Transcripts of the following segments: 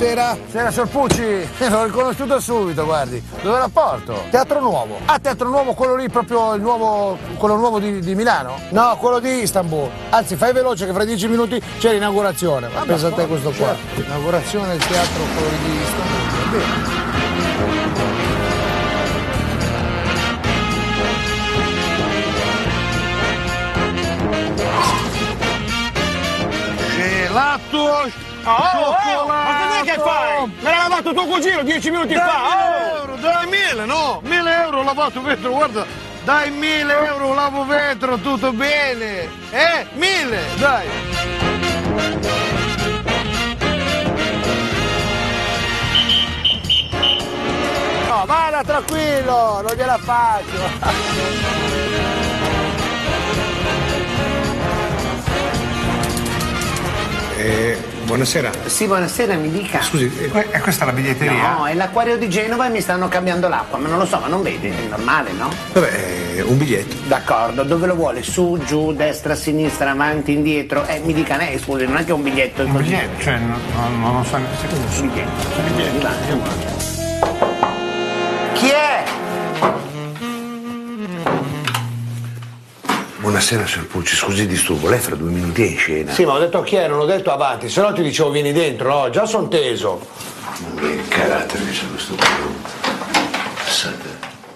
buonasera. Buonasera, signor Pucci. L'ho riconosciuto subito, guardi. Dove la porto? Teatro Nuovo. Ah, Teatro Nuovo, quello lì, proprio il nuovo, quello nuovo di Milano? No, quello di Istanbul. Anzi, fai veloce che fra 10 minuti c'è l'inaugurazione. Ah, pensa a te questo qua. Certo. Inaugurazione del teatro, quello lì di Istanbul. Va bene. Gelato, cioccolato. Ma cos'è che fai? Me l'ha lavato tuo cugino 10 minuti fa! Euro, dai 1000, no? 1000 euro lavato vetro, guarda. Dai 1000 euro lavo vetro, tutto bene. 1000, dai. No, vada tranquillo, non gliela faccio. Buonasera. Sì, buonasera, mi dica. Scusi, è questa la biglietteria? No, è l'acquario di Genova e mi stanno cambiando l'acqua, ma non lo so, ma non vede, è normale, no? Vabbè, un biglietto. D'accordo, dove lo vuole? Su, giù, destra, sinistra, avanti, indietro? Mi dica lei, scusi, non è che un biglietto. Un biglietto, cioè non so. Un biglietto. Chi è? Buonasera, signor Pucci, scusi disturbo, lei fra 2 minuti è in scena. Sì, ma ho detto chi è, non ho detto avanti, se no ti dicevo vieni dentro, no? Già son teso. Ma che carattere che c'è questo qua. Passate.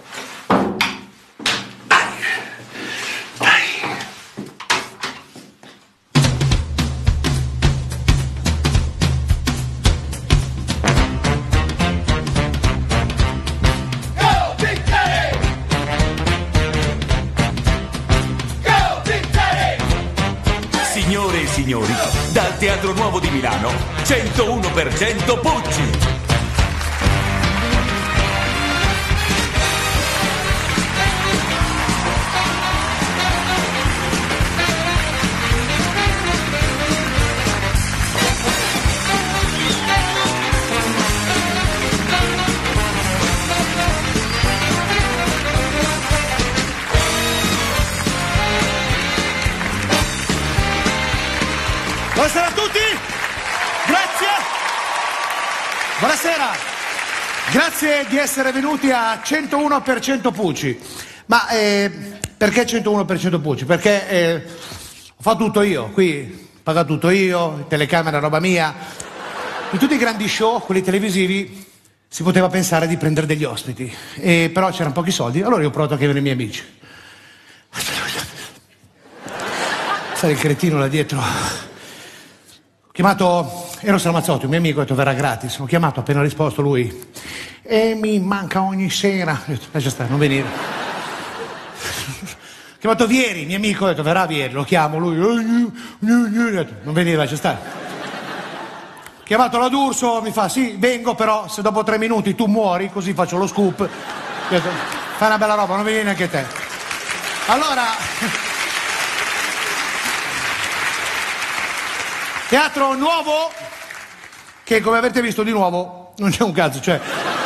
Dai. Signore e signori, dal Teatro Nuovo di Milano, 101% Pucci! Buonasera a tutti, grazie, buonasera, grazie di essere venuti a 101% Pucci. Ma perché 101% Pucci? Perché ho fatto tutto io, qui pagato tutto io, telecamera roba mia. In tutti i grandi show, quelli televisivi, si poteva pensare di prendere degli ospiti, però c'erano pochi soldi, allora io ho provato a chiamare i miei amici. Sai il cretino là dietro. Ho chiamato Eros Ramazzotti, un mio amico, ho detto verrà gratis. Ho chiamato, appena risposto lui. E mi manca ogni sera. Ho detto, lascia stare, non venire. Ho chiamato Vieri, mio amico, ho detto verrà Vieri, lo chiamo, lui. Ho detto, non venire, lascia stare. Ho chiamato la D'Urso, mi fa sì, vengo, però se dopo 3 minuti tu muori, così faccio lo scoop. Ho detto, fai una bella roba, non vieni neanche te. Allora... Teatro Nuovo, che come avete visto di nuovo non c'è un cazzo, cioè...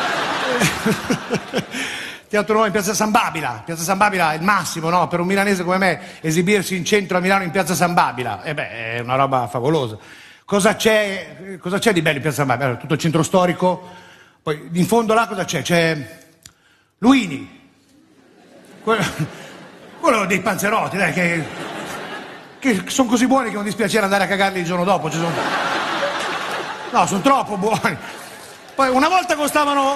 Teatro Nuovo in Piazza San Babila. Piazza San Babila è il massimo, no? Per un milanese come me, esibirsi in centro a Milano in Piazza San Babila, è una roba favolosa. Cosa c'è di bello in Piazza San Babila? Allora, tutto il centro storico, poi in fondo là cosa c'è? C'è Luini, quello dei panzerotti, dai, che sono così buoni che non dispiacere andare a cagarli il giorno dopo. No, sono troppo buoni. Poi una volta costavano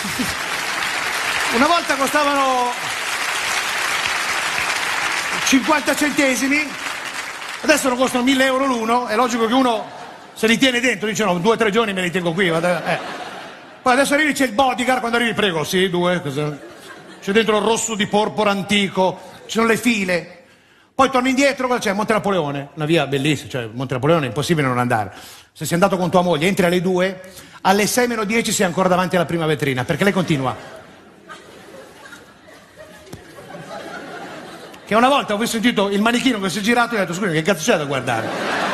50 centesimi, adesso non costano 1000 euro l'uno. È logico che uno se li tiene dentro, dice no, 2 o 3 giorni me li tengo qui. Poi adesso arrivi, c'è il bodyguard, quando arrivi prego, sì, 2, c'è dentro il rosso di porpora antico, ci sono le file. Poi torni indietro, cosa c'è? Monte Napoleone, una via bellissima, cioè Monte Napoleone è impossibile non andare. Se sei andato con tua moglie, entri alle 2, alle 6 meno 10 sei ancora davanti alla prima vetrina, perché lei continua. Che una volta ho sentito il manichino che si è girato e ho detto, scusa, che cazzo c'è da guardare?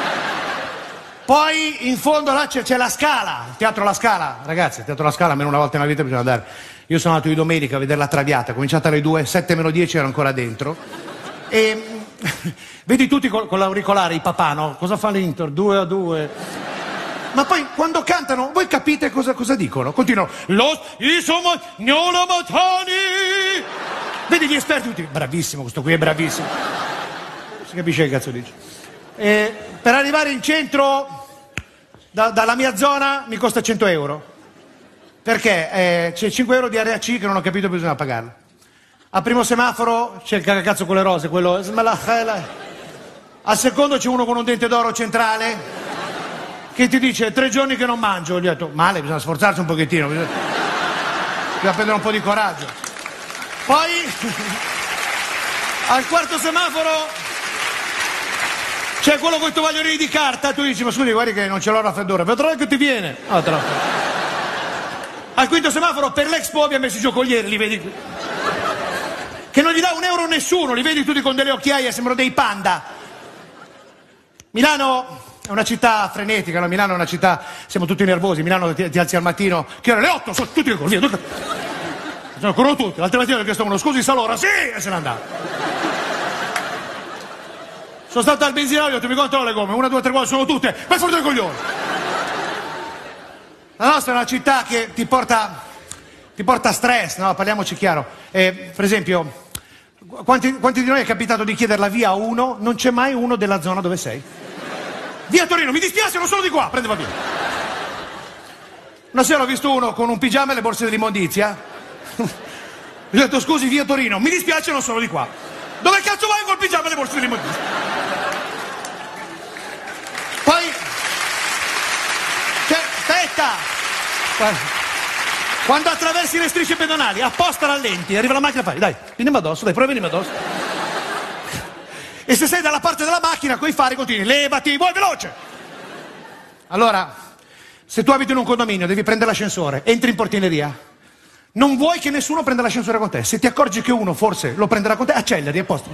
Poi in fondo là c'è la Scala, il Teatro La Scala. Ragazzi, il Teatro La Scala almeno una volta nella vita bisogna andare. Io sono andato di domenica a vedere La Traviata, ho cominciato alle 2, 7 meno 10 ero ancora dentro. E vedi tutti con l'auricolare, i papà, no? Cosa fa l'Inter? 2-2. Ma poi quando cantano, voi capite cosa dicono? Continuano. Los insomma gnola matani. Vedi gli esperti tutti. Bravissimo, questo qui è bravissimo. Si capisce che cazzo dice. Per arrivare in centro, dalla mia zona, mi costa 100 euro. Perché c'è 5 euro di area C che non ho capito, bisogna pagarla. Al primo semaforo c'è il cagacazzo con le rose, quello. Al secondo c'è uno con un dente d'oro centrale che ti dice 3 giorni che non mangio. Gli ho detto male, bisogna sforzarsi un pochettino, bisogna prendere un po' di coraggio. Poi al quarto semaforo c'è quello con i tovagliolini di carta, tu dici ma scusi guardi che non ce l'ho il raffreddore, vedrai che ti viene. Al quinto semaforo per l'Expo abbiamo messo i giocolieri, li vedi qui, che non gli dà un euro a nessuno, li vedi tutti con delle occhiaie, sembrano dei panda. Milano è una città frenetica, no? Milano è una città, siamo tutti nervosi, Milano ti alzi al mattino, che ore le 8, sono tutti via, corrono tutti, l'altra mattina perché stavano, scusi Salora, sì, e se ne andava. Sono stato al benzinaio, tu mi controllo le gomme, 1, 2, 3, 4, sono tutte, vai fuori dai coglioni. La nostra è una città che ti porta stress, no? Parliamoci chiaro. Per esempio, quanti di noi è capitato di chiedere la via a uno, non c'è mai uno della zona dove sei? Via Torino, mi dispiace, non sono di qua, prende va via. Una sera ho visto uno con un pigiama e le borse dell'immondizia. Gli ho detto scusi, via Torino, mi dispiace, non sono di qua. Dove cazzo vai col pigiama e le borse dell'immondizia? Poi... aspetta! Guarda. Quando attraversi le strisce pedonali, apposta rallenti, arriva la macchina e fai, dai, vieni addosso, dai, prova venimi addosso. E se sei dalla parte della macchina, coi fari continui, levati, vuoi veloce! Allora, se tu abiti in un condominio, devi prendere l'ascensore, entri in portineria, non vuoi che nessuno prenda l'ascensore con te. Se ti accorgi che uno forse lo prenderà con te, acceleri, è a posto.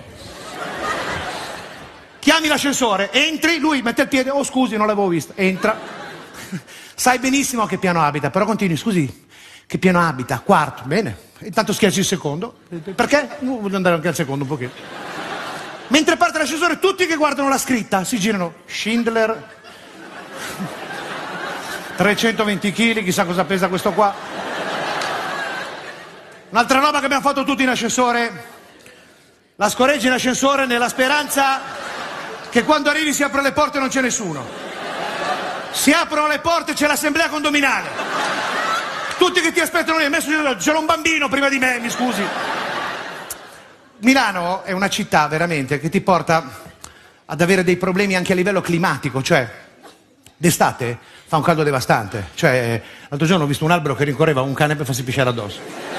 Chiami l'ascensore, entri, lui mette il piede, oh scusi, non l'avevo visto, entra. Sai benissimo a che piano abita, però continui, scusi, che piano abita? Quarto, bene. Intanto schiacci il secondo. Perché? Voglio andare anche al secondo un pochino. Mentre parte l'ascensore, tutti che guardano la scritta si girano. Schindler, 320 kg, chissà cosa pesa questo qua. Un'altra roba che abbiamo fatto tutti in ascensore, la scorreggi in ascensore nella speranza che quando arrivi si aprono le porte e non c'è nessuno. Si aprono le porte, c'è l'assemblea condominale. Tutti che ti aspettano lì, c'era un bambino prima di me, mi scusi. Milano è una città veramente che ti porta ad avere dei problemi anche a livello climatico, cioè d'estate fa un caldo devastante, cioè l'altro giorno ho visto un albero che rincorreva un cane per farsi pisciare addosso.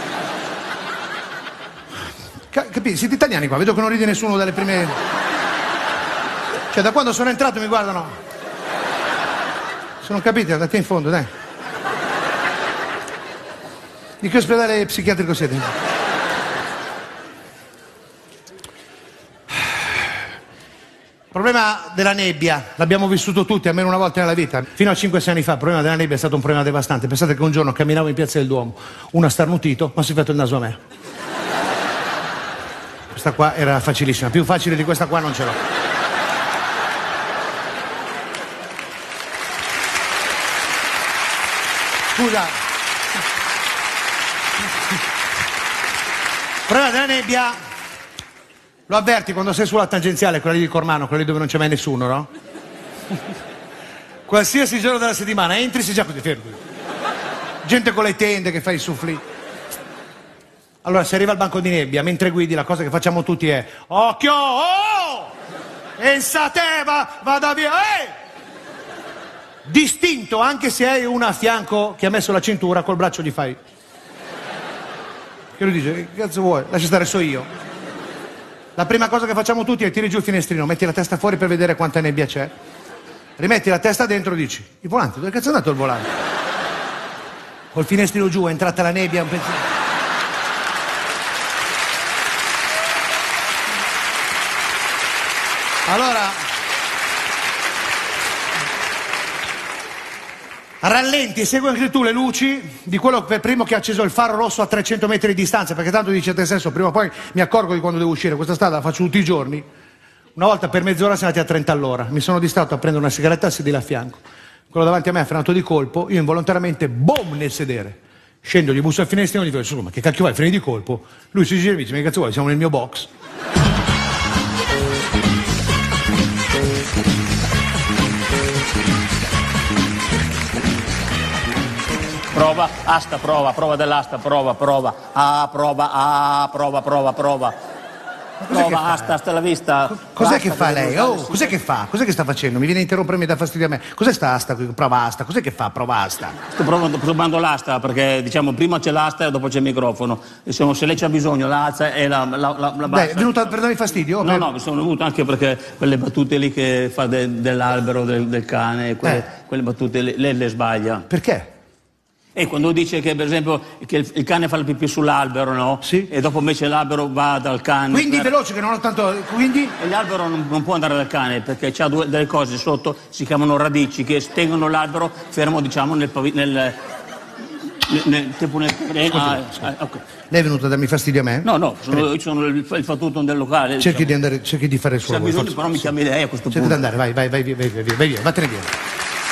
Capite? Siete italiani qua, vedo che non ride nessuno dalle prime... Cioè da quando sono entrato mi guardano. Se non capite andate in fondo, dai. Di che ospedale psichiatrico siete? Il problema della nebbia, l'abbiamo vissuto tutti, almeno una volta nella vita. Fino a 5-6 anni fa il problema della nebbia è stato un problema devastante. Pensate che un giorno camminavo in Piazza del Duomo, uno ha starnutito, ma si è fatto il naso a me. Questa qua era facilissima, più facile di questa qua non ce l'ho. Scusa. Il problema della nebbia... Lo avverti quando sei sulla tangenziale, quella lì di Cormano, quella lì dove non c'è mai nessuno, no? Qualsiasi giorno della settimana entri, sei già così fermo. Gente con le tende che fa i soufflì. Allora, se arriva al banco di nebbia, mentre guidi, la cosa che facciamo tutti è occhio, oh! Pensate, vada via, Distinto, anche se hai una a fianco che ha messo la cintura, col braccio gli fai. Che lui dice, che cazzo vuoi? Lascia stare, so io. La prima cosa che facciamo tutti è tiri giù il finestrino, metti la testa fuori per vedere quanta nebbia c'è, rimetti la testa dentro e dici, il volante, dove cazzo è andato il volante? Col finestrino giù è entrata la nebbia, un pezzo... Allora, rallenti e segui anche tu le luci di quello per primo che ha acceso il faro rosso a 300 metri di distanza, perché tanto dice a te stesso, prima o poi mi accorgo di quando devo uscire, questa strada la faccio tutti i giorni. Una volta per mezz'ora siamo andati a 30 all'ora, mi sono distratto a prendere una sigaretta al sedile a fianco. quello davanti a me ha frenato di colpo, io involontariamente, boom, nel sedere. Scendo, gli busso al finestrino e gli dico, ma che cacchio vai, freni di colpo? Lui si gira e mi dice, ma che cazzo vuoi, siamo nel mio box. Prova, asta, prova dell'asta, prova. Prova, asta la vista. Cos'è che fa lei? Oh, cos'è che fa? Cos'è che sta facendo? Mi viene a interrompere, mi dà fastidio a me. Cos'è sta asta? Prova asta. Cos'è che fa? Prova asta. Sto provando l'asta perché diciamo prima c'è l'asta e dopo c'è il microfono. Insomma, se lei c'ha bisogno la alza e la bassa. Beh, è venuta per darmi fastidio? No, mi sono venuto anche perché quelle battute lì che fa dell'albero, del cane, quelle battute lei le sbaglia. Perché? E quando dice che per esempio che il cane fa la pipì sull'albero, no? Sì. E dopo invece l'albero va dal cane. Quindi veloce che non ho tanto. Quindi? E l'albero non può andare dal cane perché c'ha delle cose sotto, si chiamano radici, che tengono l'albero fermo, diciamo, Scusi. Okay. Lei è venuta a darmi fastidio a me? No, io sono il fatuto del locale. Cerchi di andare, cerchi di fare il suo lavoro. Se ha bisogno, forza. però mi chiami lei a questo Cerchi punto. di andare, vai via, vattene via.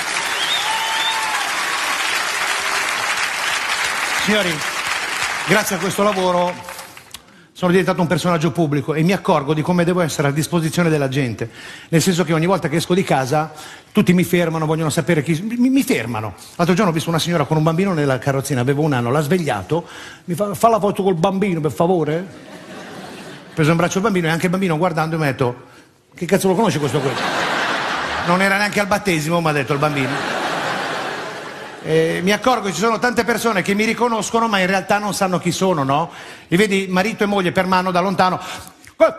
Signori, grazie a questo lavoro sono diventato un personaggio pubblico e mi accorgo di come devo essere a disposizione della gente. Nel senso che ogni volta che esco di casa tutti mi fermano, vogliono sapere chi... Mi fermano. L'altro giorno ho visto una signora con un bambino nella carrozzina, avevo 1 anno, l'ha svegliato, mi fa la foto col bambino per favore? Ho preso in braccio il bambino e anche il bambino guardando mi ha detto che cazzo lo conosce questo? Non era neanche al battesimo, mi ha detto il bambino. Mi accorgo che ci sono tante persone che mi riconoscono ma in realtà non sanno chi sono, no? Li vedi marito e moglie per mano da lontano. Quello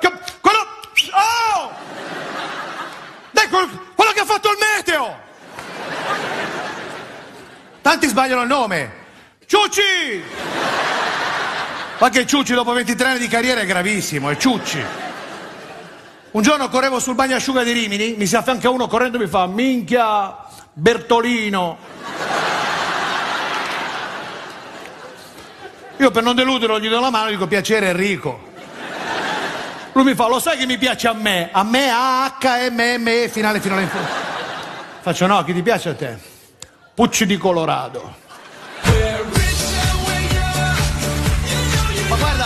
che ha fatto il meteo! Tanti sbagliano il nome. Ciucci! Ma che Ciucci dopo 23 anni di carriera è gravissimo, è Ciucci. Un giorno correvo sul bagnasciuga di Rimini, mi si affianca uno correndo e mi fa minchia Bertolino. Io per non deluderlo gli do la mano e dico piacere Enrico. Lui mi fa lo sai che mi piace a me A-H-M-M-E finale in fondo. Faccio no, chi ti piace a te? Pucci di Colorado. Ma guarda,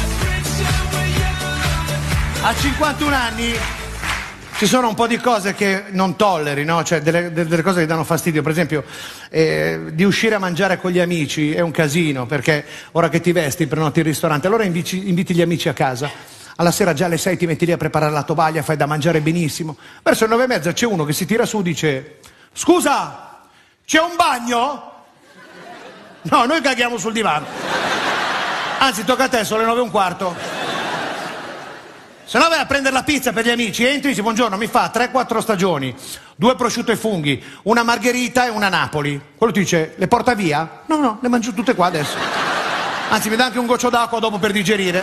a 51 anni ci sono un po' di cose che non tolleri, no? Cioè delle cose che danno fastidio. Per esempio, di uscire a mangiare con gli amici è un casino, perché ora che ti vesti prenoti il ristorante, allora inviti gli amici a casa. Alla sera già alle 6 ti metti lì a preparare la tovaglia, fai da mangiare benissimo. Verso le 9:30 c'è uno che si tira su e dice scusa, c'è un bagno? No, noi caghiamo sul divano. Anzi, tocca a te, sono le 9:15. Se no vai a prendere la pizza per gli amici, entri e dici buongiorno, mi fa 3-4 stagioni, 2 prosciutto e funghi, una margherita e una Napoli. Quello ti dice, le porta via? No, le mangio tutte qua adesso. Anzi, mi dà anche un goccio d'acqua dopo per digerire.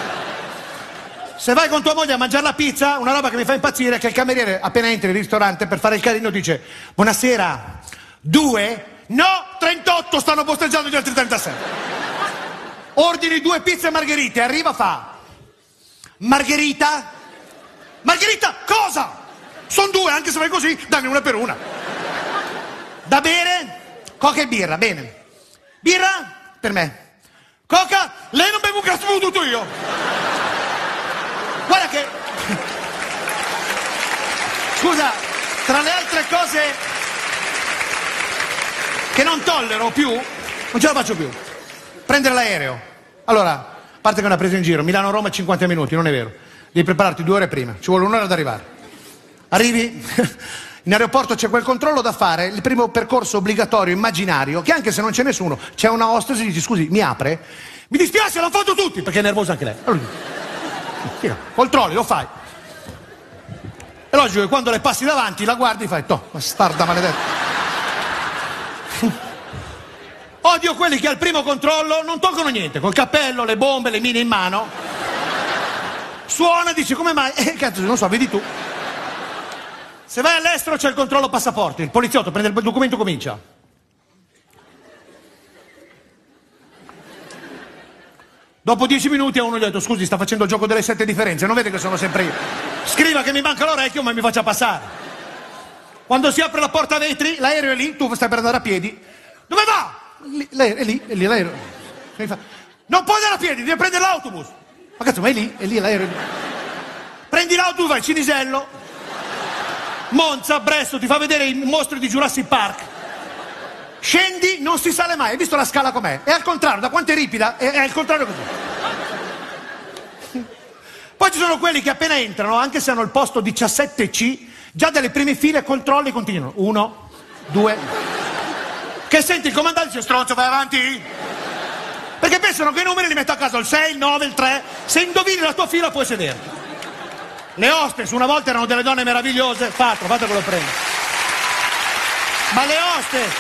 Se vai con tua moglie a mangiare la pizza, una roba che mi fa impazzire è che il cameriere, appena entri nel ristorante per fare il carino, dice buonasera, 2? No, 38, stanno posteggiando gli altri 37. Ordini 2 pizze e margherite, arriva fa... Margherita? Margherita, cosa? Sono 2, anche se vai così, dammi una per una. Da bere? Coca e birra, bene. Birra? Per me. Coca? Lei non beve un cazzo, bevuto tutto io. Guarda che... Scusa, tra le altre cose che non tollero più, non ce la faccio più. Prendere l'aereo. Allora... A parte che è una presa in giro, Milano-Roma 50 minuti, non è vero. Devi prepararti 2 ore prima, ci vuole 1 ora ad arrivare. Arrivi, in aeroporto c'è quel controllo da fare, il primo percorso obbligatorio, immaginario, che anche se non c'è nessuno, c'è una hostess e dici scusi, mi apre? Mi dispiace, l'hanno fatto tutti, perché è nervosa anche lei. Allora, controlli, lo fai. È logico che quando le passi davanti, la guardi e fai, toh, bastarda maledetta. Odio quelli che al primo controllo non tolgono niente, col cappello, le bombe, le mine in mano. Suona e dice come mai? Cazzo, non so, vedi tu. Se vai all'estero c'è il controllo passaporti, il poliziotto prende il documento e comincia. Dopo 10 minuti a uno gli ho detto scusi, sta facendo il gioco delle 7 differenze, non vede che sono sempre io. Scriva che mi manca l'orecchio ma mi faccia passare. Quando si apre la porta a vetri, l'aereo è lì, tu stai per andare a piedi. Dove va? È lì, l'aereo. Non puoi andare a piedi, devi prendere l'autobus. Ma cazzo, ma è lì l'aereo. Prendi l'autobus, vai, Cinisello, Monza, Bresso, ti fa vedere i mostri di Jurassic Park. Scendi, non si sale mai. Hai visto la scala com'è? È al contrario, da quanto è ripida, è al contrario così. Poi ci sono quelli che appena entrano, anche se hanno il posto 17C, già dalle prime file controlli continuano. 1, 2. Che senti il comandante dice stronzo, vai avanti? Perché pensano che i numeri li metto a caso, il 6, il 9, il 3. Se indovini la tua fila puoi sederti. Le hostess una volta erano delle donne meravigliose. Fate che lo prendo. Ma le hostess,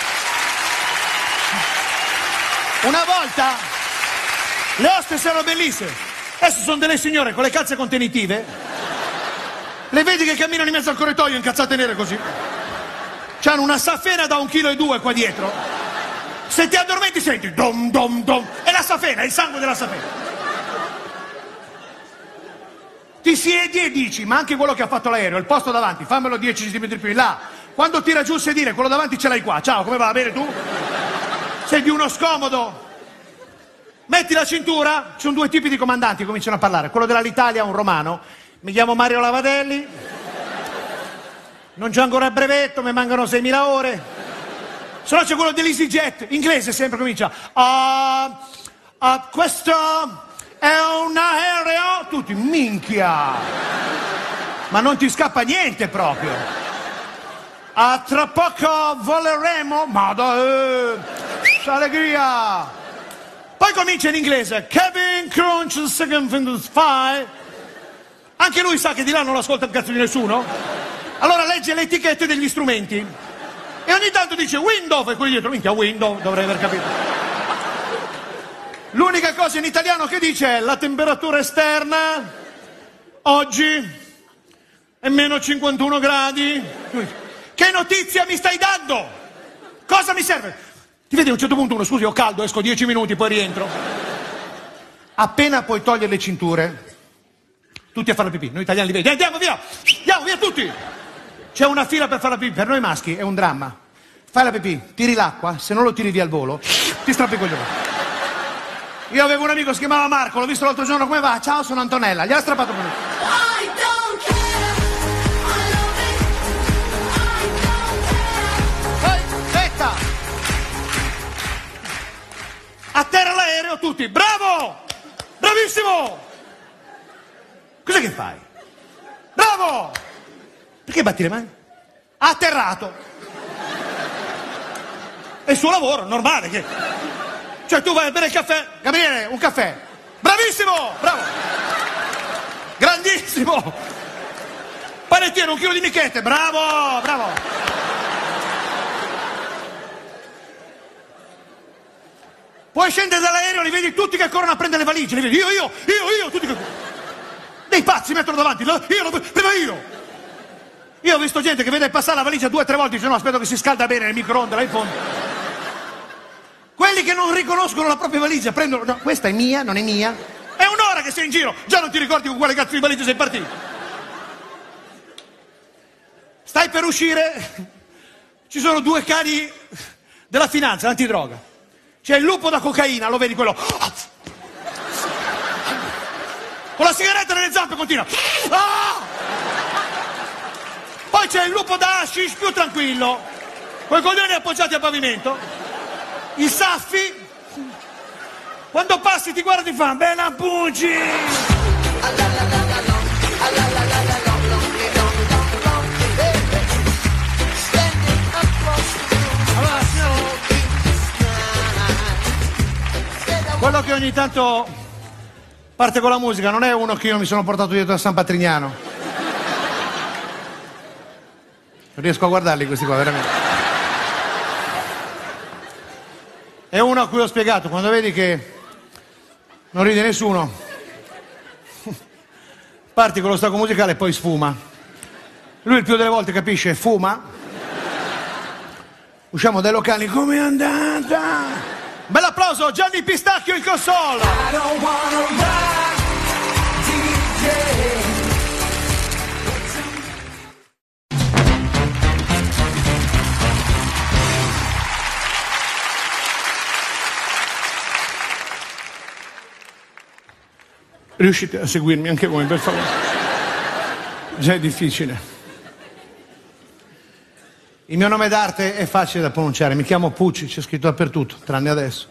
una volta, le hostess erano bellissime. Adesso sono delle signore con le calze contenitive. Le vedi che camminano in mezzo al corridoio incazzate nere così. C'hanno una safena da 1,2 kg qua dietro. Se ti addormenti senti dom dom dom. È la safena, è il sangue della safena. Ti siedi e dici, ma anche quello che ha fatto l'aereo, il posto davanti, fammelo 10 cm più in là. Quando tira giù il sedile, quello davanti ce l'hai qua. Ciao, come va? Bene tu? Sei di uno scomodo. Metti la cintura, ci sono 2 tipi di comandanti, cominciano a parlare. Quello dell'Alitalia è un romano. Mi chiamo Mario Lavadelli. Non c'ho ancora il brevetto, mi mancano 6.000 ore. Se no c'è quello dell'EasyJet, inglese sempre comincia. Questo è un aereo. Tutti, minchia. Ma non ti scappa niente proprio. Tra poco voleremo. Ma dai, allegria. Poi comincia in inglese. Kevin Crunch, second fingers five. Anche lui sa che di là non ascolta il cazzo di nessuno. Allora legge le etichette degli strumenti. E ogni tanto dice window. E quelli dietro, minchia, window, dovrei aver capito. L'unica cosa in italiano che dice è la temperatura esterna oggi è meno 51 gradi. Che notizia mi stai dando? Cosa mi serve? Ti vedi a un certo punto uno, scusi, ho caldo, esco 10 minuti, poi rientro. Appena puoi togliere le cinture, tutti a fare la pipì. Noi italiani li vedi, andiamo via tutti. C'è una fila per fare la pipì, per noi maschi è un dramma. Fai la pipì, tiri l'acqua, se non lo tiri via al volo, ti strappi i coglioni. Io avevo un amico che si chiamava Marco, l'ho visto l'altro giorno, come va? Ciao, sono Antonella, gli ha strappato per me. Atterra l'aereo, tutti, bravo! Bravissimo! Cos'è che fai? Bravo! Perché batti le mani? Ha atterrato. È il suo lavoro, normale che... Cioè tu vai a bere il caffè, Gabriele, un caffè. Bravissimo! Bravo! Grandissimo! Panettiere, 1 chilo di michette, bravo! Puoi scendere dall'aereo, li vedi tutti che corrono a prendere le valigie, li vedi, io, tutti che corrono. Dei pazzi mettono davanti, prima io. Io ho visto gente che vede passare la valigia 2 o 3 volte, dice no, aspetto che si scalda bene nel microonde, là in fondo. Quelli che non riconoscono la propria valigia, prendono, no, questa è mia, non è mia. È un'ora che sei in giro, già non ti ricordi con quale cazzo di valigia sei partito. Stai per uscire, ci sono 2 cani della finanza, l'antidroga. C'è il lupo da cocaina, lo vedi quello? Con la sigaretta nelle zampe continua. Poi c'è il lupo da hashish più tranquillo, con i coglioni appoggiati al pavimento. I saffi, quando passi ti guarda e ti fa bella Pucci. Quello che ogni tanto parte con la musica non è uno che io mi sono portato dietro a San Patrignano. Non riesco a guardarli questi qua, veramente. È uno a cui ho spiegato, quando vedi che non ride nessuno, parti con lo stacco musicale e poi sfuma. Lui il più delle volte capisce, fuma. Usciamo dai locali, come è andata? Bell'applauso, Gianni Pistacchio il console. Riuscite a seguirmi anche voi, per favore? Già è difficile. Il mio nome d'arte è facile da pronunciare, mi chiamo Pucci, c'è scritto dappertutto, tranne adesso.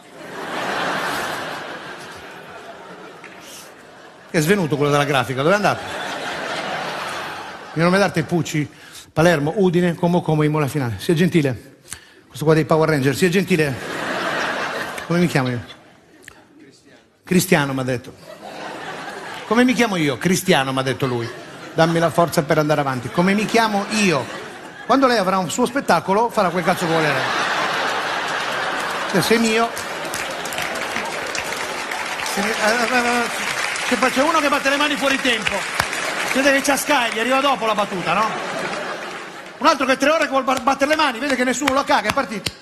È svenuto quello della grafica, dove è andato? Il mio nome d'arte è Pucci, Palermo, Udine, Como, Imola finale. Sia gentile. Questo qua dei Power Ranger, sia gentile. Come mi chiamo io? Cristiano, mi ha detto. Come mi chiamo io? Cristiano, mi ha detto lui. Dammi la forza per andare avanti. Come mi chiamo io? Quando lei avrà un suo spettacolo, farà quel cazzo che vuole lei. Se sei mio... C'è uno che batte le mani fuori tempo. Vede che c'ha Sky, gli arriva dopo la battuta, no? Un altro che 3 ore che vuol battere le mani, vede che nessuno lo caga, è partito.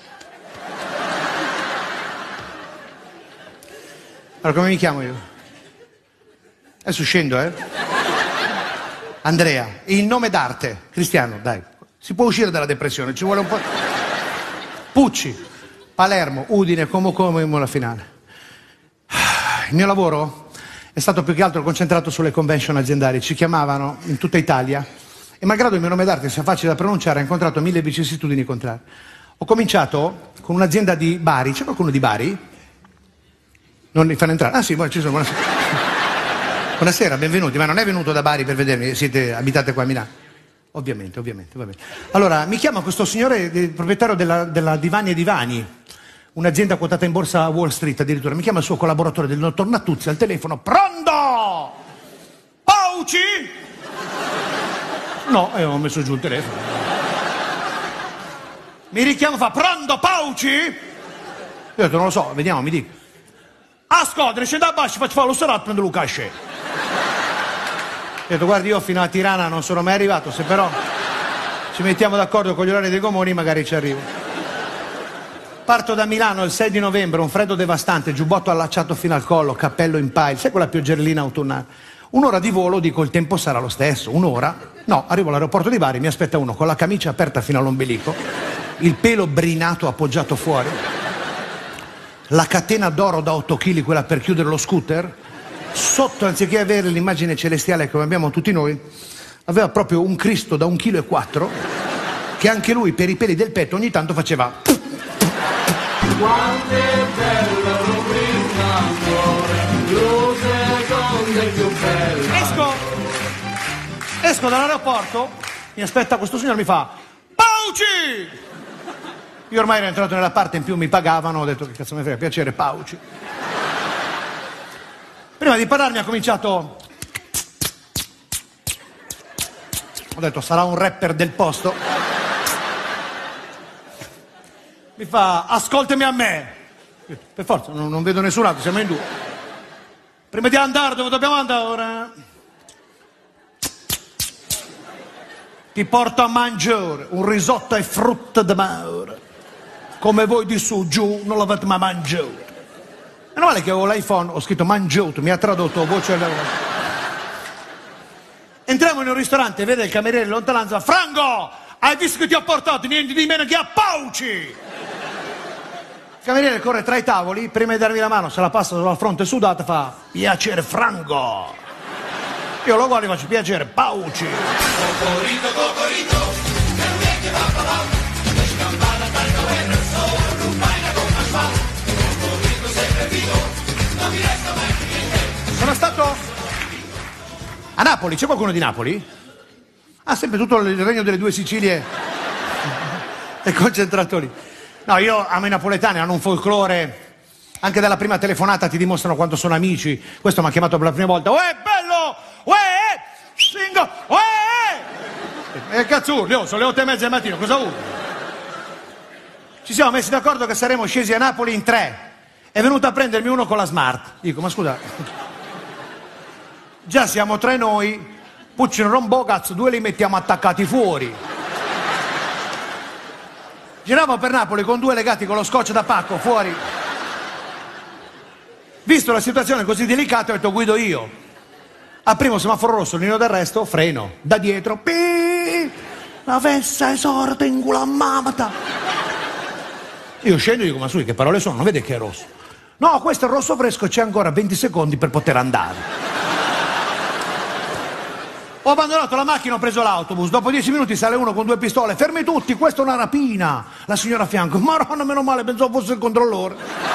Allora, come mi chiamo io? Adesso scendo, Andrea, il nome d'arte, Cristiano, dai. Si può uscire dalla depressione, ci vuole un po'... Pucci, Palermo, Udine, Como, Imola finale. Il mio lavoro è stato più che altro concentrato sulle convention aziendali. Ci chiamavano in tutta Italia e malgrado il mio nome d'arte sia facile da pronunciare, ho incontrato 1000 vicissitudini contrarie. Ho cominciato con un'azienda di Bari. C'è qualcuno di Bari? Non li fanno entrare? Ah sì, ci sono, buonasera. Buonasera, benvenuti, ma non è venuto da Bari per vedermi, abitate qua a Milano? Ovviamente, va bene. Allora, mi chiama questo signore, proprietario della Divani e Divani, un'azienda quotata in borsa a Wall Street addirittura. Mi chiama il suo collaboratore del dottor Natuzzi al telefono. Pronto? Pauci? No, ho messo giù il telefono. Mi richiama, fa, pronto Pauci? Io ho detto, non lo so, vediamo, mi dica. Ascolta, scendo a basso, faccio fare lo starat, prendo Lucasce. Ho detto, guardi, io fino a Tirana non sono mai arrivato, se però ci mettiamo d'accordo con gli orari dei Comuni magari ci arrivo. Parto da Milano il 6 di novembre, un freddo devastante, giubbotto allacciato fino al collo, cappello in pile, sai quella pioggerellina autunnale. Un'ora di volo, dico il tempo sarà lo stesso, un'ora. No, arrivo all'aeroporto di Bari, mi aspetta uno con la camicia aperta fino all'ombelico, il pelo brinato appoggiato fuori, la catena d'oro da 8 kg, quella per chiudere lo scooter. Sotto, anziché avere l'immagine celestiale come abbiamo tutti noi, aveva proprio un Cristo da 1,4 kg che anche lui per i peli del petto ogni tanto faceva. Quanto è bello l'amore, lo secondo più bello. Esco dall'aeroporto, mi aspetta questo signore, mi fa Pauci! Io ormai ero entrato nella parte in più mi pagavano, ho detto che cazzo mi frega, piacere Pauci. Prima di parlarmi ha cominciato. Ho detto sarà un rapper del posto. Mi fa ascoltami a me. Per forza, non vedo nessun altro, siamo in due. Prima di andare dove dobbiamo andare ora? Ti porto a mangiare un risotto ai frutti di mare. Come voi di su, giù, non l'avete mai mangiato. Meno male che avevo l'iPhone, ho scritto mangiato, mi ha tradotto voce alla... Entriamo in un ristorante, vede il cameriere in lontananza, Franco, hai visto che ti ho portato niente di meno che a Pauci? Il cameriere corre tra i tavoli, prima di darmi la mano, se la passa sulla fronte sudata, fa piacere Franco. Io lo guardo e faccio piacere Pauci. Cocorito, cocorito, nel vecchio papà, scampana tanto e non so, rubaina con asfalto, cocorito sempre vivo, non mi resta mai niente. Sono stato a Napoli, c'è qualcuno di Napoli? Ah, sempre tutto il regno delle due Sicilie è concentrato lì. No, io amo i napoletani, hanno un folklore. Anche dalla prima telefonata ti dimostrano quanto sono amici. Questo mi ha chiamato per la prima volta. Uè, bello! Uè! Singo! Uè! Cazzo urli, sono le 8:30 del mattino, cosa urli? Ci siamo messi d'accordo che saremmo scesi a Napoli in 3. È venuto a prendermi uno con la Smart. Dico, ma scusa, già siamo 3 noi, Pucci non rombo, cazzo, 2 li mettiamo attaccati fuori. Giravo per Napoli con 2 legati con lo scotch da pacco fuori. Visto la situazione così delicata, ho detto guido io. Al primo semaforo rosso, linea d'arresto, freno. Da dietro, piii, la vessa esorta in culo a mamata. Io scendo e dico, ma su, che parole sono? Non vede che è rosso? No, questo è il rosso fresco, c'è ancora 20 secondi per poter andare. Ho abbandonato la macchina, ho preso l'autobus. Dopo 10 minuti sale uno con 2 pistole. Fermi tutti, questa è una rapina. La signora a fianco. Maronna, meno male, pensavo fosse il controllore.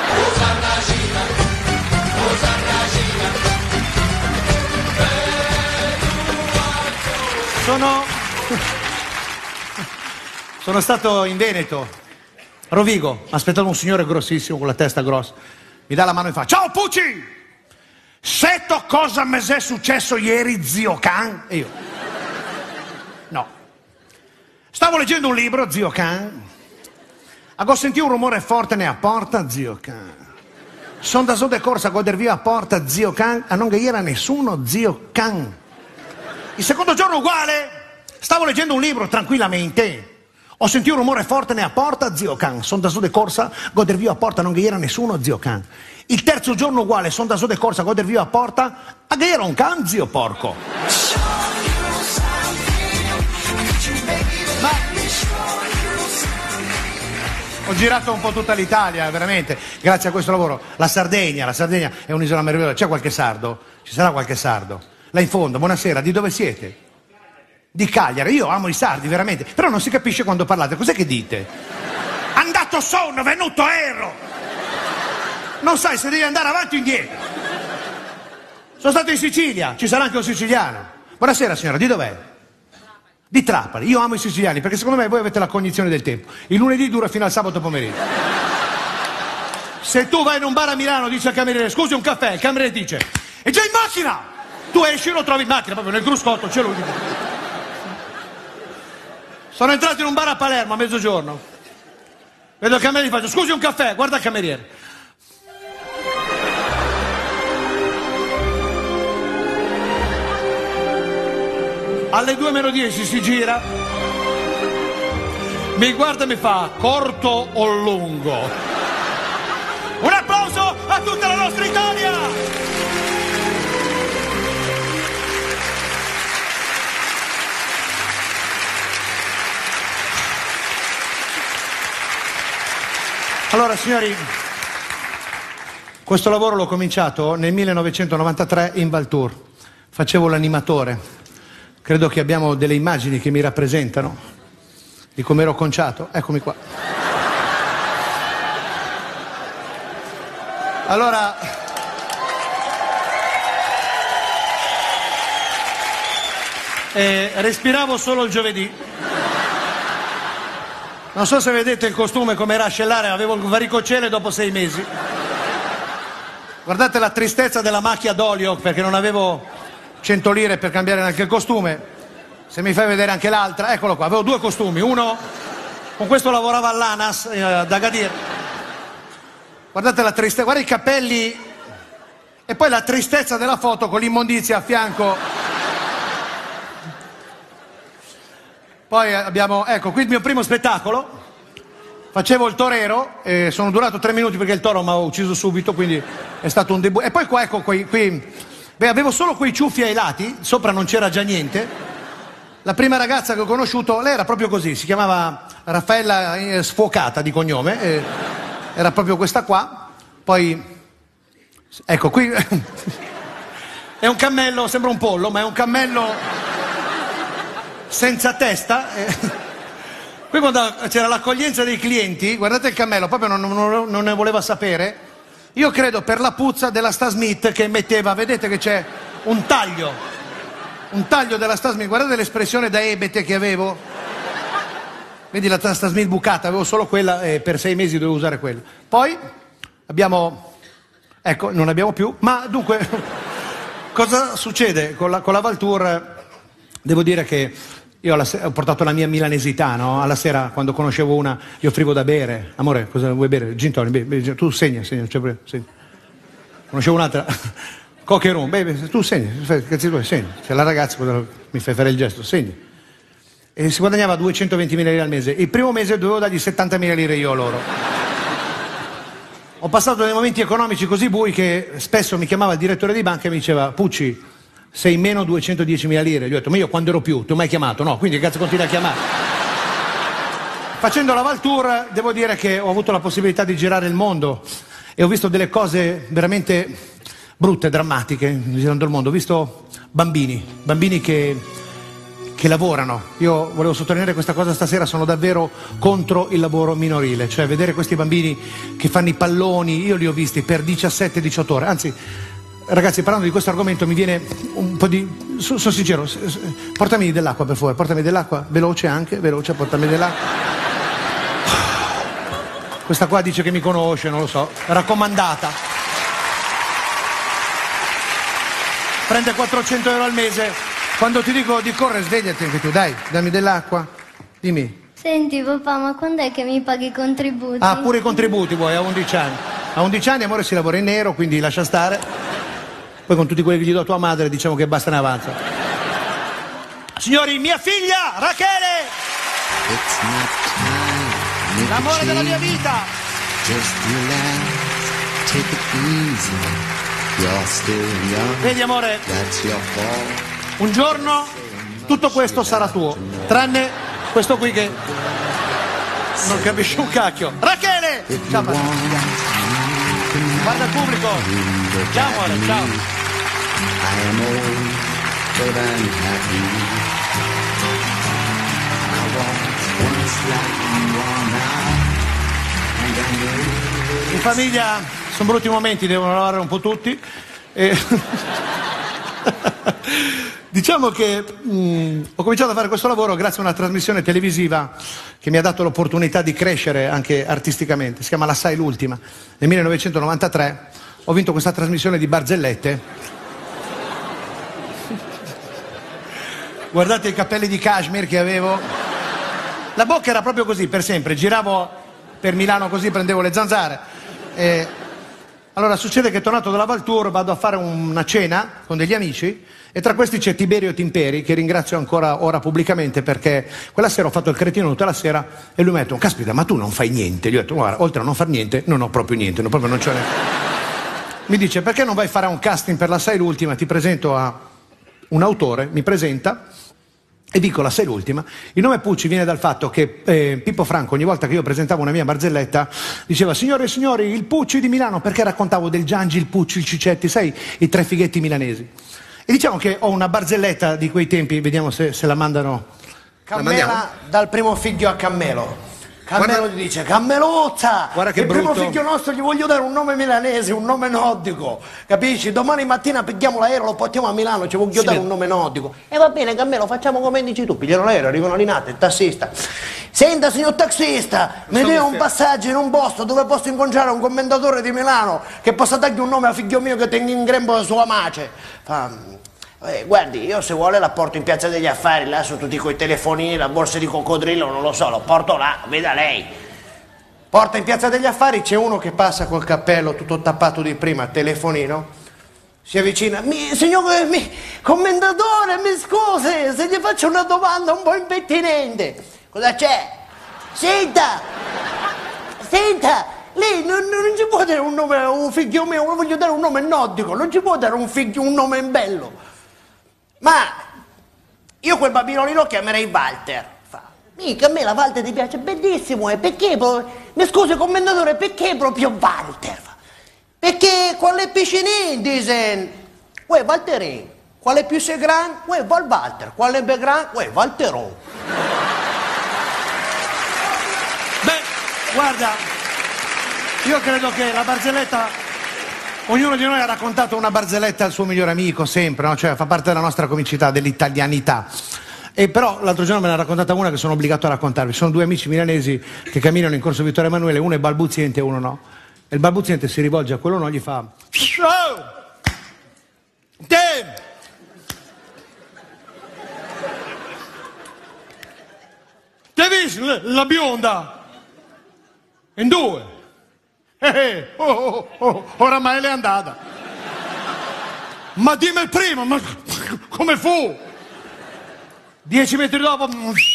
Sono stato in Veneto, Rovigo. Aspettavo un signore grossissimo con la testa grossa. Mi dà la mano e fa: ciao Pucci! Seto cosa mi è successo ieri, zio Can? E io: no. Stavo leggendo un libro, zio Can. Ho sentito un rumore forte nella porta, zio Can. Sono da sotto corsa a goder via a porta, zio Can. A non che era nessuno, zio Can. Il secondo giorno uguale. Stavo leggendo un libro tranquillamente. Ho sentito un rumore forte nella porta, zio Can. Sono da sotto corsa a goder via a porta, non che era nessuno, zio Can. Il terzo giorno uguale, sono da sotto corsa a goder via a porta, a che era un can, zio porco. Ma ho girato un po' tutta l'Italia, veramente, grazie a questo lavoro. La Sardegna è un'isola meravigliosa. C'è qualche sardo? Ci sarà qualche sardo? Là in fondo, buonasera, di dove siete? Di Cagliari. Io amo i sardi, veramente, però non si capisce quando parlate. Cos'è che dite? Andato sonno, venuto ero. Non sai se devi andare avanti o indietro. Sono stato in Sicilia, ci sarà anche un siciliano. Buonasera signora, di dov'è? Di Trapani. Io amo i siciliani perché secondo me voi avete la cognizione del tempo. Il lunedì dura fino al sabato pomeriggio. Se tu vai in un bar a Milano, dici al cameriere: scusi un caffè, il cameriere dice: è già in macchina. Tu esci e lo trovi in macchina, proprio nel cruscotto, c'è lui. Sono entrato in un bar a Palermo a mezzogiorno. Vedo il cameriere e gli faccio: scusi un caffè, guarda il cameriere. Alle 2:10 si gira, mi guarda e mi fa: corto o lungo? Un applauso a tutta la nostra Italia! Allora signori, questo lavoro l'ho cominciato nel 1993 in Valtour. Facevo l'animatore. Credo che abbiamo delle immagini che mi rappresentano di come ero conciato. Eccomi qua. Allora, respiravo solo il giovedì. Non so se vedete il costume come era ascellare, avevo il varicocele dopo 6 mesi. Guardate la tristezza della macchia d'olio perché non avevo 100 lire per cambiare neanche il costume. Se mi fai vedere anche l'altra, eccolo qua, avevo 2 costumi, uno con questo lavorava all'ANAS da Agadir. Guardate la tristezza, guarda i capelli e poi la tristezza della foto con l'immondizia a fianco. Poi abbiamo, ecco, qui il mio primo spettacolo. Facevo il torero e sono durato 3 minuti perché il toro mi ha ucciso subito, quindi è stato un debutto. E poi qua, ecco, qui beh, avevo solo quei ciuffi ai lati, sopra non c'era già niente. La prima ragazza che ho conosciuto, lei era proprio così, si chiamava Raffaella Sfocata di cognome, era proprio questa qua. Poi, ecco, qui è un cammello, sembra un pollo, ma è un cammello senza testa. Qui quando c'era l'accoglienza dei clienti, guardate il cammello, proprio non ne voleva sapere. Io credo per la puzza della Stan Smith che metteva, vedete che c'è un taglio della Stan Smith, guardate l'espressione da ebete che avevo. Vedi la Stan Smith bucata, avevo solo quella e per 6 mesi dovevo usare quella. Poi abbiamo, ecco, non abbiamo più, ma dunque, cosa succede con la Valtour? Devo dire che io ho portato la mia milanesità, no? Alla sera, quando conoscevo una, gli offrivo da bere. Amore, cosa vuoi bere? Gin tonic, tu segna, segna. Conoscevo un'altra, coca e rum, tu segna, segna. C'è la ragazza, mi fai fare il gesto, segna. E si guadagnava 220.000 lire al mese. Il primo mese dovevo dargli 70.000 lire io a loro. Ho passato dei momenti economici così bui che spesso mi chiamava il direttore di banca e mi diceva: Pucci, sei meno 210.000 lire. Gli ho detto: ma io quando ero più, tu mi hai chiamato? No, quindi che cazzo continui a chiamare? Facendo la Valtour devo dire che ho avuto la possibilità di girare il mondo e ho visto delle cose veramente brutte, drammatiche, girando il mondo. Ho visto bambini che che lavorano. Io volevo sottolineare questa cosa stasera, sono davvero contro il lavoro minorile, cioè vedere questi bambini che fanno i palloni, io li ho visti per 17-18 ore, anzi ragazzi, parlando di questo argomento mi viene un po' di... sono sincero, portami dell'acqua per favore, portami dell'acqua, veloce anche, veloce, portami dell'acqua. Questa qua dice che mi conosce, non lo so, raccomandata. Prende 400 euro al mese. Quando ti dico di correre, svegliati anche tu, dai, dammi dell'acqua. Dimmi. Senti papà, ma quando è che mi paghi i contributi? Ah, pure i contributi vuoi, a 11 anni. A 11 anni, amore, si lavora in nero, quindi lascia stare. Poi con tutti quelli che gli do a tua madre diciamo che basta ne avanza. Signori, mia figlia, Rachele! L'amore della mia vita! Vedi amore, un giorno tutto questo sarà tuo, tranne questo qui che non capisce un cacchio. Rachele! Ciao, guarda il pubblico! Ciao amore, ciao! In famiglia sono brutti momenti, devono lavorare un po' tutti. Diciamo che ho cominciato a fare questo lavoro grazie a una trasmissione televisiva che mi ha dato l'opportunità di crescere anche artisticamente. Si chiama La Sai l'Ultima. Nel 1993 ho vinto questa trasmissione di barzellette. Guardate i capelli di cashmere che avevo. La bocca era proprio così per sempre. Giravo per Milano così, prendevo le zanzare. Allora succede che tornato dalla Valtour vado a fare una cena con degli amici e tra questi c'è Tiberio Timperi, che ringrazio ancora ora pubblicamente perché quella sera ho fatto il cretino tutta la sera e lui mi ha detto: caspita, ma tu non fai niente? Gli ho detto: guarda, oltre a non far niente non ho proprio niente, non c'ho niente. Mi dice: perché non vai a fare un casting per La Sai l'Ultima? Ti presento a un autore, mi presenta e dico La Sai l'Ultima. Il nome Pucci viene dal fatto che Pippo Franco, ogni volta che io presentavo una mia barzelletta, diceva: signore e signori, il Pucci di Milano, perché raccontavo del Giangi, il Pucci, il Cicetti, sai, i tre fighetti milanesi. E diciamo che ho una barzelletta di quei tempi, vediamo se la mandano. Cammela dal primo figlio a Cammelo. Cammelo gli dice: Cammeluzza, guarda che il brutto. primo figlio nostro gli voglio dare un nome milanese, un nome nordico, capisci? Domani mattina prendiamo l'aereo, lo portiamo a Milano, ci voglio dare un nome nordico. E va bene Cammelo, facciamo come dici tu, pigliano l'aereo, arrivano lì nate, il tassista. Senta signor taxista, mi dia un passaggio in un posto dove posso incontrare un commentatore di Milano che possa dargli un nome a figlio mio che tenga in grembo la sua mace. Guardi, io se vuole la porto in Piazza degli Affari, là su tutti quei telefonini, la borsa di coccodrillo, non lo so, lo porto là, veda lei. Porta in Piazza degli Affari, c'è uno che passa col cappello tutto tappato di prima, telefonino, si avvicina: signor commendatore, mi scusi se gli faccio una domanda un po' impertinente. Cosa c'è? Senta, lei non ci può dare un nome a un figlio mio, voglio dare un nome nordico, non ci può dare un figlio un nome bello. Ma io quel bambino lì lo chiamerei Walter. Mica a me la Walter ti piace, bellissimo, e perché? Mi scusi commendatore, perché proprio Walter? Perché quando è piccinino dice: uè Walterin, quale più sei grande? Uè Walter, quale è più grande? Uè Walteron. Beh, guarda, io credo che la barzelletta, ognuno di noi ha raccontato una barzelletta al suo migliore amico, sempre, no? Cioè fa parte della nostra comicità, dell'italianità. E però l'altro giorno me ne ha raccontata una che sono obbligato a raccontarvi. Sono due amici milanesi che camminano in corso Vittorio Emanuele, uno è balbuziente e uno no. E il balbuziente si rivolge a quello no, gli fa: oh! Te! Ti hai visto la bionda? In due. Oramai l'è andata. Ma dimmi il primo, ma come fu? 10 metri dopo.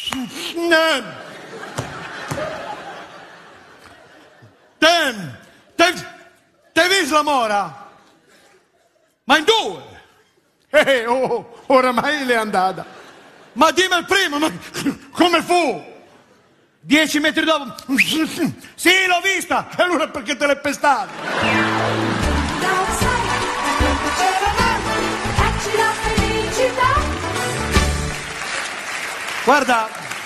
T'hai visto la mora? Ma in due. Oramai l'è andata. Ma dimmi il primo, ma come fu? 10 metri dopo. Sì, l'ho vista. E allora perché te l'hai pestata? Guarda,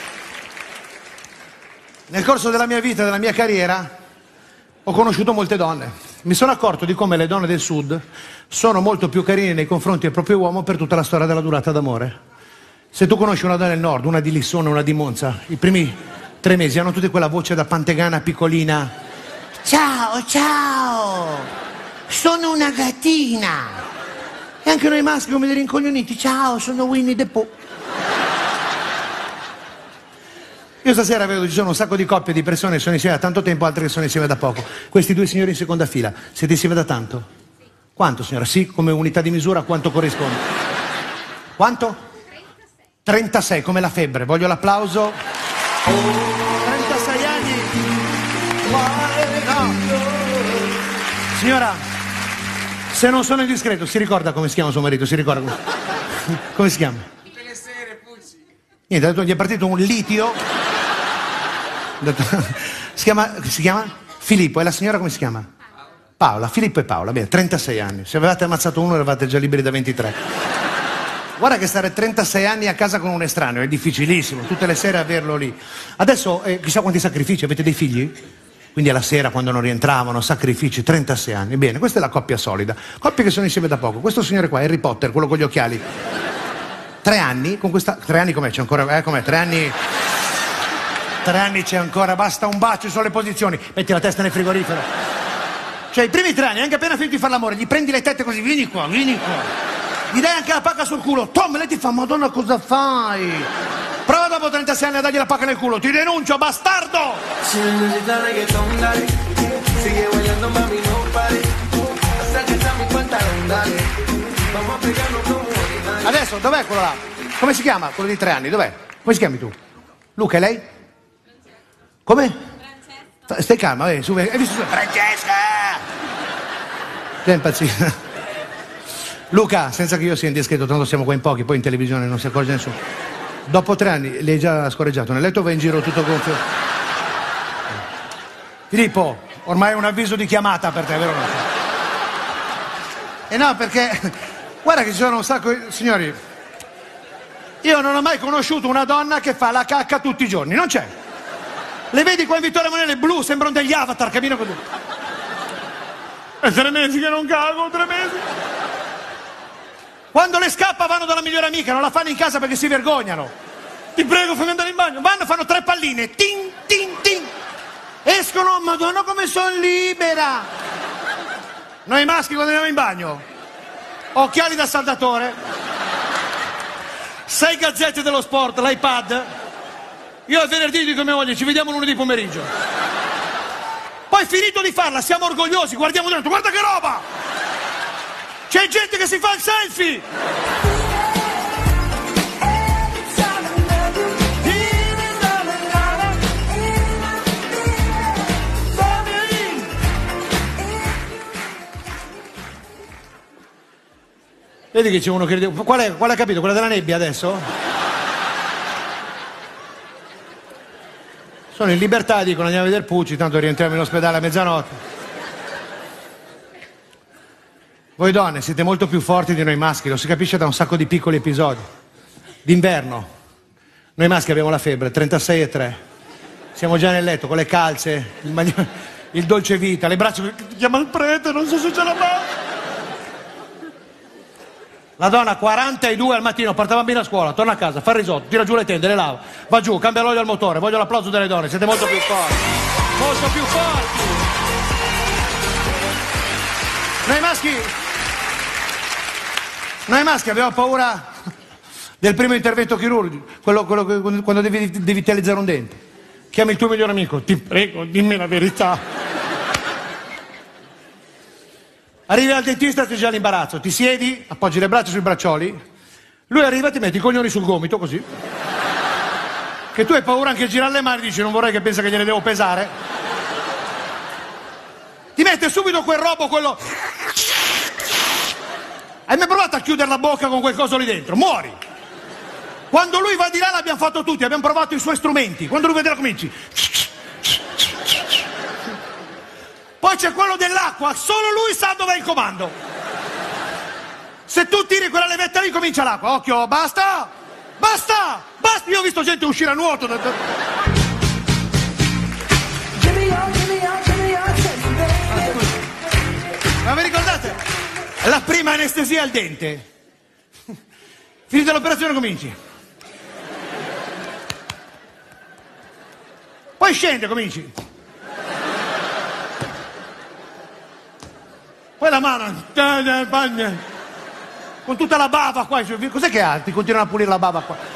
nel corso della mia vita, della mia carriera, ho conosciuto molte donne. Mi sono accorto di come le donne del sud sono molto più carine nei confronti del proprio uomo per tutta la storia della durata d'amore. Se tu conosci una donna del nord, una di Lissone, una di Monza, i primi 3 mesi hanno tutte quella voce da pantegana piccolina. Ciao, ciao, sono una gattina. E anche noi maschi come dei rincoglioniti. Ciao, sono Winnie the Pooh. Io stasera vedo che ci sono un sacco di coppie di persone che sono insieme da tanto tempo, altre che sono insieme da poco. Questi 2 signori in seconda fila, siete insieme da tanto? Quanto, signora? Sì, come unità di misura, quanto corrisponde? Quanto? 36, come la febbre. Voglio l'applauso. 36 anni. No. Signora, se non sono indiscreto, si ricorda come si chiama suo marito? Si ricorda come si chiama? Tutte le sere, Pucci. Niente, ha detto, gli è partito un litio. Si chiama Filippo, e la signora come si chiama? Paola, Filippo e Paola, bene, 36 anni. Se avevate ammazzato uno eravate già liberi da 23. Guarda che stare 36 anni a casa con un estraneo è difficilissimo, tutte le sere averlo lì. Adesso, chissà quanti sacrifici, avete dei figli? Quindi alla sera quando non rientravano, sacrifici, 36 anni. Bene, questa è la coppia solida. Coppie che sono insieme da poco. Questo signore qua, Harry Potter, quello con gli occhiali. 3 anni, con questa... 3 anni com'è? C'è ancora... com'è? 3 anni... 3 anni c'è ancora, basta un bacio sulle posizioni, metti la testa nel frigorifero. Cioè i primi 3 anni, anche appena finito di fare l'amore, gli prendi le tette così, vieni qua, vieni qua. Gli dai anche la pacca sul culo. Tom, lei ti fa, Madonna, cosa fai? Prova dopo 36 anni a dargli la pacca nel culo, ti denuncio, bastardo! Adesso, dov'è quello là? Come si chiama, quello di 3 anni, dov'è? Come si chiami tu? Luca, e lei? Come? Francesca. Stai calma, hai visto? Francesca! Sei impazzita. Luca, senza che io sia indiscreto, tanto siamo qua in pochi, poi in televisione non si accorge nessuno. Dopo 3 anni lei già scorreggiato nel letto, va in giro tutto gonfio. Filippo, ormai è un avviso di chiamata per te, vero? E no, perché guarda che ci sono un sacco di... Signori, io non ho mai conosciuto una donna che fa la cacca tutti i giorni, non c'è. Le vedi qua in Vittorio Emanuele blu, sembrano degli avatar, cammino così. È 3 mesi che non cago, 3 mesi. Quando le scappa vanno dalla migliore amica, non la fanno in casa perché si vergognano. Ti prego, fammi andare in bagno. Vanno, fanno 3 palline, tin, tin, tin. Escono, Madonna come sono libera. Noi maschi quando andiamo in bagno, occhiali da saldatore, 6 gazzette dello sport, l'iPad. Io a venerdì dico a mia moglie, ci vediamo lunedì pomeriggio. Poi finito di farla, siamo orgogliosi, guardiamo dentro, guarda che roba! C'è gente che si fa il selfie! Vedi che c'è uno che... Qual ha capito? Quella della nebbia adesso? Sono in libertà, dicono andiamo a vedere Pucci, tanto rientriamo in ospedale a mezzanotte. Voi donne siete molto più forti di noi maschi, lo si capisce da un sacco di piccoli episodi. D'inverno, noi maschi abbiamo la febbre, 36,3. Siamo già nel letto con le calze, il dolce vita, le braccia, chiama il prete, non so se ce la fa. La donna 42 al mattino, porta bambina a scuola, torna a casa, fa il risotto, tira giù le tende, le lava, va giù, cambia l'olio al motore, voglio l'applauso delle donne, siete molto più forti. Molto più forti. Noi maschi abbiamo paura del primo intervento chirurgico, quello quando devi devitalizzare un dente. Chiami il tuo migliore amico, ti prego, dimmi la verità. Arrivi al dentista, c'è già l'imbarazzo, ti siedi, appoggi le braccia sui braccioli, lui arriva e ti metti i coglioni sul gomito, così. Che tu hai paura anche di girare le mani, dici non vorrei che pensa che gliele devo pesare. Ti mette subito quel robo, quello... Hai mai provato a chiudere la bocca con quel coso lì dentro? Muori! Quando lui va di là l'abbiamo fatto tutti, abbiamo provato i suoi strumenti. Quando lui vede la cominci. Poi c'è quello dell'acqua, solo lui sa dov'è il comando. Se tu tiri quella levetta lì comincia l'acqua. Occhio, basta! Basta! Basta! basta, io ho visto gente uscire a nuoto. Ma vi ricordate? La prima anestesia al dente. Finita l'operazione cominci. Poi scende, cominci. Poi la mano. Con tutta la bava qua. Cos'è che ha? Ti continuano a pulire la bava qua.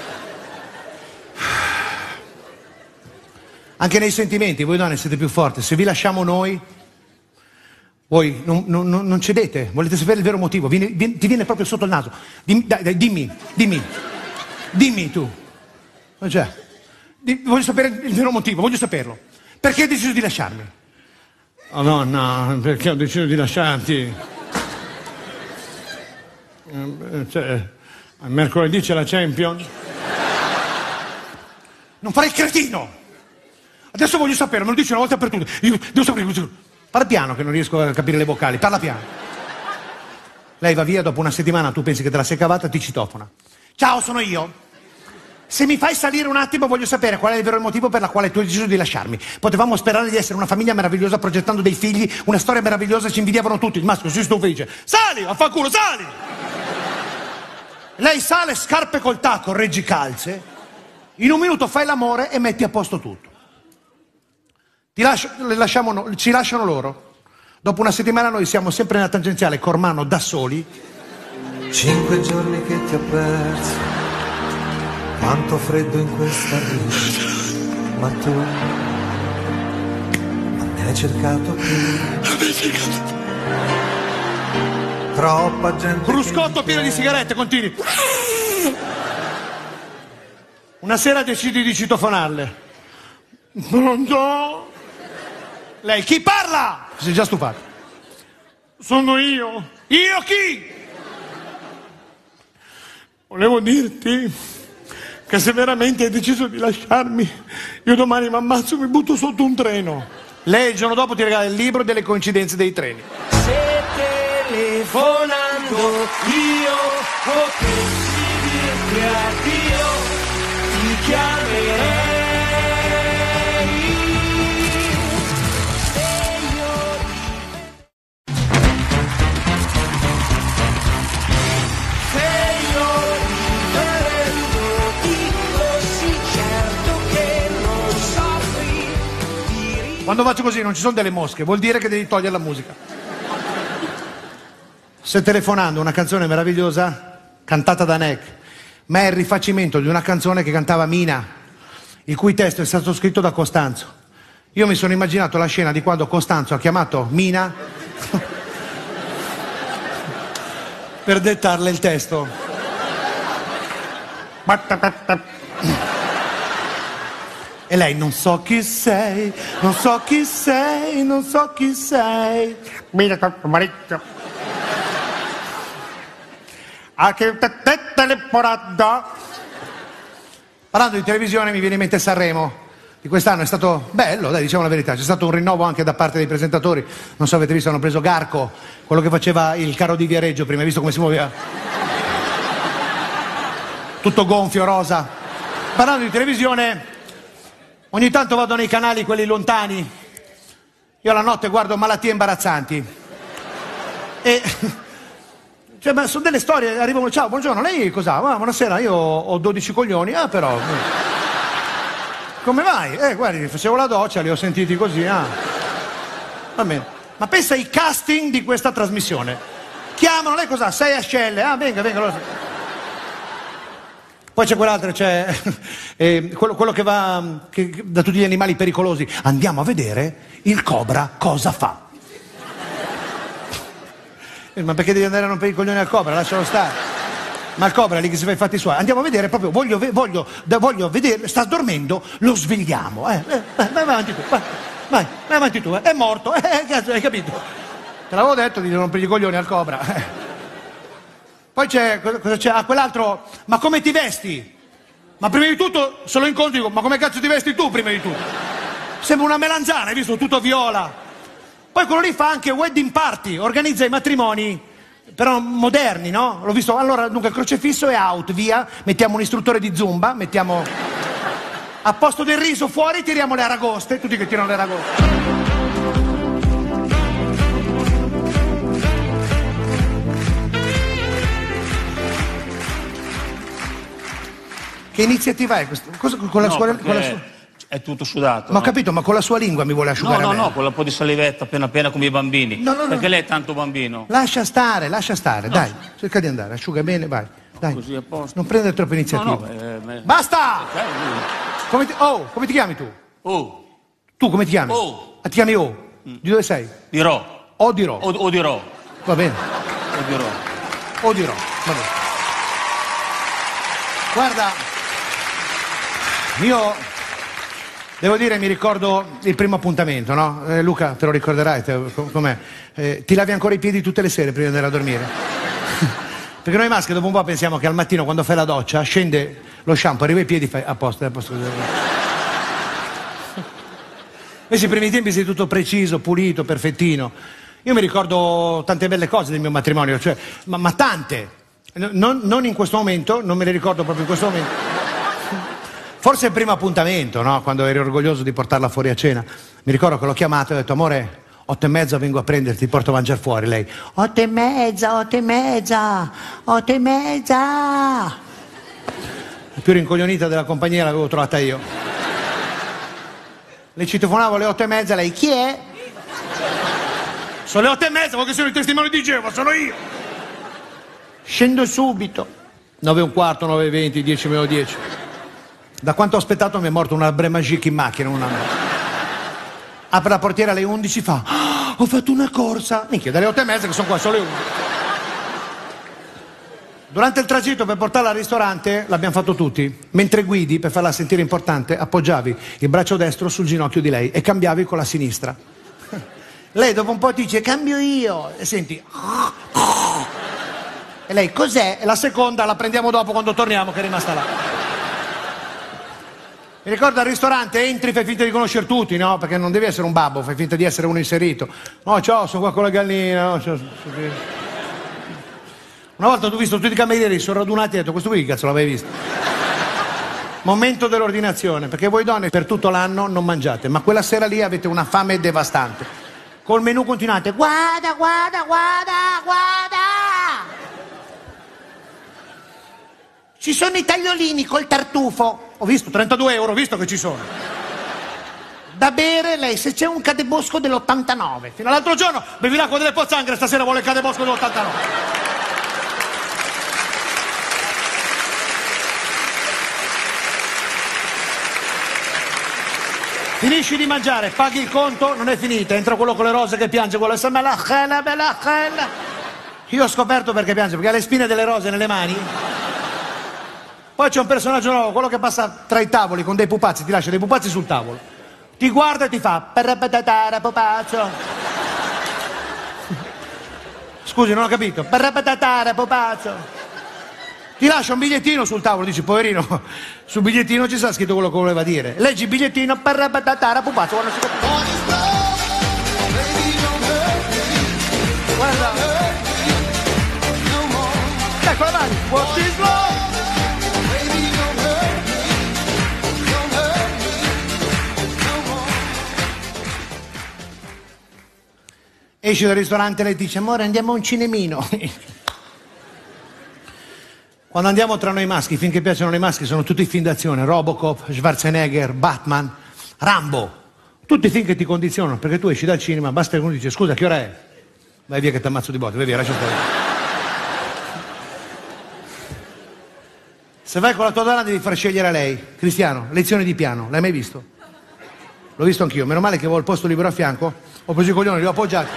Anche nei sentimenti, voi donne siete più forti. Se vi lasciamo noi, voi non cedete. Volete sapere il vero motivo? Ti viene proprio sotto il naso. Dimmi tu. Cioè, voglio sapere il vero motivo, voglio saperlo. Perché hai deciso di lasciarmi? Oh no, perché ho deciso di lasciarti. Cioè, mercoledì c'è la Champions. Non fare il cretino! Adesso voglio sapere, me lo dici una volta per tutte. Io devo sapere. Parla piano che non riesco a capire le vocali, parla piano. Lei va via, dopo una settimana tu pensi che te la sei cavata, ti citofona. Ciao, sono io. Se mi fai salire un attimo voglio sapere qual è il vero motivo per la quale tu hai deciso di lasciarmi. Potevamo sperare di essere una famiglia meravigliosa progettando dei figli, una storia meravigliosa, ci invidiavano tutti. Il maschio si stufa e dice: sali, affanculo, sali! Lei sale, scarpe col tacco, reggicalze. In un minuto fai l'amore e metti a posto tutto. Ci lasciano loro. Dopo una settimana noi siamo sempre nella tangenziale Cormano da soli. 5 giorni che ti ho perso, quanto freddo in questa vita, ma tu non mi hai cercato più. Troppa gente. Bruscotto pieno di sigarette, continui. Una sera decidi di citofonarle. Pronto? Lei, chi parla? Si è già stufato. Sono io. Io chi? Volevo dirti che se veramente hai deciso di lasciarmi, io domani mi ammazzo e mi butto sotto un treno. Lei il giorno dopo ti regala il libro delle coincidenze dei treni. Se telefonando io potessi dirti addio, ti chiamerei. Quando faccio così non ci sono delle mosche, vuol dire che devi togliere la musica. Se telefonando una canzone meravigliosa, cantata da Neck, ma è il rifacimento di una canzone che cantava Mina, il cui testo è stato scritto da Costanzo. Io mi sono immaginato la scena di quando Costanzo ha chiamato Mina per dettarle il testo. E lei: non so chi sei, non so chi sei, non so chi sei. A che te telefonata. Parlando di televisione mi viene in mente Sanremo di quest'anno, è stato bello, dai, diciamo la verità, c'è stato un rinnovo anche da parte dei presentatori. Non so, avete visto, hanno preso Garco, quello che faceva il carro di Viareggio prima, hai visto come si muoveva? Tutto gonfio, rosa. Parlando di televisione, ogni tanto vado nei canali, quelli lontani. Io la notte guardo malattie imbarazzanti. E cioè, ma sono delle storie, arrivano: ciao, buongiorno, lei cos'ha? Ah, buonasera, io ho 12 coglioni. Ah, però. Come vai? Guardi, facevo la doccia, li ho sentiti così. Ah. Va bene. Ma pensa ai casting di questa trasmissione. Chiamano, lei cos'ha? 6 ascelle. Ah, venga. Poi c'è quell'altro, c'è quello che va da tutti gli animali pericolosi. Andiamo a vedere il cobra cosa fa. Ma perché devi andare a rompere i coglioni al cobra? Lascialo stare. Ma il cobra è lì che si fa i fatti suoi. Andiamo a vedere proprio, voglio vedere, sta dormendo, lo svegliamo. Vai avanti tu, vai avanti tu. È morto, cazzo, hai capito? Te l'avevo detto di rompere i coglioni al cobra. Poi cosa c'è? Ah, quell'altro, ma come ti vesti? Ma prima di tutto, se lo incontri, dico: ma come cazzo ti vesti tu prima di tutto? Sembra una melanzana, hai visto? Tutto viola. Poi quello lì fa anche wedding party, organizza i matrimoni però moderni, no? L'ho visto, allora, dunque, crocefisso e out, via, mettiamo un istruttore di Zumba, mettiamo a posto del riso fuori tiriamo le aragoste, tutti che tirano le aragoste. Che iniziativa è questa? Con la sua... È tutto sudato. Ma ho capito, ma con la sua lingua mi vuole asciugare a me? No, con un po' di salivetta appena appena come i bambini. No. Perché lei è tanto bambino. Lascia stare, dai. Cerca di andare, asciuga bene, vai. Dai. Così a posto. Non prendere troppe iniziative. Basta! Come ti chiami tu? Tu come ti chiami? Ti chiami O? Di dove sei? Di Ro. O di Ro. O di Ro. Va bene. O di Ro. Va bene. Guarda, io devo dire, mi ricordo il primo appuntamento, no? Luca, te lo ricorderai, com'è? Ti lavi ancora i piedi tutte le sere prima di andare a dormire? Perché noi maschi dopo un po' pensiamo che al mattino quando fai la doccia scende lo shampoo, arriva ai piedi e fai a posto. Invece i primi tempi sei tutto preciso, pulito, perfettino. Io mi ricordo tante belle cose del mio matrimonio, cioè, ma tante. Non in questo momento, non me le ricordo proprio in questo momento. Forse il primo appuntamento, no? Quando eri orgoglioso di portarla fuori a cena. Mi ricordo che l'ho chiamata e ho detto, amore, 8:30 vengo a prenderti, ti porto a mangiare fuori. Lei, 8:30. La più rincoglionita della compagnia l'avevo trovata io. Le citofonavo alle 8:30, lei, chi è? Sono le 8:30, vuoi che sono i testimoni di Geova, sono io. Scendo subito. 9:15, 9:20, 10:10. Da quanto ho aspettato mi è morto una Bremagic in macchina, apre la portiera alle 11, fa, ho fatto una corsa. Minchia, dalle 8:30 che sono qua, sono le 11. Durante il tragitto per portarla al ristorante l'abbiamo fatto tutti. Mentre guidi, per farla sentire importante, appoggiavi il braccio destro sul ginocchio di lei e cambiavi con la sinistra. Lei dopo un po' ti dice, cambio io. E senti... E lei, cos'è? E la seconda la prendiamo dopo quando torniamo, che è rimasta là. Mi ricordo al ristorante, entri, fai finta di conoscere tutti, no? Perché non devi essere un babbo, fai finta di essere uno inserito. No, ciao, sono qua con la gallina. No, ciao. Una volta ho visto tutti i camerieri, sono radunati e ho detto, questo qui che cazzo l'avevi visto? Momento dell'ordinazione, perché voi donne per tutto l'anno non mangiate, ma quella sera lì avete una fame devastante. Col menù continuate, guarda. Ci sono i tagliolini col tartufo. Ho visto, 32 euro, ho visto che ci sono. Da bere, lei, se c'è un Cadebosco dell'89. Fino all'altro giorno, bevi l'acqua delle pozzanghere, stasera vuole il Cadebosco dell'89. Finisci di mangiare, paghi il conto, non è finita. Entra quello con le rose che piange, quello che bella. Io ho scoperto perché piange, perché ha le spine delle rose nelle mani. Poi c'è un personaggio nuovo, quello che passa tra i tavoli con dei pupazzi, ti lascia dei pupazzi sul tavolo. Ti guarda e ti fa parrapatatara pupazzo. Scusi, non ho capito. Parrapatatara pupazzo. Ti lascia un bigliettino sul tavolo, dici, poverino, sul bigliettino ci sta scritto quello che voleva dire. Leggi il bigliettino, parrapatatara pupazzo. Guarda. Ecco avanti. What is love? Esci dal ristorante e lei dice, amore, andiamo a un cinemino. Quando andiamo tra noi maschi, finché piacciono noi maschi, sono tutti film d'azione, Robocop, Schwarzenegger, Batman, Rambo. Tutti film che ti condizionano, perché tu esci dal cinema, basta che uno dice, scusa, che ora è? Vai via che ti ammazzo di botte, vai via, lascia stare. Se vai con la tua donna devi far scegliere a lei. Cristiano, lezione di piano, l'hai mai visto? L'ho visto anch'io, meno male che avevo il posto libero a fianco, ho preso i coglioni, li ho appoggiati.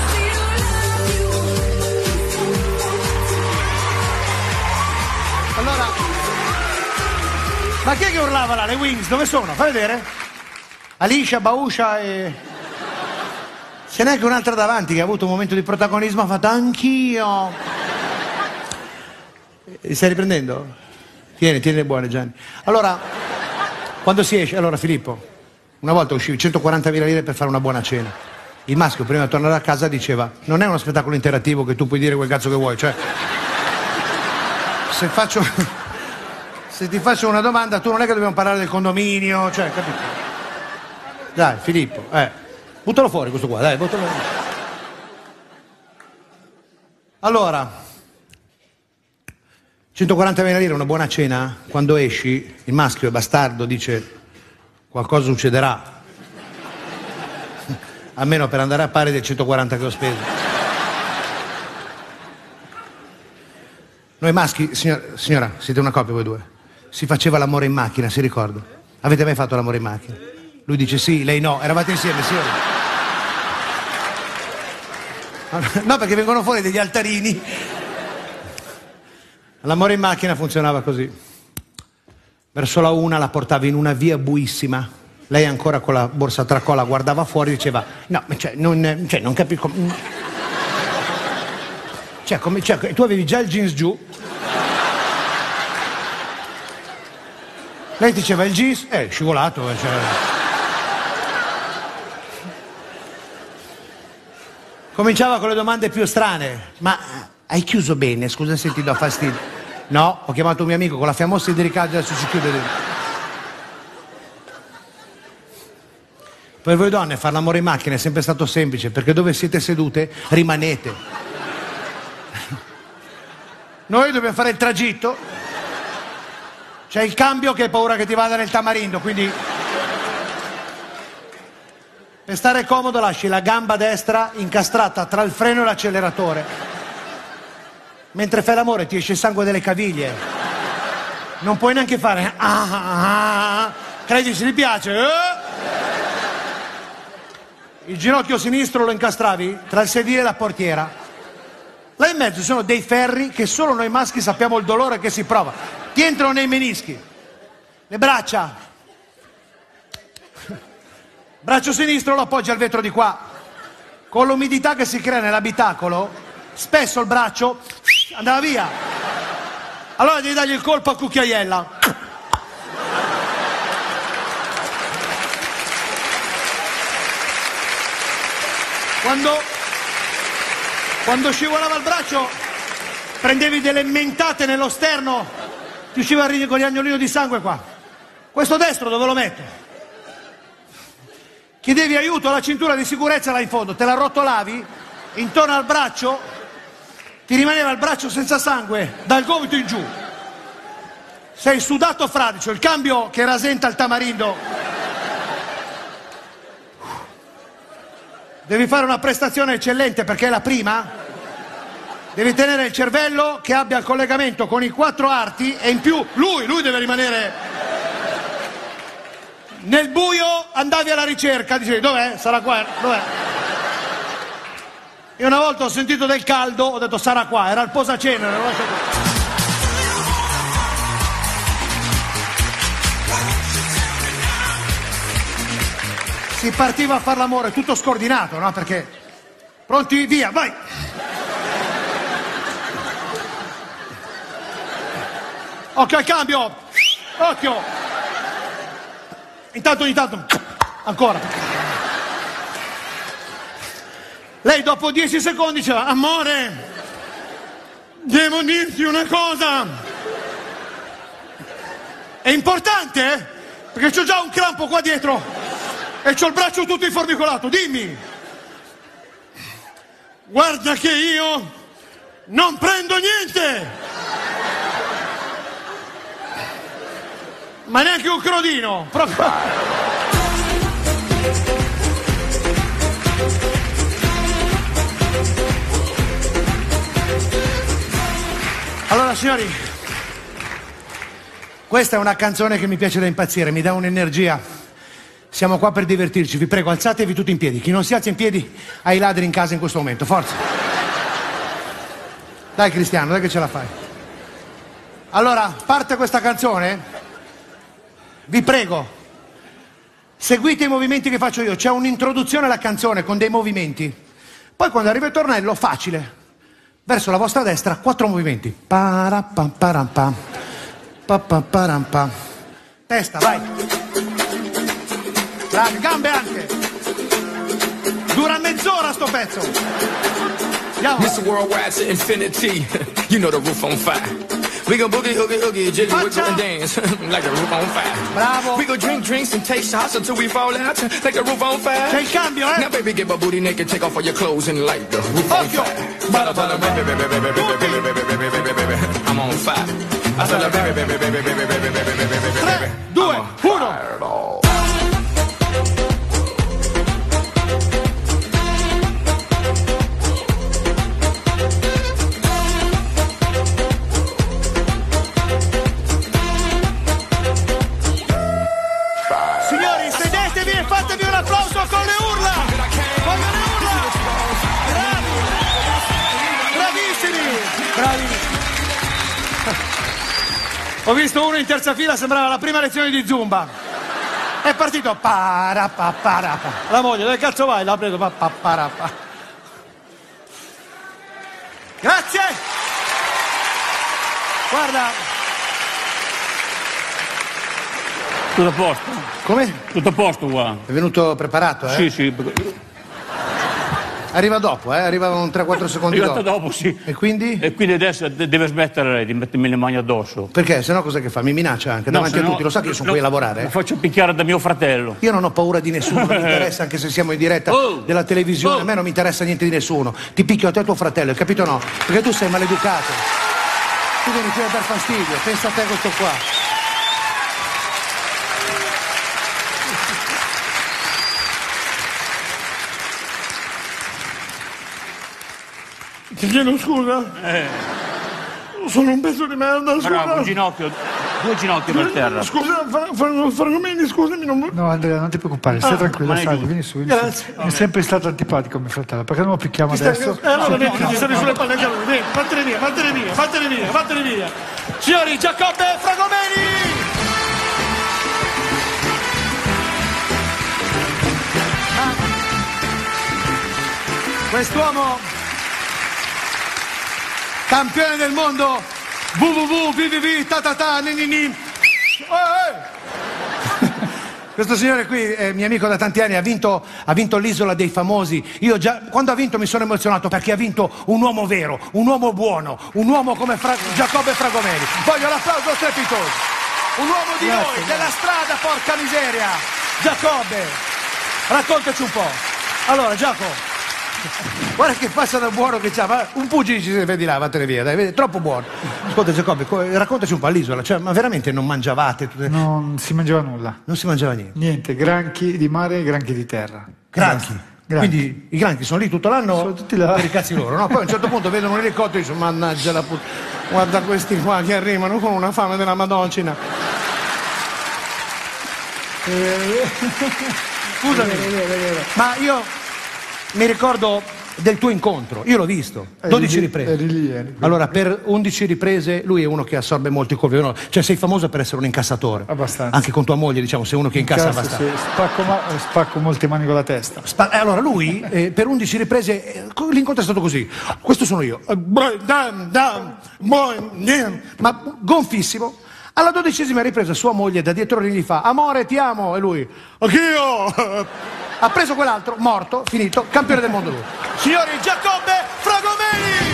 Allora, ma chi è che urlava là? Le Wings, dove sono? Fai vedere. Alicia, Bauscia e... Ce n'è anche un'altra davanti che ha avuto un momento di protagonismo, ha fatto anch'io. Stai riprendendo? Tieni le buone, Gianni. Allora, quando si esce... Allora, Filippo, una volta uscivi 140.000 lire per fare una buona cena. il maschio prima di tornare a casa diceva: non è uno spettacolo interattivo che tu puoi dire quel cazzo che vuoi, cioè se ti faccio una domanda tu non è che dobbiamo parlare del condominio, cioè, capito? Dai Filippo, buttalo fuori questo qua, dai, buttalo fuori. Allora, 140.000 lire, una buona cena? Quando esci il maschio è bastardo, dice qualcosa succederà, almeno per andare a pari del 140 che ho speso. Noi maschi, signora, siete una coppia voi due, si faceva l'amore in macchina, si ricorda? Avete mai fatto l'amore in macchina? Lui dice sì, lei no, eravate insieme, sì. No, perché vengono fuori degli altarini. L'amore in macchina funzionava così. Verso la 1 la portavi in una via buissima. Lei ancora con la borsa tracolla guardava fuori e diceva: no, non capisco. Tu avevi già il jeans giù. Lei diceva il jeans, scivolato. Cominciava con le domande più strane. Ma hai chiuso bene? Scusa se ti do fastidio. No, ho chiamato un mio amico con la fiammosa idricaglia, adesso si chiude dentro. Per voi donne fare l'amore in macchina è sempre stato semplice, perché dove siete sedute rimanete. Noi dobbiamo fare il tragitto. C'è il cambio che hai paura che ti vada nel tamarindo, quindi per stare comodo lasci la gamba destra incastrata tra il freno e l'acceleratore. Mentre fai l'amore ti esce il sangue delle caviglie. Non puoi neanche fare credi se ti piace. Il ginocchio sinistro lo incastravi tra il sedile e la portiera. Là in mezzo sono dei ferri che solo noi maschi sappiamo il dolore che si prova. Ti entrano nei menischi. Le braccia. Braccio sinistro lo appoggi al vetro di qua. Con l'umidità che si crea nell'abitacolo, spesso il braccio andava via. Allora devi dargli il colpo a cucchiaiella. Quando scivolava il braccio, prendevi delle mentate nello sterno, ti usciva il rigogliagnolino di sangue qua. Questo destro dove lo metto? Chiedevi aiuto alla cintura di sicurezza là in fondo, te la rotolavi intorno al braccio, ti rimaneva il braccio senza sangue dal gomito in giù. Sei sudato fradicio, il cambio che rasenta il tamarindo. Devi fare una prestazione eccellente perché è la prima. Devi tenere il cervello che abbia il collegamento con i 4 arti e in più lui deve rimanere. Nel buio andavi alla ricerca, dicevi dov'è? Sarà qua, dov'è? Io una volta ho sentito del caldo, ho detto sarà qua, era il posacenere. Si partiva a far l'amore tutto scordinato, no? Perché pronti, via, vai! Occhio al cambio! Occhio! Intanto ogni tanto, ancora. Lei dopo 10 secondi diceva: amore, devo dirti una cosa. È importante, eh? Perché c'ho già un crampo qua dietro e c'ho il braccio tutto informicolato. Dimmi. Guarda che io non prendo niente. Ma neanche un crodino, proprio. Allora signori, questa è una canzone che mi piace da impazzire, mi dà un'energia. Siamo qua per divertirci, vi prego, alzatevi tutti in piedi. Chi non si alza in piedi ha i ladri in casa in questo momento, forza. Dai Cristiano, dai che ce la fai. Allora, parte questa canzone. Vi prego, seguite i movimenti che faccio io, c'è un'introduzione alla canzone con dei movimenti, poi quando arriva il tornello, facile, verso la vostra destra, 4 movimenti, parapam parampam, papaparampam, testa, vai, bravi, gambe anche, Dura mezz'ora sto pezzo. Andiamo. Mr. Worldwide to infinity. You know the roof on fire. We go boogie, oogie, oogie, jiggle, wiggle, and dance like the roof on fire. Bravo. We go drink drinks and take shots until we fall out like the roof on fire. C'è il cambio, eh? Now baby, get my booty naked, take off all your clothes and light the roof on fire. Bada, bada, baby, baby, baby, baby, baby, baby, baby, baby, baby, I'm on fire. I said, baby, baby, baby, baby, baby, baby, baby, baby, 3, 2, 1. Signori, sedetevi e fatevi un applauso con le urla! Con le urla! Bravi! Bravissimi! Bravi! Ho visto uno in terza fila, sembrava la prima lezione di Zumba. È partito parapapparapa. La moglie, dove cazzo vai? L'ha preso papparapa. Grazie! Guarda. Tutto a posto? Come? Tutto a posto qua. È venuto preparato, eh? Sì, sì. Arriva dopo, arriva un 3-4 secondi Arrivato dopo. dopo, sì. E quindi? E quindi adesso deve smettere lei di mettermi le mani addosso. Perché? Se no cos'è che fa? Mi minaccia anche davanti a tutti, lo sa che io sono qui a lavorare? Lo faccio picchiare da mio fratello. Io non ho paura di nessuno, non mi interessa anche se siamo in diretta della televisione, a me non mi interessa niente di nessuno. Ti picchio a te e tuo fratello, hai capito o no? Perché tu sei maleducato. Tu vieni qui a dar fastidio, pensa a te questo qua. Ti chiedo scusa? Sono un pezzo di merda, scusa. Bravo, un ginocchio, 2 ginocchia per terra. Scusa, Fragomeni, scusami, non... No, Andrea, non ti preoccupare, stai tranquillo, ma è sali, giusto. vieni su. Grazie. Mi è sempre stato antipatico mio fratello, perché non lo picchiamo adesso? Allora vedi che ti stavi sulle palle anche a lui, vieni, vattene via, vattene via, vattene via, vattene via. Signori, Giacobbe Fragomeni! Quest'uomo, campione del mondo, www, ta ni. Questo signore qui è mio amico da tanti anni, ha vinto l'Isola dei Famosi. Io già, quando ha vinto mi sono emozionato perché ha vinto un uomo vero, un uomo buono, un uomo come Giacobbe Fragomeni. Voglio l'applauso strepitoso. Un uomo di noi, della strada, porca miseria. Giacobbe, raccontaci un po'. Allora, Giacomo. Guarda che passa da buono che c'ha, un pugile ci vedi là, vattene via, dai, vedi, troppo buono. Ascolta Giacobbe, raccontaci un po' all'isola, cioè, ma veramente non mangiavate? Non si mangiava nulla. Non si mangiava niente? Niente, granchi di mare e granchi di terra. Granchi? Quindi i granchi sono lì tutto l'anno? Sono tutti là. Per i cazzi loro, no? Poi a un certo punto vedono un elicottero e dicono, mannaggia la puttana, guarda questi qua che arrivano con una fame della Madonnina. Scusami, ma io mi ricordo del tuo incontro, io l'ho visto, 12 riprese. Eri lì. Allora, per 11 riprese lui è uno che assorbe molti colpi, no? Cioè sei famoso per essere un incassatore. Abbastanza. Anche con tua moglie, diciamo, sei uno che incassa abbastanza. Sì, spacco molte mani con la testa. Allora lui, per 11 riprese, l'incontro è stato così. Questo sono io. Ma gonfissimo. Alla 12ª ripresa sua moglie da dietro gli fa, amore ti amo, e lui, anch'io. Ha preso quell'altro, morto, finito, campione del mondo lui. Signori, Giacobbe Fragomeni!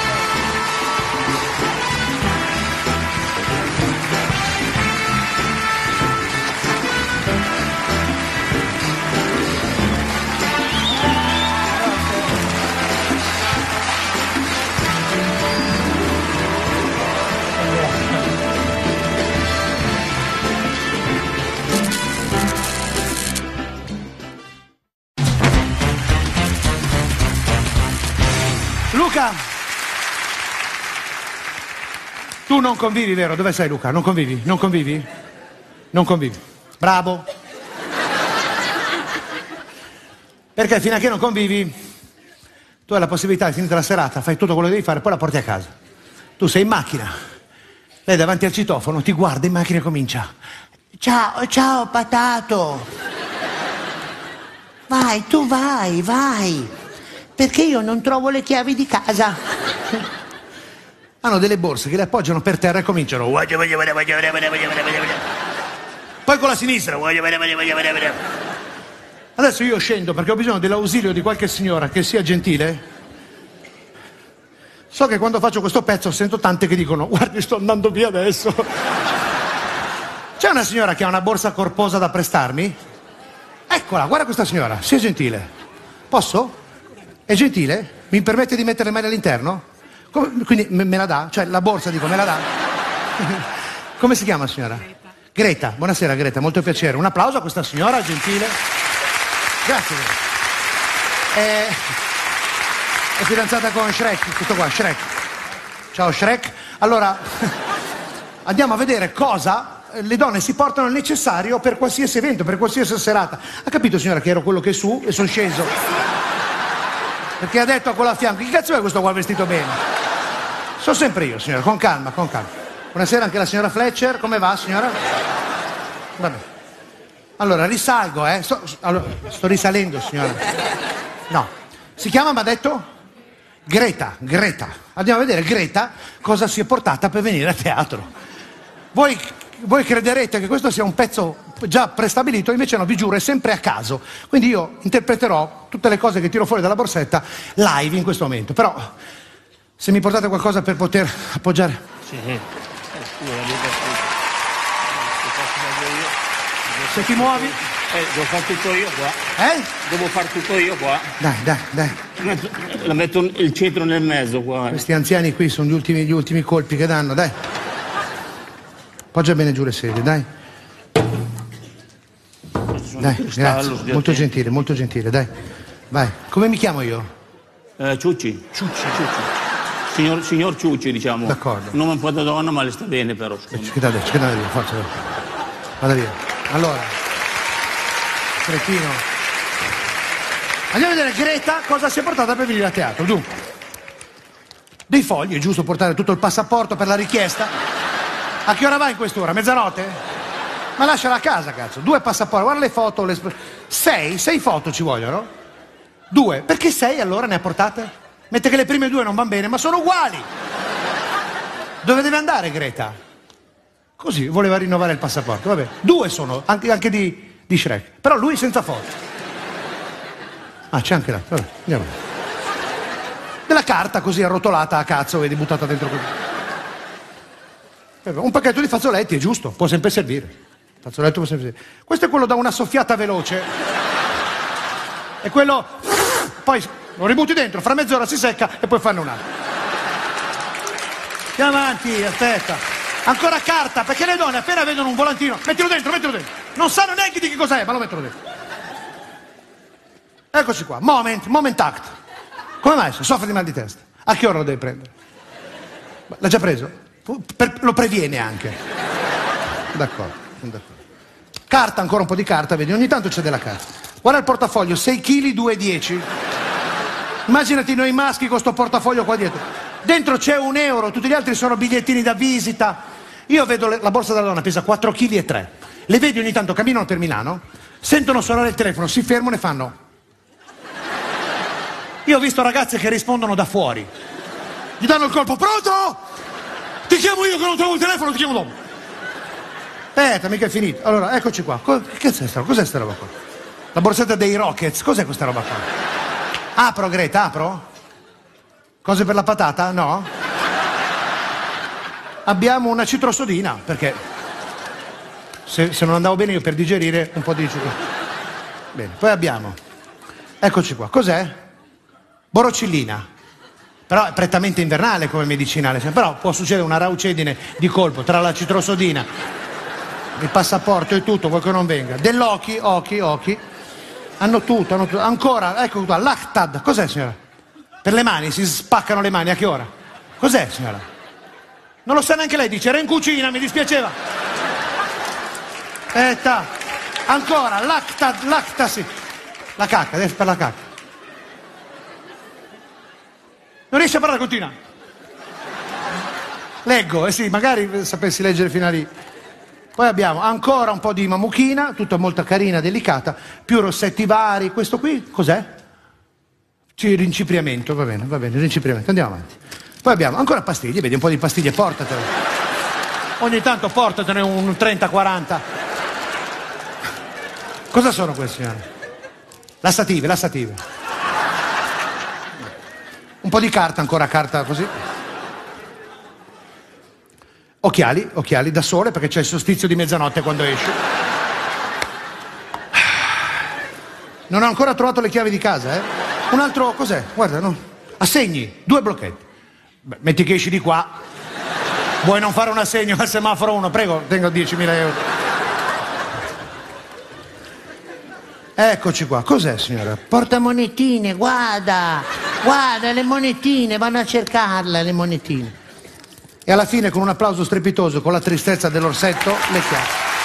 Luca! Tu non convivi, vero? Dove sei, Luca? Non convivi? Non convivi? Non convivi. Bravo. Perché fino a che non convivi, tu hai la possibilità di finire la serata, fai tutto quello che devi fare, poi la porti a casa. Tu sei in macchina, lei davanti al citofono, ti guarda in macchina e comincia. Ciao, patato. Vai, tu vai. Perché io non trovo le chiavi di casa. Hanno delle borse che le appoggiano per terra e cominciano. Poi con la sinistra. Adesso io scendo perché ho bisogno dell'ausilio di qualche signora che sia gentile. So che quando faccio questo pezzo sento tante che dicono guardi sto andando via adesso. C'è una signora che ha una borsa corposa da prestarmi? Eccola, guarda questa signora, sia gentile. Posso? È gentile? Mi permette di mettere le mani all'interno? Quindi me la dà? Cioè la borsa dico me la dà? Come si chiama signora? Greta, buonasera Greta, molto piacere. Un applauso a questa signora gentile. Grazie. È fidanzata con Shrek, tutto qua, Shrek. Ciao Shrek. Allora, andiamo a vedere cosa le donne si portano il necessario per qualsiasi evento, per qualsiasi serata. Ha capito signora che ero quello che è su e sono sceso? Perché ha detto a quello a fianco, chi cazzo è questo qua vestito bene? Sono sempre io signora, con calma, con calma. Buonasera anche la signora Fletcher, come va signora? Vabbè. Allora, risalgo, sto risalendo signora. No. Si chiama, mi ha detto? Greta. Andiamo a vedere Greta cosa si è portata per venire a teatro. Voi crederete che questo sia un pezzo già prestabilito, invece no, vi giuro, è sempre a caso. Quindi io interpreterò tutte le cose che tiro fuori dalla borsetta live in questo momento. Però, se mi portate qualcosa per poter appoggiare... Sì. Se ti muovi... devo fare tutto io qua. Devo fare tutto io qua. Dai. La metto il centro nel mezzo qua. Questi anziani qui sono gli ultimi colpi che danno, dai. Appoggia bene giù le sedie, dai. Dai, grazie. Molto gentile, dai. Vai. Come mi chiamo io? Ciucci. Signor Ciucci, diciamo. D'accordo. Un nome un po' da donna, ma le sta bene però. Ci via, forza. Vada via. Allora, cretino. Andiamo a vedere Greta cosa si è portata per venire a teatro. Dunque, dei fogli, è giusto portare tutto il passaporto per la richiesta. A che ora vai in quest'ora? Mezzanotte? Ma lasciala a casa, cazzo. 2 passaporti, guarda le foto. 6 foto ci vogliono? 2. Perché 6 allora ne ha portate? Mette che le prime 2 non vanno bene, ma sono uguali. Dove deve andare Greta? Così, voleva rinnovare il passaporto. Vabbè, 2 sono, anche di Shrek. Però lui senza foto. Ah, c'è anche là. Vabbè, andiamo. Della carta così arrotolata a cazzo, vedi, buttata dentro così. Un pacchetto di fazzoletti è giusto, può sempre servire. Fazzoletto può sempre servire. Questo è quello da una soffiata veloce. E quello... Poi lo ributti dentro, fra mezz'ora si secca e poi fanno un altro. Andiamo avanti, aspetta. Ancora carta, perché le donne appena vedono un volantino, mettilo dentro. Non sanno neanche di che cos'è, ma lo mettono dentro. Eccoci qua, moment act. Come mai? Soffre di mal di testa. A che ora lo devi prendere? L'ha già preso? Lo previene anche. D'accordo. Carta, ancora un po' di carta, vedi, ogni tanto c'è della carta. Guarda il portafoglio, 6 kg, 2,10. Immaginati noi maschi con sto portafoglio qua dietro. Dentro c'è €1, tutti gli altri sono bigliettini da visita. Io vedo la borsa della donna, pesa 4,3 kg. Le vedi ogni tanto, camminano per Milano, sentono suonare il telefono, si fermano e fanno. Io ho visto ragazze che rispondono da fuori. Gli danno il colpo, pronto? Ti chiamo io che non trovo il telefono, ti chiamo dopo. Aspetta, mica è finito. Allora, eccoci qua. Cos'è sta roba qua? La borsetta dei Rockets, cos'è questa roba qua? Apro, Greta, apro? Cose per la patata? No? Abbiamo una citrosodina, perché se non andavo bene io per digerire un po' di citro. Bene, poi abbiamo, eccoci qua, cos'è? Borocillina. Però è prettamente invernale come medicinale, però può succedere una raucedine di colpo tra la citrosodina, il passaporto e tutto, vuoi che non venga. Dell'occhi, occhi. Hanno tutto. Ancora, ecco qua, Lactad. Cos'è, signora? Per le mani, si spaccano le mani, a che ora? Cos'è, signora? Non lo sa neanche lei, dice, era in cucina, mi dispiaceva. Aspetta. Ancora, Lactasi. La cacca, deve per la cacca. Non riesce a parlare, continua. Leggo, sì, magari sapessi leggere fino a lì. Poi abbiamo ancora un po' di mamuchina, tutta molto carina, delicata, più rossetti vari. Questo qui, cos'è? Rincipriamento, va bene, rincipriamento, andiamo avanti. Poi abbiamo ancora pastiglie, vedi un po' di pastiglie, portatele. Ogni tanto portatene un 30-40. Cosa sono queste, signore? Lassative. Un po' di carta, ancora carta così. Occhiali da sole perché c'è il solstizio di mezzanotte quando esci. Non ho ancora trovato le chiavi di casa, eh? Un altro, cos'è? Guarda, no. Assegni, 2 blocchetti. Beh, metti che esci di qua. Vuoi non fare un assegno al semaforo 1? Prego, tengo 10.000 euro. Eccoci qua. Cos'è, signora? Portamonetine, guarda, le monetine, vanno a cercarle le monetine. E alla fine, con un applauso strepitoso, con la tristezza dell'orsetto, le chiavi.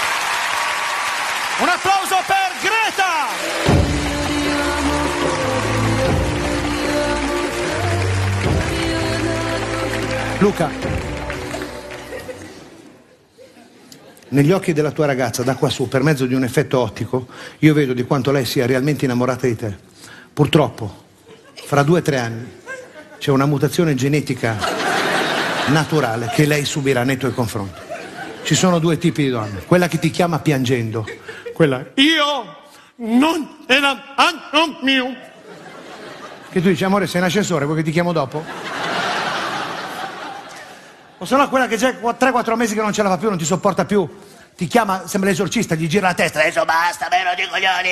Un applauso per Greta! Luca, negli occhi della tua ragazza, da qua su, per mezzo di un effetto ottico, io vedo di quanto lei sia realmente innamorata di te. Purtroppo, fra 2 o 3 anni, c'è una mutazione genetica naturale che lei subirà nei tuoi confronti. Ci sono 2 tipi di donne: quella che ti chiama piangendo, quella io non era non mio, che tu dici amore sei in ascensore, vuoi che ti chiamo dopo? O se no quella che c'è 3-4 mesi che non ce la fa più, non ti sopporta più, ti chiama, sembra l'esorcista, gli gira la testa, adesso basta, meno di coglioni,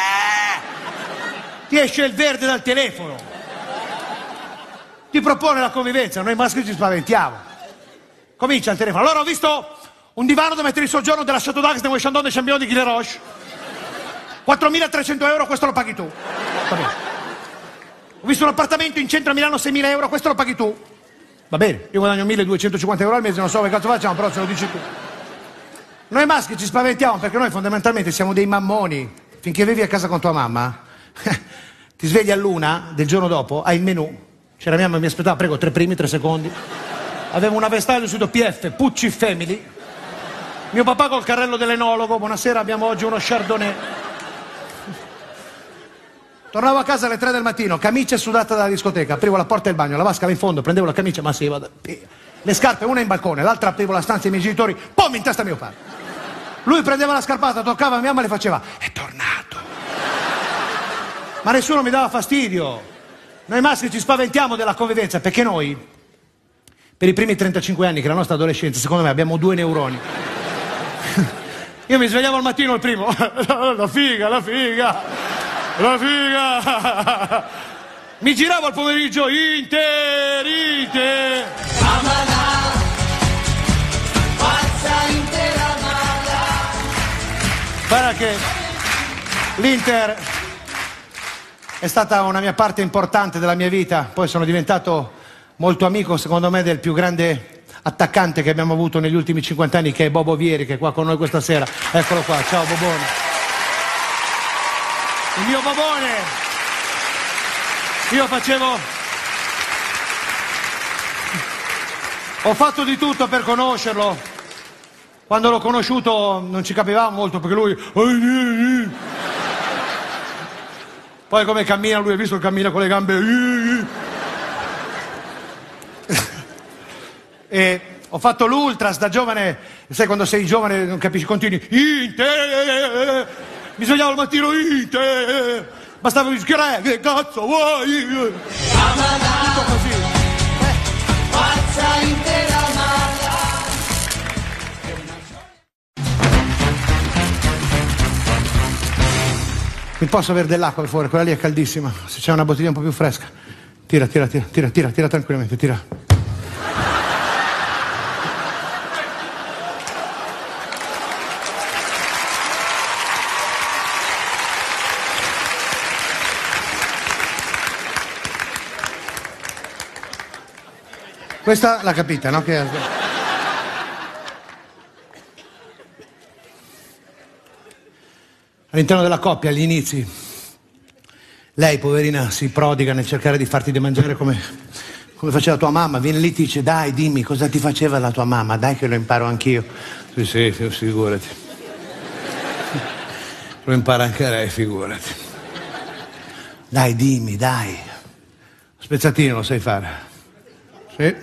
ti esce il verde dal telefono, ti propone la convivenza, noi maschi ci spaventiamo. Comincia il telefono. Allora ho visto un divano da mettere in soggiorno della Chateau d'Ax de Chandon de Champion di Guy Roche. 4.300 euro, questo lo paghi tu. Va bene. Ho visto un appartamento in centro a Milano, 6.000 euro, questo lo paghi tu. Va bene, io guadagno 1.250 euro al mese, non so che cazzo facciamo, però se lo dici tu. Noi maschi ci spaventiamo perché noi fondamentalmente siamo dei mammoni. Finché vivi a casa con tua mamma, ti svegli all'1 del giorno dopo, hai il menù. C'era mia mamma, mi aspettava, prego, 3 primi, 3 secondi. Avevo una vestaglia su PF, Pucci Family. Mio papà col carrello dell'enologo, buonasera, abbiamo oggi uno Chardonnay. Tornavo a casa alle 3 del mattino, camicia sudata dalla discoteca, aprivo la porta del bagno, la vasca va in fondo, prendevo la camicia, ma sì, vado. Le scarpe, una in balcone, l'altra aprivo la stanza dei miei genitori, pom, in testa a mio padre. Lui prendeva la scarpata, toccava mia mamma e le faceva, è tornato. Ma nessuno mi dava fastidio. Noi maschi ci spaventiamo della convivenza perché noi, per i primi 35 anni che è la nostra adolescenza, secondo me abbiamo 2 neuroni. Io mi svegliavo al mattino il primo, la figa. Mi giravo al pomeriggio, Inter. Guarda che l'Inter è stata una mia parte importante della mia vita, poi sono diventato molto amico, secondo me, del più grande attaccante che abbiamo avuto negli ultimi 50 anni, che è Bobo Vieri, che è qua con noi questa sera. Eccolo qua, ciao Bobone. Il mio Bobone. Io ho fatto di tutto per conoscerlo. Quando l'ho conosciuto non ci capivamo molto perché lui... Poi come cammina, lui ha visto che cammina con le gambe... E ho fatto l'ultras da giovane, sai quando sei giovane non capisci, continui, Inter, mi svegliavo al mattino, Inter, bastava dire, che cazzo vuoi? Tutto così. Forza Inter amata. Mi posso avere dell'acqua per favore? Quella lì è caldissima, se c'è una bottiglia un po' più fresca. Tira tranquillamente, tira. Questa l'ha capita, no? Che... All'interno della coppia, agli inizi, lei, poverina, si prodiga nel cercare di farti da mangiare come faceva tua mamma. Viene lì e ti dice, dai, dimmi cosa ti faceva la tua mamma, dai che lo imparo anch'io. Sì, figurati. Lo impara anche lei, figurati. Dai, dimmi, dai. Spezzatino lo sai fare? Sì.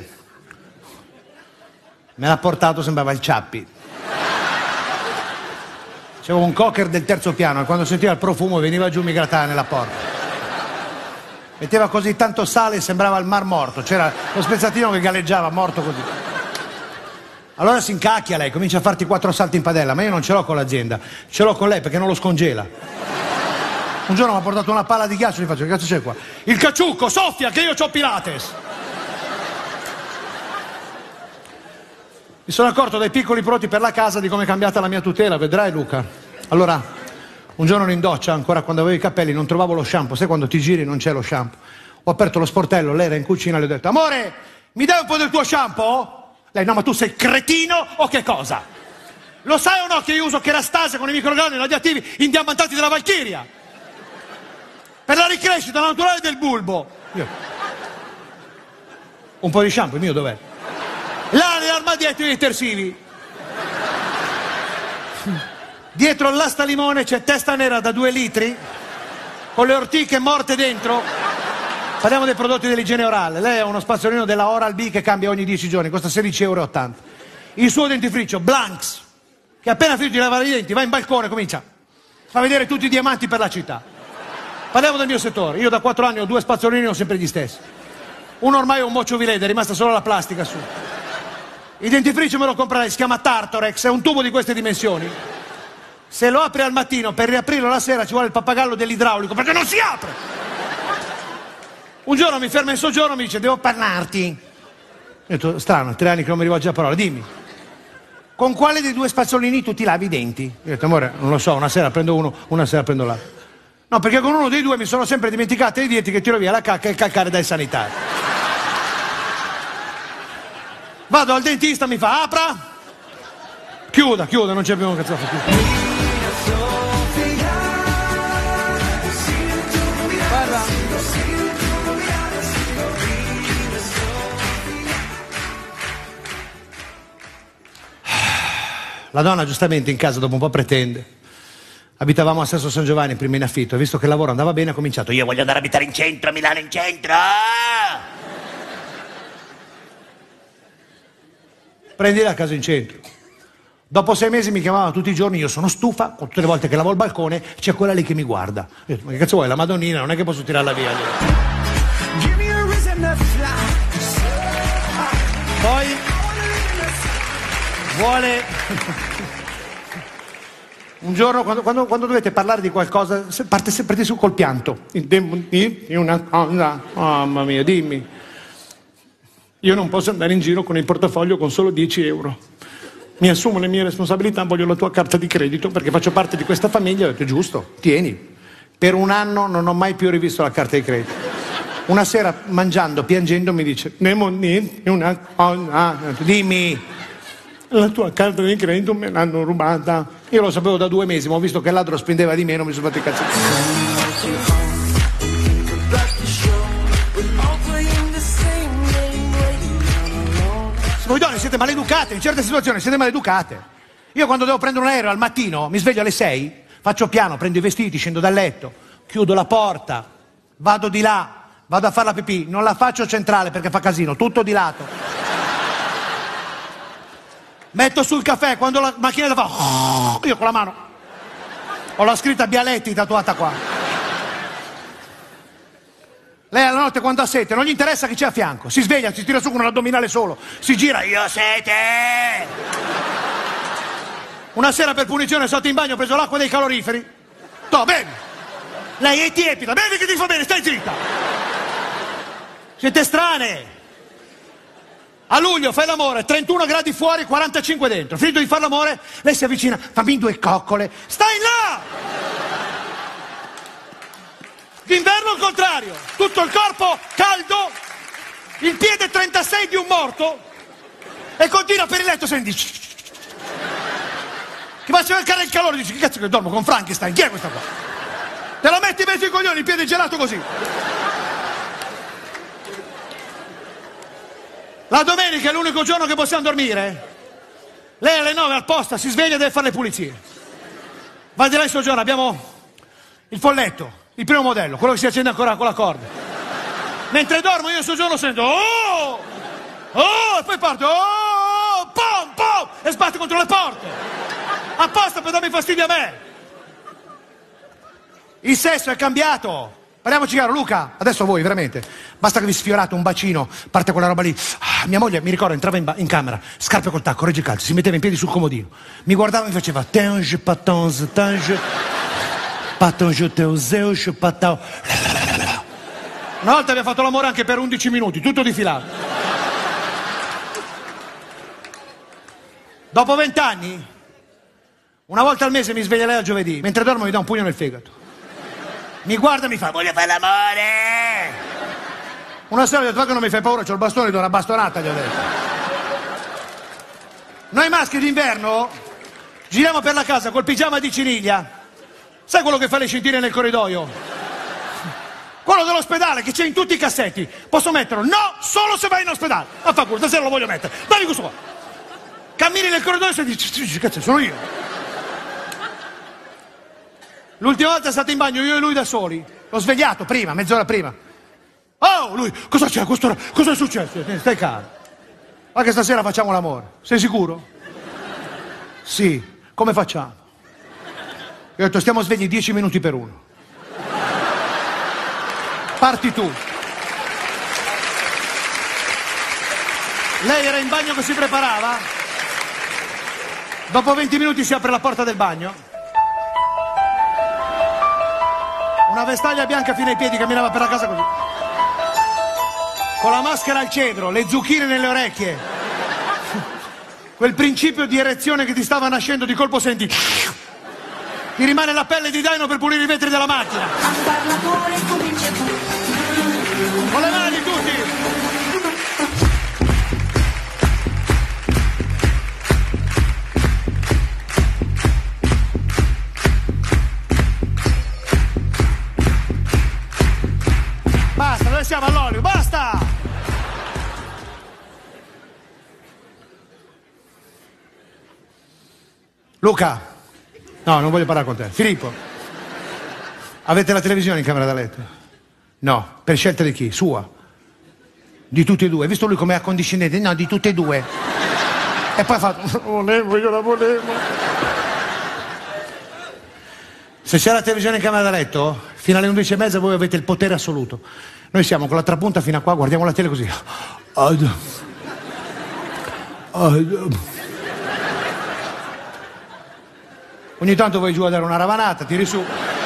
Me l'ha portato, sembrava il Ciappi. C'avevo un cocker del terzo piano e quando sentiva il profumo veniva giù, mi grattava nella porta. Metteva così tanto sale, sembrava il Mar Morto. C'era lo spezzatino che galleggiava, morto così. Allora si incacchia lei, comincia a farti 4 salti in padella, ma io non ce l'ho con l'azienda, ce l'ho con lei perché non lo scongela. Un giorno mi ha portato una palla di ghiaccio e gli faccio: che cazzo c'è qua? Il cacciucco, soffia che io c'ho Pilates. Mi sono accorto dai piccoli prodotti per la casa di come è cambiata la mia tutela, vedrai Luca. Allora, un giorno in doccia, ancora quando avevo i capelli, non trovavo lo shampoo, sai quando ti giri non c'è lo shampoo. Ho aperto lo sportello, lei era in cucina, le ho detto: amore, mi dai un po' del tuo shampoo? Lei: no, ma tu sei cretino o che cosa? Lo sai o no che io uso Kerastase con i microrganismi radioattivi indiamantati della Valchiria? Per la ricrescita naturale del bulbo. Io. Un po' di shampoo, il mio dov'è? Là nell'armadietto dei detersivi. Dietro l'asta limone c'è Testa Nera da 2 litri, con le ortiche morte dentro. Parliamo dei prodotti dell'igiene orale. Lei ha uno spazzolino della Oral-B che cambia ogni 10 giorni, costa 16,80 €. Il suo dentifricio, Blanks, che appena finito di lavare i denti va in balcone, comincia a vedere tutti i diamanti per la città. Parliamo del mio settore. Io da 4 anni ho 2 spazzolini e ho sempre gli stessi. Uno ormai è un mocio vilede, è rimasta solo la plastica su. Il dentifricio me lo comprerai, si chiama Tartorex, è un tubo di queste dimensioni. Se lo apri al mattino, per riaprirlo la sera ci vuole il pappagallo dell'idraulico, perché non si apre! Un giorno mi ferma in soggiorno e mi dice: devo parlarti. Ho detto: strano, 3 anni che non mi rivolge la parola, dimmi. Con quale dei 2 spazzolini tu ti lavi i denti? Io ho detto: amore, non lo so, una sera prendo uno, una sera prendo l'altro. No, perché con uno dei 2 mi sono sempre dimenticato i dieti che tiro via la cacca e il calcare dai sanitari. Vado al dentista, mi fa: apra, chiuda, non c'è più un cazzo da fare. Guarda. La donna giustamente in casa dopo un po' pretende. Abitavamo a Sesto San Giovanni, prima in affitto, e visto che il lavoro andava bene ha cominciato: io voglio andare a abitare in centro, a Milano in centro. Prendi la casa in centro. Dopo 6 mesi mi chiamava tutti i giorni: io sono stufa, tutte le volte che lavo il balcone c'è quella lì che mi guarda. Io ho detto: ma che cazzo vuoi, la Madonnina, non è che posso tirarla via. Poi vuole un giorno quando dovete parlare di qualcosa parte sempre su col pianto. Dimmi una cosa, oh, mamma mia, dimmi. Io non posso andare in giro con il portafoglio con solo 10 euro. Mi assumo le mie responsabilità, voglio la tua carta di credito perché faccio parte di questa famiglia. Ho detto: giusto, tieni. Per 1 anno non ho mai più rivisto la carta di credito. Una sera mangiando, piangendo, mi dice: dimmi una cosa. Dimmi. La tua carta di credito me l'hanno rubata. Io lo sapevo da 2 mesi, ma ho visto che il ladro spendeva di meno, mi sono fatto i cazzi. Voi donne siete maleducate, in certe situazioni siete maleducate. Io quando devo prendere un aereo al mattino, mi sveglio alle 6, faccio piano, prendo i vestiti, scendo dal letto, chiudo la porta, vado di là, vado a fare la pipì, non la faccio centrale perché fa casino, tutto di lato. Metto sul caffè, quando la macchina fa, io con la mano ho la scritta Bialetti tatuata qua. Lei alla notte quando ha sete non gli interessa chi c'è a fianco, si sveglia, si tira su con un addominale solo, si gira: io ho sete. Una sera per punizione sotto in bagno ho preso l'acqua dei caloriferi. No, bevi. Lei è tiepida, bevi che ti fa bene, stai zitta. Siete strane. A luglio fai l'amore, 31 gradi fuori, 45 dentro. Finito di fare l'amore, lei si avvicina: fammi 2 coccole. Stai là! D'inverno al contrario, tutto il corpo caldo, il piede 36 di un morto e continua per il letto se ne dice che va a cercare il calore, dici: che cazzo che dormo con Frankenstein, chi è questa qua? Te lo metti in mezzo ai coglioni, il piede gelato così. La domenica è l'unico giorno che possiamo dormire. Lei alle 9 al posta si sveglia e deve fare le pulizie. Va di là in soggiorno, abbiamo il folletto, il primo modello, quello che si accende ancora con la corda. Mentre dormo io in soggiorno sento oh! Oh! E poi parte oh! Pom! Pom! E sbatte contro le porte. Apposta per darmi fastidio a me. Il sesso è cambiato. Parliamoci chiaro, Luca, adesso voi, veramente, basta che vi sfiorate un bacino, parte quella roba lì. Mia moglie, mi ricordo, entrava in camera, scarpe col tacco, reggicalzi, si metteva in piedi sul comodino, mi guardava e mi faceva tange, patange, tange, patange, teuseuge, patao. Una volta abbiamo fatto l'amore anche per 11 minuti, tutto di filato. Dopo 20 anni, una volta al mese mi sveglia lei al giovedì, mentre dormo mi dà un pugno nel fegato. Mi guarda e mi fa, voglio fare l'amore! Una sera gli ho detto, che non mi fai paura, c'ho il bastone, do una bastonata, gli ho detto. Noi maschi d'inverno giriamo per la casa col pigiama di ciniglia. Sai quello che fa le scintille nel corridoio? Quello dell'ospedale che c'è in tutti i cassetti. Posso metterlo? No, solo se vai in ospedale. Affanculo, stasera lo voglio mettere. Dammi questo qua. Cammini nel corridoio e dici, cazzo, sono io. L'ultima volta è stato in bagno io e lui da soli. L'ho svegliato prima, mezz'ora prima. Oh, lui, cosa c'è? Cosa è successo? Stai calmo. Ma che stasera facciamo l'amore. Sei sicuro? Sì. Come facciamo? Io ho detto, stiamo svegli 10 minuti per uno. Parti tu. Lei era in bagno che si preparava. Dopo 20 minuti si apre la porta del bagno. Una vestaglia bianca fino ai piedi, camminava per la casa così. Con la maschera al cedro, le zucchine nelle orecchie. Quel principio di erezione che ti stava nascendo, di colpo senti. Ti rimane la pelle di daino per pulire i vetri della macchina. Con le mani tutti. Basta, noi siamo all'olio, basta! Luca, no, non voglio parlare con te. Filippo, avete la televisione in camera da letto? No, per scelta di chi? Sua? Di tutti e due. Hai visto lui come è accondiscendente? No, di tutte e due. E poi ha fatto, volevo, io la volevo. Se c'è la televisione in camera da letto, fino alle 11:30 voi avete il potere assoluto. Noi siamo con la trapunta fino a qua, guardiamo la tele così. Ogni tanto vai giù a dare una ravanata, tiri su.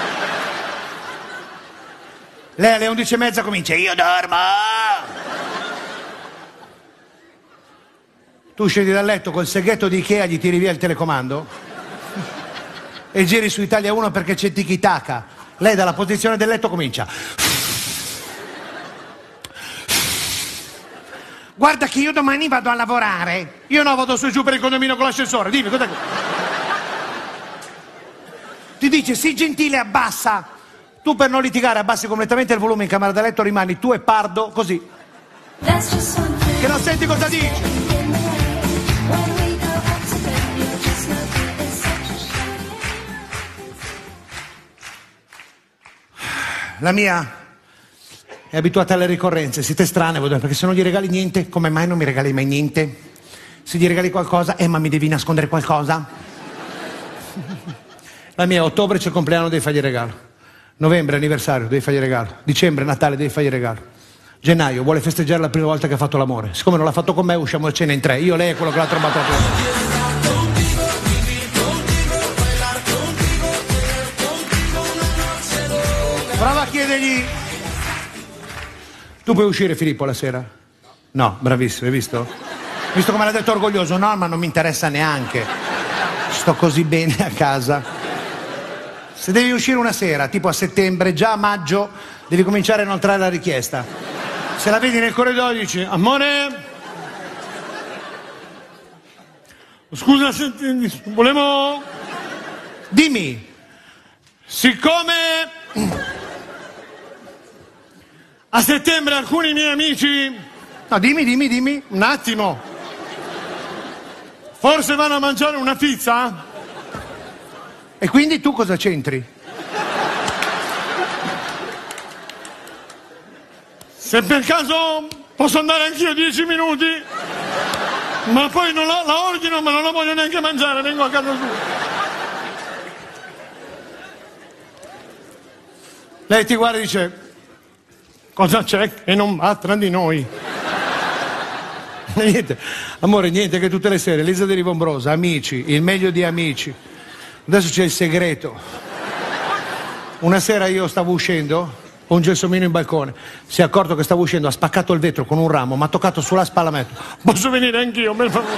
Lei alle 11:30 comincia, io dormo! Tu scendi dal letto col seghetto di Ikea, gli tiri via il telecomando e giri su Italia 1 perché c'è tiki taka. Lei dalla posizione del letto comincia. Guarda che io domani vado a lavorare. Io no, vado su e giù per il condominio con l'ascensore. Dimmi, cos'è che... Ti dice, sii gentile, abbassa. Tu per non litigare abbassi completamente il volume in camera da letto, rimani tu e Pardo così. Che non senti cosa dice. La mia è abituata alle ricorrenze, siete strane voi, perché se non gli regali niente, come mai non mi regali mai niente? Se gli regali qualcosa, ma mi devi nascondere qualcosa? La mia a ottobre c'è il compleanno, devi fargli regalo. Novembre anniversario, devi fargli regalo. Dicembre, Natale, devi fargli regalo. Gennaio, vuole festeggiare la prima volta che ha fatto l'amore. Siccome non l'ha fatto con me, usciamo a cena in 3. Io, lei e quello che l'ha trovato a te. Prova a chiedergli. Tu puoi uscire, Filippo, la sera? No, bravissimo, hai visto? Visto come l'ha detto orgoglioso? No, ma non mi interessa neanche. Sto così bene a casa. Se devi uscire una sera, tipo a settembre, già a maggio, devi cominciare a inoltrare la richiesta. Se la vedi nel corridoio dici, amore, scusa, volevo... Dimmi, siccome a settembre alcuni miei amici... No, dimmi, un attimo. Forse vanno a mangiare una pizza? E quindi tu cosa c'entri? Se per caso posso andare anch'io 10 minuti, ma poi non la ordino, ma non la voglio neanche mangiare, vengo a casa sua. Lei ti guarda e dice, cosa c'è che non va tra di noi? Niente, amore, niente, che tutte le sere, Elisa di Rivombrosa, Amici, il meglio di Amici. Adesso c'è il segreto. Una sera io stavo uscendo, ho un gelsomino in balcone, si è accorto che stavo uscendo, ha spaccato il vetro con un ramo, mi ha toccato sulla spalla, mi ha detto, posso venire anch'io, per favore?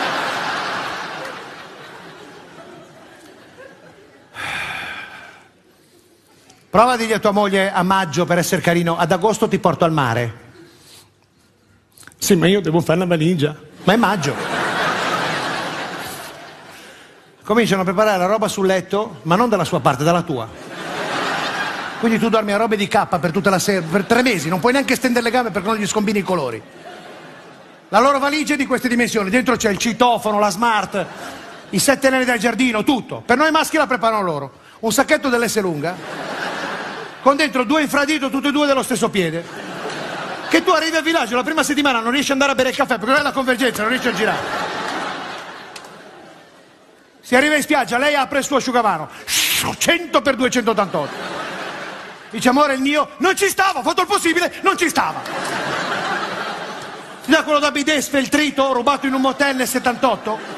Prova a dirgli a tua moglie a maggio, per essere carino, ad agosto ti porto al mare. Sì, ma io devo fare la valigia. Ma è maggio. Cominciano a preparare la roba sul letto, ma non dalla sua parte, dalla tua. Quindi tu dormi a robe di K per tutta la sera, per 3 mesi, non puoi neanche stendere le gambe perché non gli scombini i colori. La loro valigia è di queste dimensioni, dentro c'è il citofono, la smart, i 7 nani del giardino, tutto. Per noi maschi la preparano loro. Un sacchetto dell'S lunga, con dentro 2 infradito, tutte e 2 dello stesso piede. Che tu arrivi al villaggio la prima settimana non riesci ad andare a bere il caffè perché non è la convergenza, non riesci a girare. Si arriva in spiaggia, lei apre il suo asciugamano, 100 per 288. Dice, amore, il mio non ci stava, ho fatto il possibile, non ci stava. Ti dà quello da bidet sfeltrito, rubato in un motel nel 78.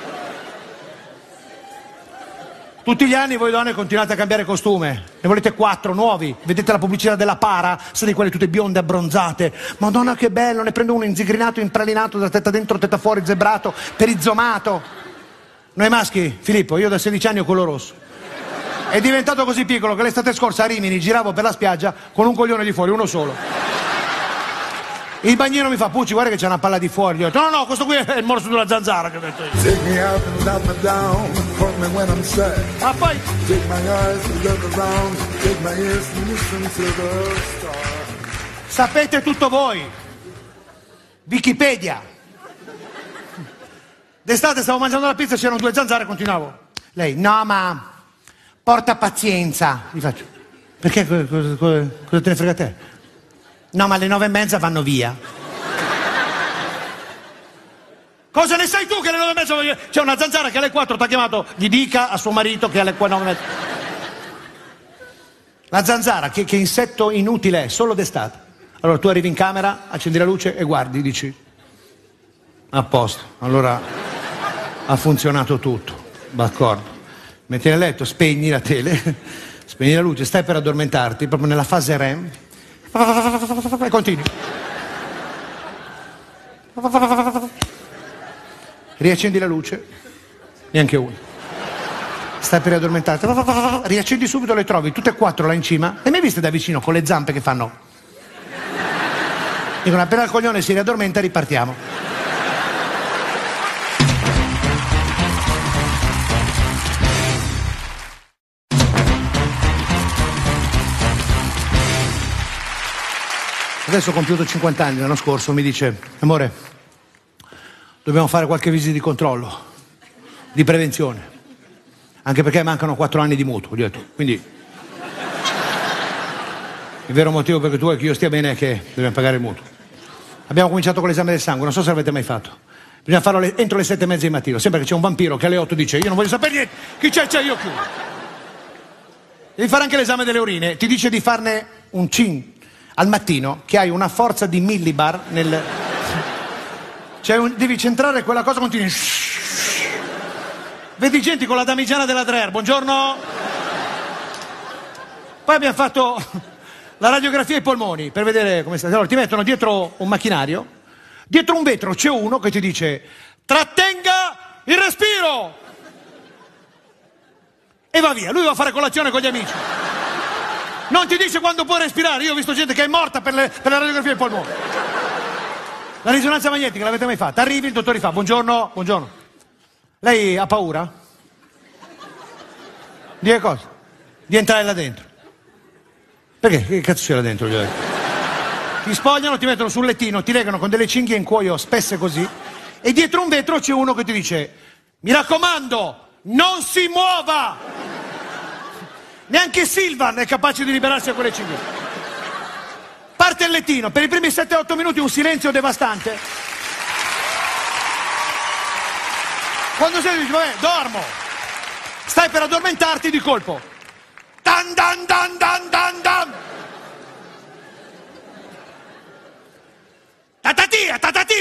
Tutti gli anni voi donne continuate a cambiare costume, ne volete 4 nuovi, vedete la pubblicità della Para, sono di quelle tutte bionde abbronzate, madonna che bello, ne prendo uno inzigrinato, impralinato, da testa dentro, testa fuori, zebrato, perizzomato. Noi maschi, Filippo, io da 16 anni ho quello rosso, è diventato così piccolo che l'estate scorsa a Rimini giravo per la spiaggia con un coglione di fuori, uno solo. Il bagnino mi fa, Pucci, guarda che c'è una palla di fuori. Io ho detto, no, questo qui è il morso della zanzara che ho detto io. Take me up and up and down, hold me when I'm sad. Ah, poi? Take my eyes and look around, take my ears and listen to the stars. Sapete tutto voi. Wikipedia. D'estate stavo mangiando la pizza, c'erano 2 zanzare e continuavo. Lei, no, ma porta pazienza. Gli faccio, perché cosa te ne frega te? No, ma alle 9:30 vanno via. Cosa ne sai tu che alle 9:30 vanno via? C'è una zanzara che alle 4 ti ha chiamato, gli dica a suo marito che alle 9:30. La zanzara, che insetto inutile è, solo d'estate. Allora tu arrivi in camera, accendi la luce e guardi, dici, a posto, allora ha funzionato tutto, d'accordo. Metti nel letto, spegni la tele, spegni la luce, stai per addormentarti, proprio nella fase REM, e continui. Riaccendi la luce, neanche una. Stai per addormentarti, riaccendi subito, le trovi tutte e 4 là in cima. Le mai viste da vicino con le zampe che fanno? Dicono, appena il coglione si riaddormenta ripartiamo. Adesso ho compiuto 50 anni, l'anno scorso mi dice, amore, dobbiamo fare qualche visita di controllo, di prevenzione, anche perché mancano 4 anni di mutuo, gli ho detto, quindi il vero motivo per cui tu vuoi che io stia bene è che dobbiamo pagare il mutuo. Abbiamo cominciato con l'esame del sangue, non so se l'avete mai fatto, bisogna farlo entro le 7:30 di mattina, sempre che c'è un vampiro che alle 8 dice, io non voglio sapere niente, chi c'è, io chiudo. Devi fare anche l'esame delle urine, ti dice di farne un 5 al mattino, che hai una forza di millibar nel... devi centrare quella cosa, continui. Vedi gente con la damigiana della Dreher, buongiorno. Poi abbiamo fatto la radiografia ai polmoni per vedere come sta. Allora ti mettono dietro un macchinario, dietro un vetro c'è uno che ti dice trattenga il respiro e va via. Lui va a fare colazione con gli amici. Non ti dice quando puoi respirare. Io ho visto gente che è morta per la radiografia ai polmoni. La risonanza magnetica l'avete mai fatta? Arrivi, il dottore fa buongiorno, buongiorno. Lei ha paura? Di che cosa? Di entrare là dentro. Perché? Che cazzo c'è là dentro? Ti spogliano, ti mettono sul lettino, ti legano con delle cinghie in cuoio spesse così e dietro un vetro c'è uno che ti dice mi raccomando, non si muova! Neanche Silvan è capace di liberarsi da quelle cinghie. Parte il lettino, per i primi 7-8 minuti un silenzio devastante. Quando sei dici, vabbè, dormo. Stai per addormentarti di colpo. Dan dan dan dan dan dan. Tatatia!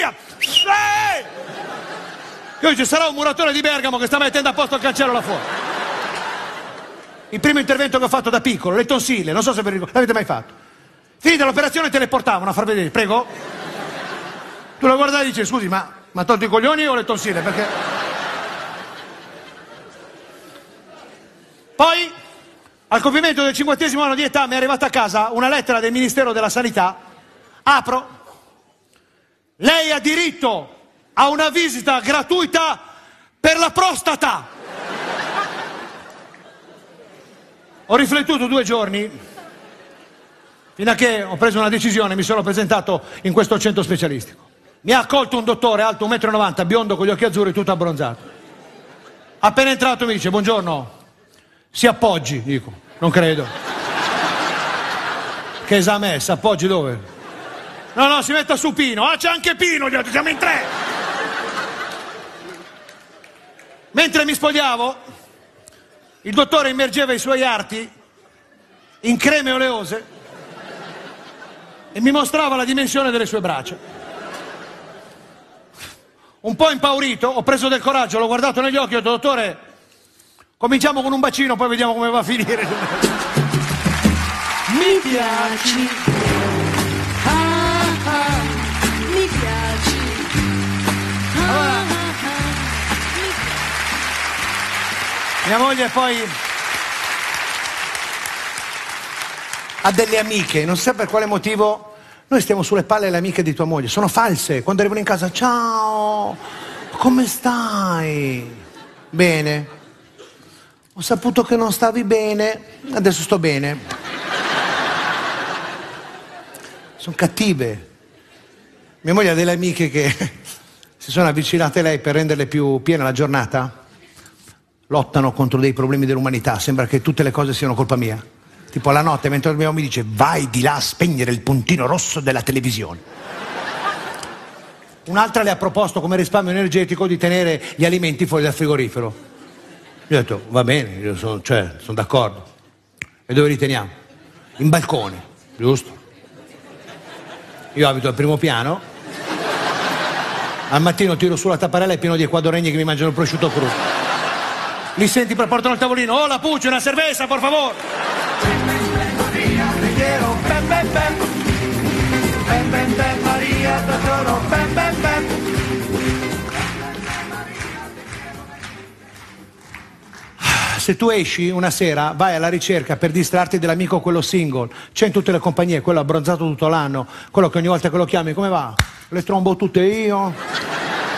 Qui ci sarà un muratore di Bergamo che sta mettendo a posto il cancello là fuori. Il primo intervento che ho fatto da piccolo, le tonsille, non so se ve lo l'avete mai fatto. Finita l'operazione te le portavano a far vedere, prego. Tu la guardavi e dici, scusi, ma tolto i coglioni o le tonsille? Perché... Poi, al compimento del 50° anno di età, mi è arrivata a casa una lettera del Ministero della Sanità. Apro. Lei ha diritto a una visita gratuita per la prostata. Ho riflettuto 2 giorni, fino a che ho preso una decisione, mi sono presentato in questo centro specialistico. Mi ha accolto un dottore alto 1,90 m, biondo con gli occhi azzurri, tutto abbronzato. Appena entrato mi dice, buongiorno, si appoggi. Dico, non credo. Che esame è? Si appoggi dove? No, si metta su Pino. Ah, c'è anche Pino, gli ho detto, siamo in 3. Mentre mi spogliavo, il dottore immergeva i suoi arti in creme oleose e mi mostrava la dimensione delle sue braccia. Un po' impaurito, ho preso del coraggio, l'ho guardato negli occhi e ho detto, dottore, cominciamo con un bacino, poi vediamo come va a finire. Mi piaci, mi piaci. Mia moglie poi ha delle amiche, non so per quale motivo noi stiamo sulle palle alle amiche di tua moglie, sono false, quando arrivano in casa, ciao, come stai? Bene, ho saputo che non stavi bene, adesso sto bene. Sono cattive. Mia moglie ha delle amiche che si sono avvicinate a lei per renderle più piena la giornata. Lottano contro dei problemi dell'umanità, sembra che tutte le cose siano colpa mia. Tipo alla notte mentre dormiamo mi dice, vai di là a spegnere il puntino rosso della televisione. Un'altra le ha proposto come risparmio energetico di tenere gli alimenti fuori dal frigorifero. Io ho detto, va bene, io sono d'accordo. E dove li teniamo? In balcone, giusto? Io abito al primo piano, al mattino tiro su la tapparella e pieno di equadoregni che mi mangiano il prosciutto crudo. Li senti per portare al tavolino, oh la Pucci, una cerveza, por favor. Se tu esci una sera, vai alla ricerca per distrarti dell'amico quello single, c'è in tutte le compagnie, quello abbronzato tutto l'anno, quello che ogni volta che lo chiami, come va? Le trombo tutte io.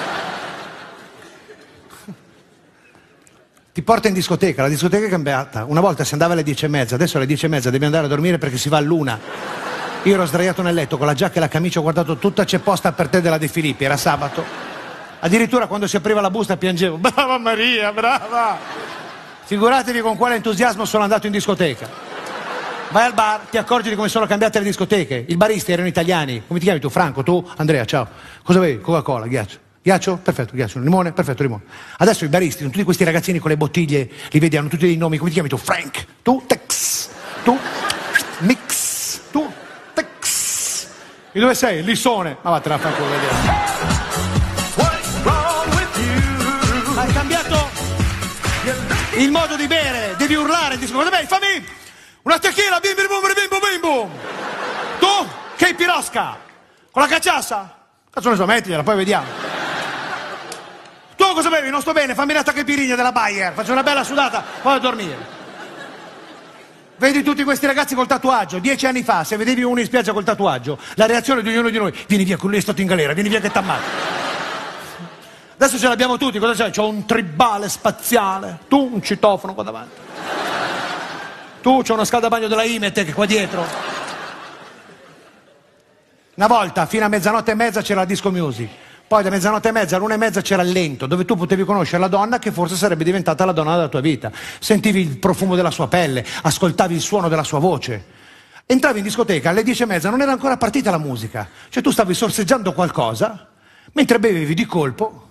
Ti porta in discoteca, la discoteca è cambiata. Una volta si andava alle 10:30, adesso alle 10:30 devi andare a dormire perché si va all'1. Io ero sdraiato nel letto con la giacca e la camicia, ho guardato tutta, c'è posta per te della De Filippi, era sabato. Addirittura quando si apriva la busta piangevo, brava Maria, brava! Figuratevi con quale entusiasmo sono andato in discoteca. Vai al bar, ti accorgi di come sono cambiate le discoteche. I baristi erano italiani. Come ti chiami tu? Franco, tu? Andrea, ciao. Cosa bevi? Coca-Cola, ghiaccio. Ghiaccio? Perfetto, ghiaccio. Limone? Perfetto, limone. Adesso i baristi, tutti questi ragazzini con le bottiglie, li vedi, hanno tutti dei nomi. Come ti chiami tu? Frank. Tu? Tex. Tu? Mix. Tu? Tex. E dove sei? Lissone. Ma vattene a fare quello vedere. Hai cambiato il modo di bere, devi urlare in disco. Guarda, fammi una tequila, bim bim bim bim bim bim. Tu? Che pirosca? Con la cacciassa? Cazzo ne so, mettigliela, poi vediamo. Tu cosa bevi? Non sto bene, fammi una tachipirigna della Bayer, faccio una bella sudata, poi a dormire. Vedi tutti questi ragazzi col tatuaggio, 10 anni fa, se vedevi uno in spiaggia col tatuaggio, la reazione di ognuno di noi, vieni via, con lui è stato in galera, vieni via che t'ammazzo. Adesso ce l'abbiamo tutti, cosa c'è? C'ho un tribale spaziale, tu un citofono qua davanti. Tu c'ho uno scaldabagno della Imetec qua dietro. Una volta, fino a 00:30 c'era la disco music. Poi da 00:30 all'1:30 c'era il lento, dove tu potevi conoscere la donna che forse sarebbe diventata la donna della tua vita. Sentivi il profumo della sua pelle, ascoltavi il suono della sua voce. Entravi in discoteca, alle 10:30 non era ancora partita la musica. Cioè tu stavi sorseggiando qualcosa, mentre bevevi di colpo.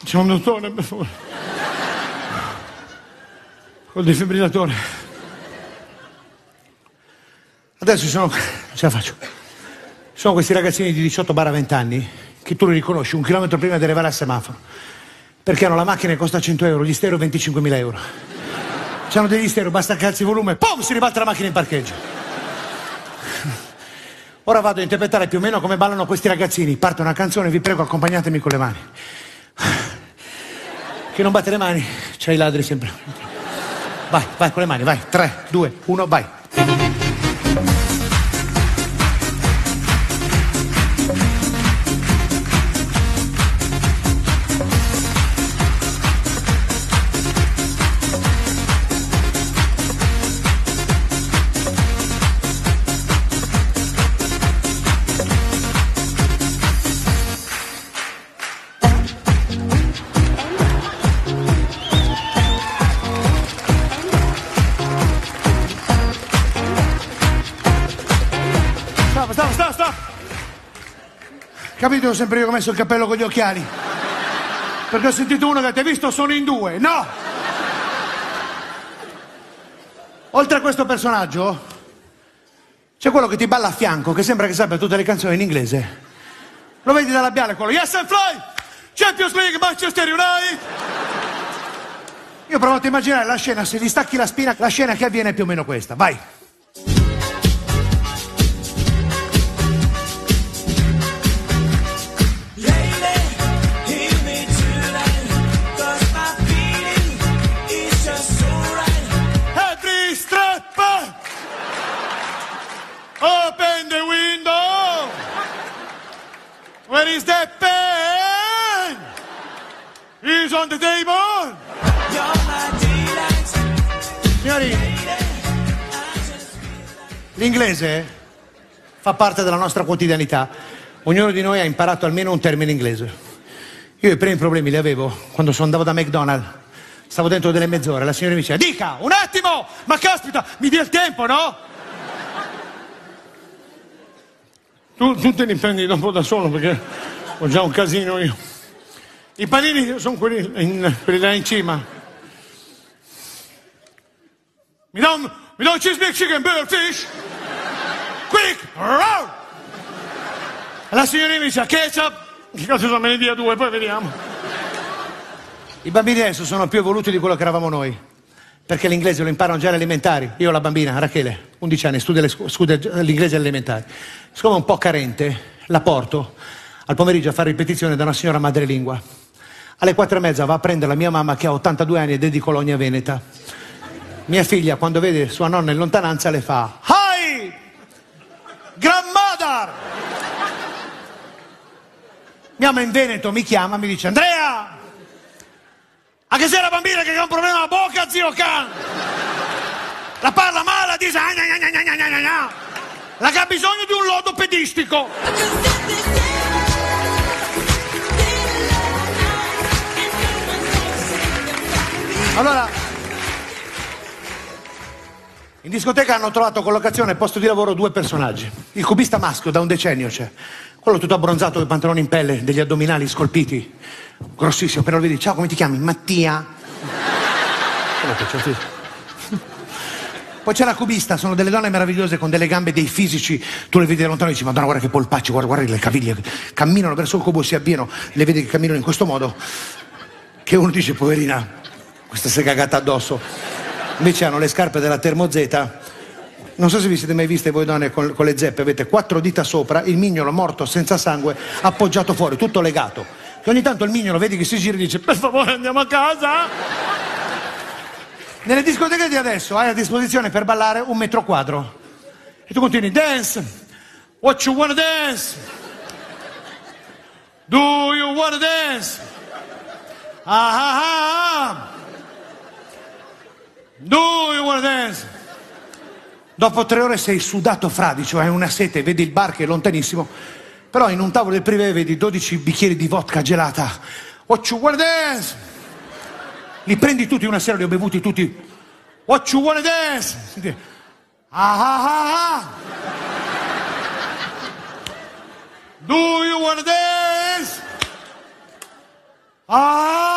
C'è un dottore, per favore. Col defibrillatore. Adesso ci sono... ce la faccio. Ci sono questi ragazzini di 18-20 anni che tu li riconosci 1 chilometro prima di arrivare al semaforo. Perché hanno la macchina che costa 100 euro, gli stereo 25.000 euro. C'hanno degli stereo, basta che alzi il volume, pum, si ribalta la macchina in parcheggio. Ora vado a interpretare più o meno come ballano questi ragazzini. Parte una canzone, vi prego, accompagnatemi con le mani. Che non batte le mani, c'hai i ladri sempre. Vai, vai con le mani, vai. 3, 2, 1, vai. Stop! Capito sempre io che ho messo il cappello con gli occhiali? Perché ho sentito uno che ti ha visto sono in 2. No! Oltre a questo personaggio, c'è quello che ti balla a fianco, che sembra che sappia tutte le canzoni in inglese. Lo vedi da labiale quello? Yes and Fly! Champions League, Manchester United! Io ho provato a immaginare la scena, se gli stacchi la spina, la scena che avviene è più o meno questa. Vai! Open the window! Where is the pen? Is on the table! Signori, l'inglese fa parte della nostra quotidianità. Ognuno di noi ha imparato almeno un termine inglese. Io i primi problemi li avevo quando andavo da McDonald's. Stavo dentro delle mezz'ore, la signora mi diceva: dica, un attimo! Ma caspita, mi dia il tempo, no? Tu te li prendi dopo da solo perché ho già un casino io. I panini sono quelli là in cima. Mi dà un cheese big chicken burger fish. Quick! Roll! La signorina mi dice: ketchup. Che cazzo sono, me ne dia 2, poi vediamo. I bambini adesso sono più evoluti di quello che eravamo noi. Perché l'inglese lo imparano già alle elementari. Io ho la bambina, Rachele, 11 anni, studia l'inglese alle elementari. Siccome è un po' carente, la porto al pomeriggio a fare ripetizione da una signora madrelingua. Alle 4:30 va a prendere la mia mamma che ha 82 anni ed è di Colonia Veneta. Mia figlia, quando vede sua nonna in lontananza, le fa: Hi! Grandmother! Mia mamma in Veneto mi chiama, mi dice: Andrea! Anche se è la bambina che ha un problema alla bocca, zio can! La parla male, dice la che ha bisogno di un logopedistico! Allora, in discoteca hanno trovato collocazione e posto di lavoro 2 personaggi. Il cubista maschio da un decennio c'è. Quello tutto abbronzato, con i pantaloni in pelle, degli addominali scolpiti, grossissimo, però lo vedi: ciao, come ti chiami? Mattia. Poi c'è la cubista, sono delle donne meravigliose con delle gambe, dei fisici, tu le vedi da lontano e dici: Madonna, guarda che polpacci, guarda le caviglie, camminano verso il cubo, si avviano, le vedi che camminano in questo modo, che uno dice: poverina, questa si è cagata addosso. Invece hanno le scarpe della Termozeta. Non so se vi siete mai viste voi donne con le zeppe, avete 4 dita sopra, il mignolo morto senza sangue appoggiato fuori, tutto legato. E ogni tanto il mignolo vedi che si gira e dice: per favore andiamo a casa. Nelle discoteche di adesso hai a disposizione per ballare 1 metro quadro. E tu continui: dance, what you wanna dance? Do you wanna dance? Ah ah ah. Do you wanna dance? Dopo 3 ore sei sudato fradicio, hai una sete, vedi il bar che è lontanissimo, però in un tavolo del privé vedi 12 bicchieri di vodka gelata. What you wanna dance? Li prendi tutti, una sera li ho bevuti tutti. What you wanna dance? Senti. Ah ah ah ah. Do you wanna dance? Ah.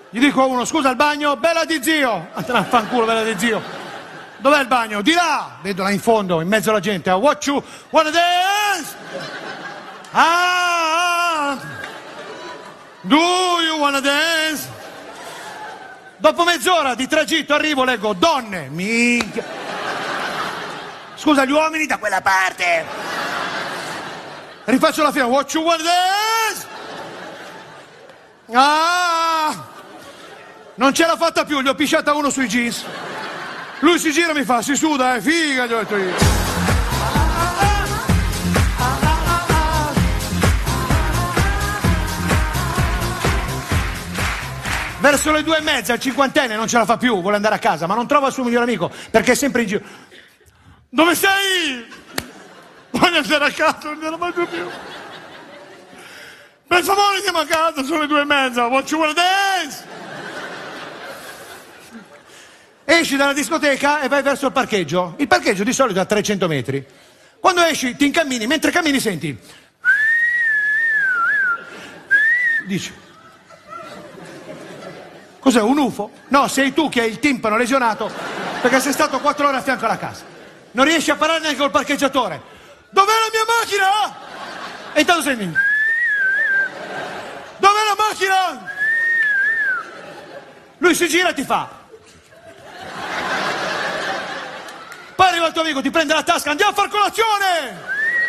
Gli dico a uno, scusa il bagno, bella di zio. Fanculo, bella di zio. Dov'è il bagno? Di là. Vedo là in fondo, in mezzo alla gente. What you wanna dance? Do you wanna dance? Dopo mezz'ora di tragitto arrivo, leggo donne. Minchia. Scusa, gli uomini da quella parte. Rifaccio la fine. What you wanna dance? Non ce l'ha fatta più, gli ho pisciata uno sui jeans. Lui si gira e mi fa, si suda, figa, gli ho detto io. Verso le 2:30 il cinquantenne non ce la fa più, vuole andare a casa, ma non trova il suo migliore amico perché è sempre in giro. Dove sei? Voglio andare a casa, non ce la faccio più. Per favore andiamo a casa, sono le 2:30, what you wanna dance? Esci dalla discoteca e vai verso il parcheggio. Il parcheggio di solito è a 300 metri. Quando esci ti incammini, mentre cammini senti. Dici. Cos'è, un UFO? No, sei tu che hai il timpano lesionato perché sei stato 4 ore a fianco alla casa. Non riesci a parlare neanche col parcheggiatore. Dov'è la mia macchina? E intanto senti. Dov'è la macchina? Lui si gira e ti fa. Poi arriva il tuo amico, ti prende la tasca, andiamo a far colazione!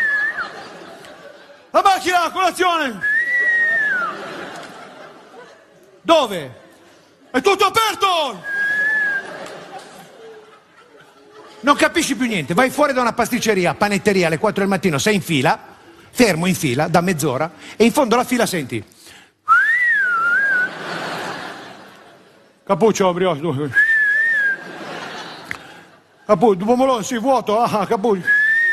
La macchina, colazione! Dove? È tutto aperto! Non capisci più niente, vai fuori da una pasticceria, panetteria alle 4 del mattino, sei in fila, fermo in fila da mezz'ora e in fondo alla fila senti. Cappuccio, brioche. Cappuccio, pomolone, sì, vuoto, cappuccio.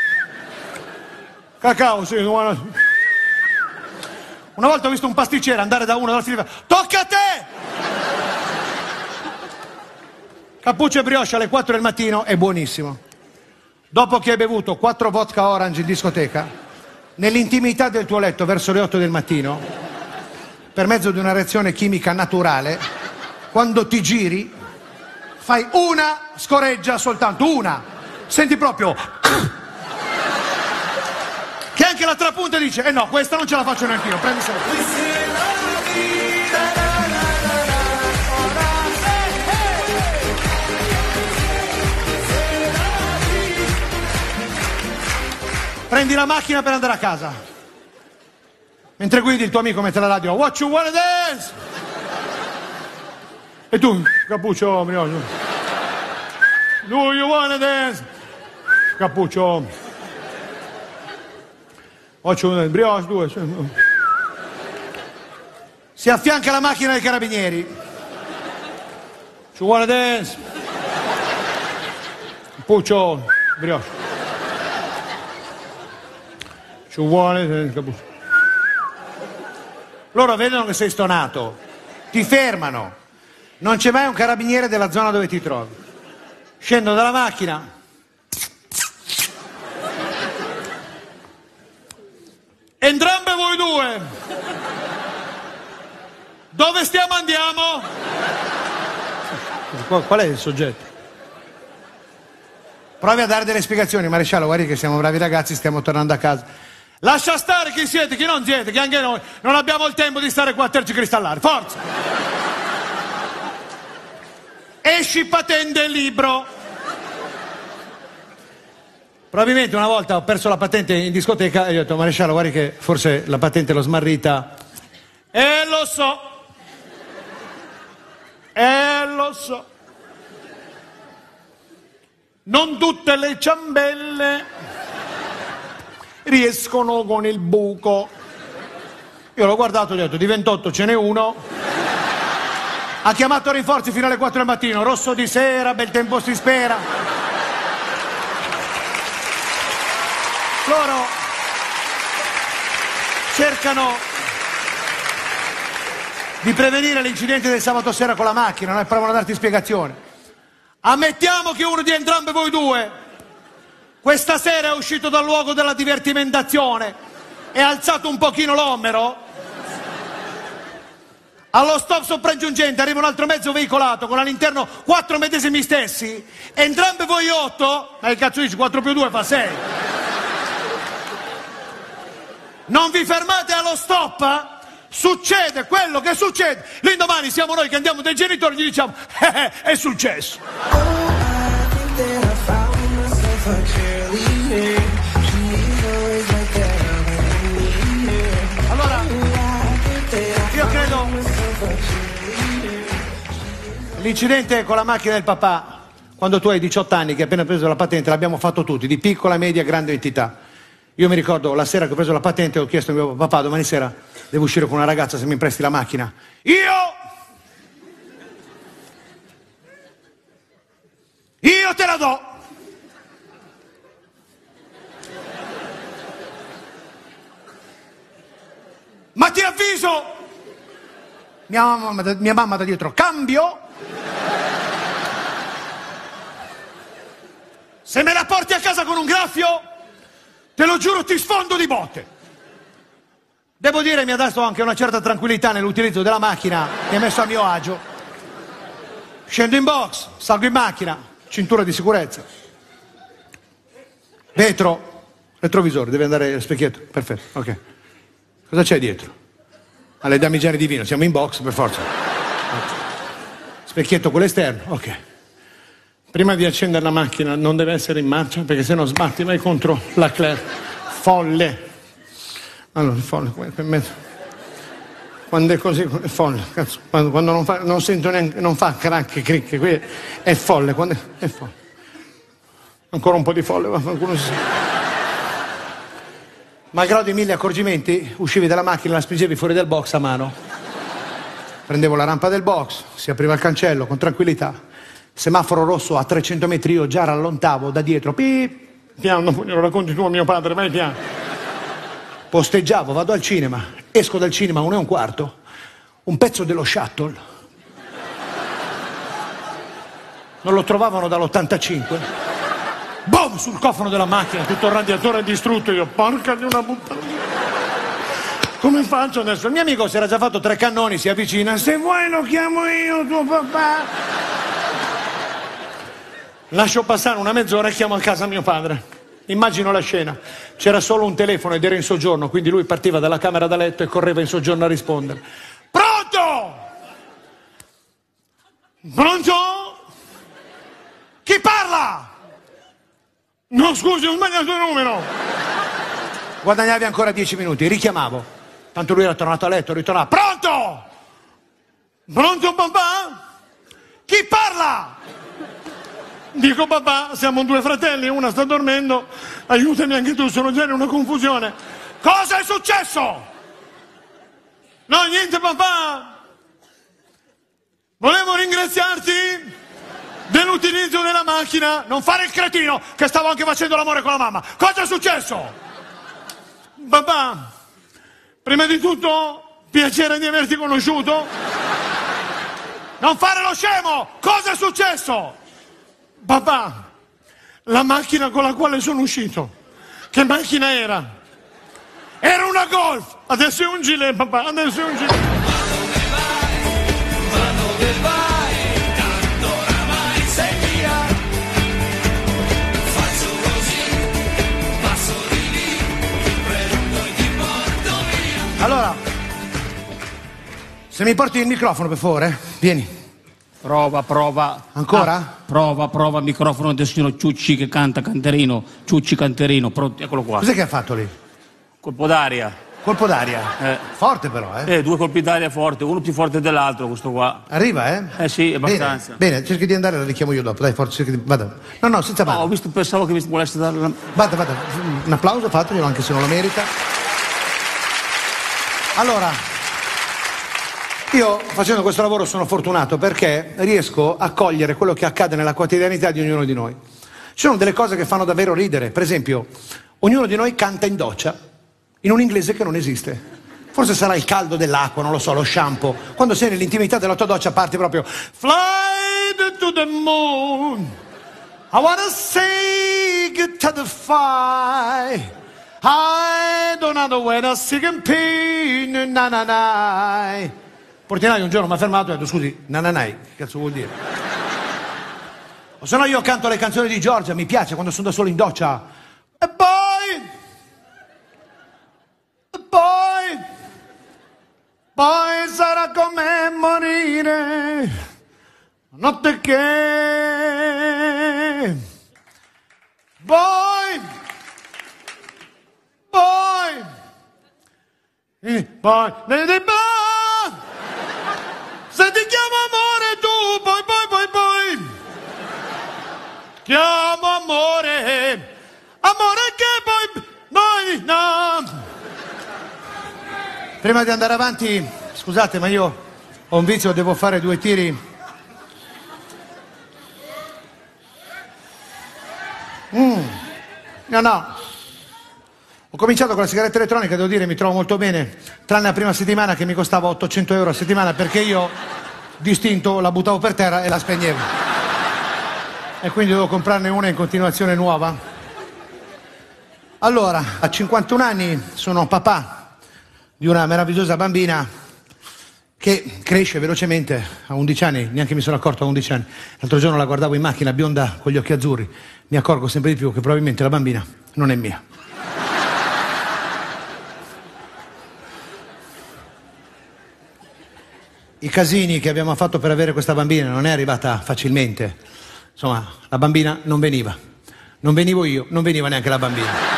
Cacao, sì, una volta ho visto un pasticcere andare da uno dalla fila, tocca a te! Cappuccio e brioche alle 4 del mattino è buonissimo. Dopo che hai bevuto 4 vodka orange in discoteca, nell'intimità del tuo letto verso le 8 del mattino, per mezzo di una reazione chimica naturale, quando ti giri, fai una scoreggia soltanto, una. Senti proprio che anche la trapunta dice, no, questa non ce la faccio neanche io, prendi sempre. Prendi la macchina per andare a casa. Mentre guidi il tuo amico mette la radio, what you wanna dance? E tu, cappuccio, brioche. Do you wanna dance? Cappuccio. What you wanna dance? Brioche, 2. Si affianca la macchina dei carabinieri. You wanna dance? Cappuccio, brioche. Loro vedono che sei stonato, ti fermano, non c'è mai un carabiniere della zona dove ti trovi. Scendono dalla macchina. Entrambe voi due. Dove stiamo andiamo? Qual è il soggetto? Provi a dare delle spiegazioni, maresciallo, guardi che siamo bravi ragazzi, stiamo tornando a casa. Lascia stare chi siete, chi non siete, che anche noi non abbiamo il tempo di stare qua a tergicristallare. Forza! Esci patente e libro. Probabilmente una volta ho perso la patente in discoteca e gli ho detto, maresciallo, guardi che forse la patente l'ho smarrita. Lo so. Lo so. Non tutte le ciambelle riescono con il buco. Io l'ho guardato e ho detto, di 28 ce n'è uno. Ha chiamato rinforzi fino alle 4 del mattino, rosso di sera, bel tempo si spera. Loro cercano di prevenire l'incidente del sabato sera con la macchina, non provano a darti spiegazioni. Ammettiamo che uno di entrambi voi due questa sera è uscito dal luogo della divertimentazione e ha alzato un pochino l'omero. Allo stop sopraggiungente arriva un altro mezzo veicolato con all'interno 4 medesimi stessi, entrambi voi 8, ma che cazzo dici, 4 più 2 fa 6. Non vi fermate allo stop? Succede quello che succede. L'indomani siamo noi che andiamo dai genitori e gli diciamo è successo. Allora, io credo l'incidente con la macchina del papà, quando tu hai 18 anni che hai appena preso la patente, l'abbiamo fatto tutti, di piccola, media, grande entità. Io mi ricordo la sera che ho preso la patente ho chiesto a mio papà, domani sera devo uscire con una ragazza, se mi presti la macchina. Io te la do. Ma ti avviso, mia mamma da dietro, cambio. Se me la porti a casa con un graffio, te lo giuro ti sfondo di botte. Devo dire mi ha dato anche una certa tranquillità nell'utilizzo della macchina, mi ha messo a mio agio. Scendo in box, salgo in macchina, cintura di sicurezza. Vetro, retrovisore, deve andare allo specchietto, perfetto, ok. Cosa c'è dietro? Alle damigiane di vino, siamo in box per forza. Specchietto quello esterno, ok. Prima di accendere la macchina non deve essere in marcia perché se no sbatti vai contro la Claire. Folle. Allora, folle, quando è così è folle, cazzo. Quando non sento neanche, non fa crack, cric, qui è folle, quando è folle. Ancora un po' di folle, ma qualcuno si... Malgrado i 1000 accorgimenti, uscivi dalla macchina, la spingevi fuori dal box a mano. Prendevo la rampa del box, si apriva il cancello con tranquillità. Semaforo rosso a 300 metri, io già rallontavo da dietro. Piano, lo racconti tu a mio padre, vai piano. Posteggiavo, vado al cinema, esco dal cinema 1:15, un pezzo dello shuttle. Non lo trovavano dall'85. Boom! Sul cofano della macchina, tutto il radiatore distrutto. Io, porca di una puttana. Come faccio adesso? Il mio amico si era già fatto 3 cannoni, si avvicina. Se vuoi lo chiamo io, tuo papà. Lascio passare una mezz'ora e chiamo a casa mio padre. Immagino la scena. C'era solo un telefono ed era in soggiorno, quindi lui partiva dalla camera da letto e correva in soggiorno a rispondere. Pronto? Pronto? Chi parla? No, scusi, ho sbagliato il numero. Guadagnavi ancora 10 minuti, richiamavo. Tanto lui era tornato a letto, ritornava. Pronto? Pronto papà? Chi parla? Dico papà, siamo 2 fratelli, una sta dormendo, aiutami anche tu, sono già in una confusione. Cosa è successo? No, niente papà. Volevo ringraziarti dell'utilizzo della macchina, non fare il cretino che stavo anche facendo l'amore con la mamma. Cosa è successo? Papà, prima di tutto, piacere di averti conosciuto. Non fare lo scemo! Cosa è successo? Papà, la macchina con la quale sono uscito, che macchina era? Era una Golf! Adesso è un gilet, papà, adesso è un gilet. Ma dove vai? Tanto oramai sei via. Faccio così, passo di lì, prendo e ti porto via. Allora, se mi porti il microfono per favore, vieni. Prova. Ancora? Prova, microfono del signor Ciucci che canta Canterino. Ciucci Canterino, pronto, eccolo qua. Cos'è che ha fatto lì? Colpo d'aria. Colpo d'aria? Forte però, 2 colpi d'aria forti, uno più forte dell'altro questo qua. Arriva, eh? Sì, abbastanza. Bene, cerchi di andare, la richiamo io dopo, dai, forza, vada. No, senza mano. Ho visto, pensavo che mi volesse dare la... Vada, un applauso, fateglielo anche se non lo merita. Allora... Io facendo questo lavoro sono fortunato perché riesco a cogliere quello che accade nella quotidianità di ognuno di noi. Ci sono delle cose che fanno davvero ridere, per esempio, ognuno di noi canta in doccia, in un inglese che non esiste. Forse sarà il caldo dell'acqua, non lo so, lo shampoo. Quando sei nell'intimità della tua doccia parti proprio Fly to the moon, I wanna say to the fire, I don't know where to sing and pain, na na na. portinaio un giorno mi ha fermato e ha detto scusi, nananai, che cazzo vuol dire? O se no io canto le canzoni di Giorgia, mi piace quando sono da solo in doccia. E poi sarà come morire, notte che poi se ti chiamo amore tu poi chiamo amore che poi noi no. Prima di andare avanti, scusate, ma io ho un vizio, devo fare 2 tiri. No. Ho cominciato con la sigaretta elettronica, devo dire, mi trovo molto bene, tranne la prima settimana che mi costava 800 euro a settimana perché io, distinto, la buttavo per terra e la spegnevo. E quindi devo comprarne una in continuazione nuova. Allora, a 51 anni sono papà di una meravigliosa bambina che cresce velocemente a 11 anni, neanche mi sono accorto a 11 anni. L'altro giorno la guardavo in macchina, bionda con gli occhi azzurri, mi accorgo sempre di più che probabilmente la bambina non è mia. I casini che abbiamo fatto per avere questa bambina non è arrivata facilmente. Insomma, la bambina non veniva. Non venivo io, non veniva neanche la bambina.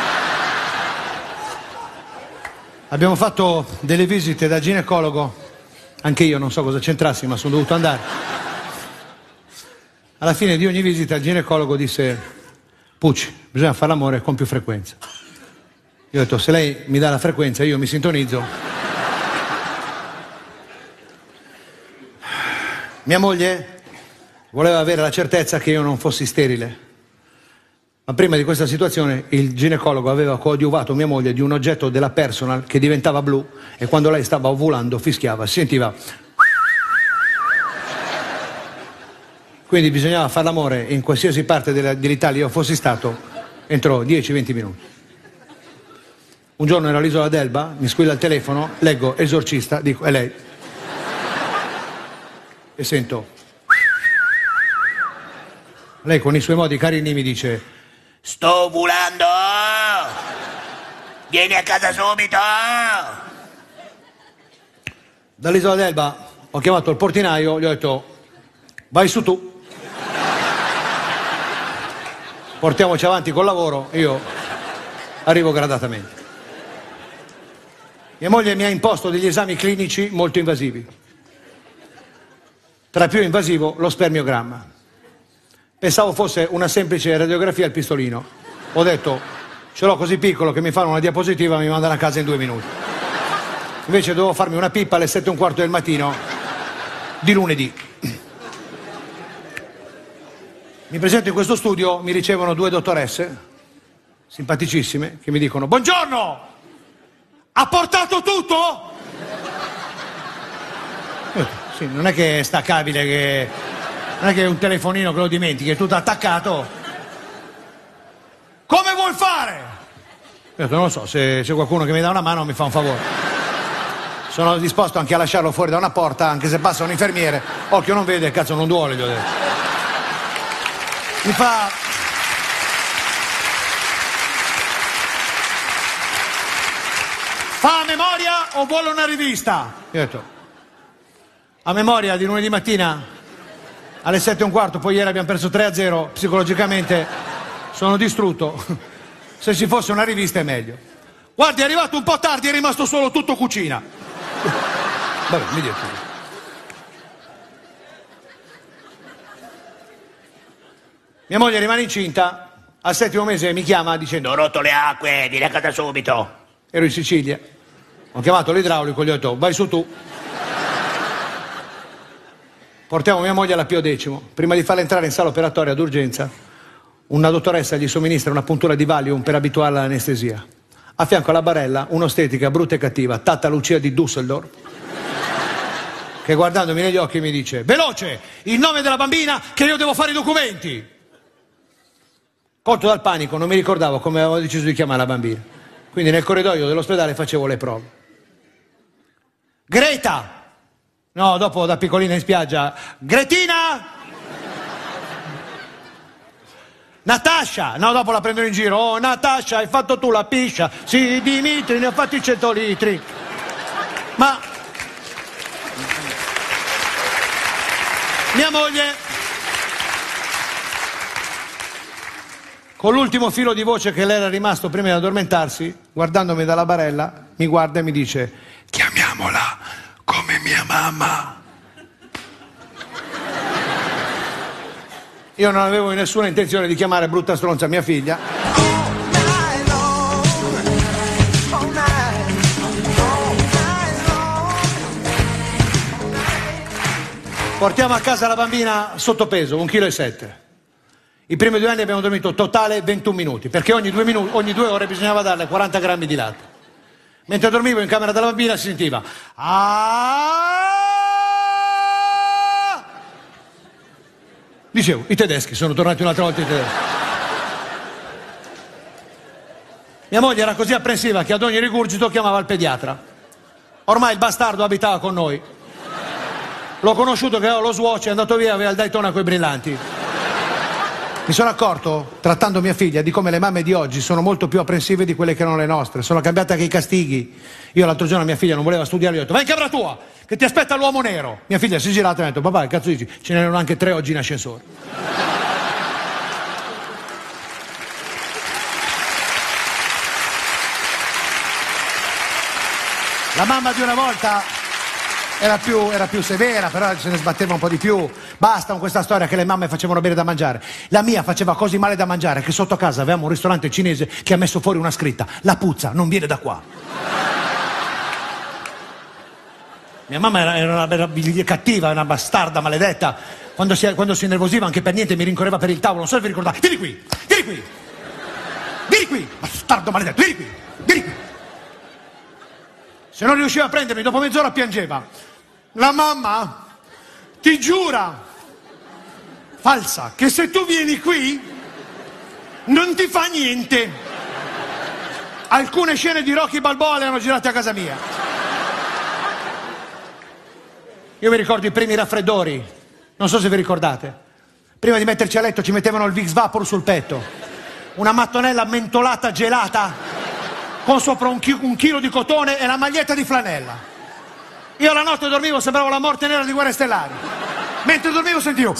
Abbiamo fatto delle visite da ginecologo, anche io non so cosa c'entrassi, ma sono dovuto andare. Alla fine di ogni visita il ginecologo disse: Pucci, bisogna fare l'amore con più frequenza. Io ho detto: se lei mi dà la frequenza io mi sintonizzo. Mia moglie voleva avere la certezza che io non fossi sterile. Ma prima di questa situazione il ginecologo aveva coadiuvato mia moglie di un oggetto della Personal che diventava blu e quando lei stava ovulando fischiava, si sentiva. Quindi bisognava fare l'amore in qualsiasi parte dell'Italia io fossi stato entro 10-20 minuti. Un giorno ero all'isola d'Elba, mi squilla il telefono, leggo esorcista, dico è lei. E sento. Lei con i suoi modi carini mi dice: sto ovulando! Vieni a casa subito! Dall'isola d'Elba ho chiamato il portinaio, gli ho detto: vai su tu. Portiamoci avanti col lavoro, io arrivo gradatamente. Mia moglie mi ha imposto degli esami clinici molto invasivi. Tra più invasivo lo spermiogramma. Pensavo fosse una semplice radiografia al pistolino. Ho detto, ce l'ho così piccolo che mi fanno una diapositiva e mi mandano a casa in 2 minuti. Invece dovevo farmi una pippa alle 7:15 del mattino di lunedì. Mi presento in questo studio, mi ricevono 2 dottoresse, simpaticissime, che mi dicono: buongiorno! Ha portato tutto? Sì, non è che è staccabile, che non è che è un telefonino che lo dimentichi, è tutto attaccato. Come vuoi fare? Io ho detto, non lo so, se c'è qualcuno che mi dà una mano mi fa un favore. Sono disposto anche a lasciarlo fuori da una porta, anche se passa un infermiere. Occhio non vede, cazzo non duole, gli ho detto. Mi fa... Fa a memoria o vuole una rivista? Io ho detto, a memoria di lunedì mattina alle 7:15, poi ieri abbiamo perso 3-0, psicologicamente sono distrutto. Se ci fosse una rivista è meglio. Guardi, è arrivato un po' tardi, è rimasto solo tutto cucina. Vabbè, mi dico. Mia moglie rimane incinta, al 7° mese mi chiama dicendo: ho rotto le acque, vieni a casa subito. Ero in Sicilia, ho chiamato l'idraulico, gli ho detto: vai su tu. Portiamo mia moglie alla P.O. Prima di farla entrare in sala operatoria d'urgenza, una dottoressa gli somministra una puntura di Valium per abituarla all'anestesia. A fianco alla barella, un'ostetrica brutta e cattiva, Tata Lucia di Düsseldorf, che guardandomi negli occhi mi dice: veloce, il nome della bambina che io devo fare i documenti. Colto dal panico, non mi ricordavo come avevo deciso di chiamare la bambina. Quindi nel corridoio dell'ospedale facevo le prove. Greta! No, dopo da piccolina in spiaggia. Gretina! Natascia! No, dopo la prendono in giro. Oh, Natascia, hai fatto tu la piscia? Sì, Dimitri, ne ho fatti 100 litri. Ma... mia moglie, con l'ultimo filo di voce che le era rimasto prima di addormentarsi, guardandomi dalla barella, mi guarda e mi dice: chiamiamola come mia mamma. Io non avevo nessuna intenzione di chiamare brutta stronza mia figlia. Portiamo a casa la bambina sottopeso, 1,7 kg. I primi 2 anni abbiamo dormito totale 21 minuti, perché ogni 2 ore bisognava darle 40 grammi di latte. Mentre dormivo in camera della bambina si sentiva... Dicevo, i tedeschi, sono tornati un'altra volta i tedeschi. Mia moglie era così apprensiva che ad ogni rigurgito chiamava il pediatra. Ormai il bastardo abitava con noi. L'ho conosciuto che aveva lo Swatch, è andato via, aveva il Daytona coi brillanti. Mi sono accorto, trattando mia figlia, di come le mamme di oggi sono molto più apprensive di quelle che erano le nostre. Sono cambiate anche i castighi. Io l'altro giorno mia figlia non voleva studiare, gli ho detto: vai in camera tua, che ti aspetta l'uomo nero. Mia figlia si è girata e mi ha detto: papà, che cazzo dici? Ce n'erano anche 3 oggi in ascensore. La mamma di una volta era più severa, però se ne sbatteva un po' di più. Basta con questa storia che le mamme facevano bene da mangiare. La mia faceva così male da mangiare che sotto casa avevamo un ristorante cinese che ha messo fuori una scritta: la puzza non viene da qua. Mia mamma era cattiva, una bastarda maledetta. Quando si innervosiva anche per niente mi rincorreva per il tavolo. Non so se vi ricordate. Vieni qui, vieni qui, vieni qui, bastardo maledetto, vieni qui, vieni qui. Se non riusciva a prendermi, dopo mezz'ora piangeva. La mamma ti giura, falsa, che se tu vieni qui non ti fa niente. Alcune scene di Rocky Balboa le hanno girate a casa mia. Io mi ricordo i primi raffreddori, non so se vi ricordate. Prima di metterci a letto ci mettevano il Vicks Vapor sul petto, una mattonella mentolata gelata con sopra un chilo di cotone e la maglietta di flanella. Io la notte dormivo, sembravo la morte nera di Guerre Stellari. Mentre dormivo sentivo...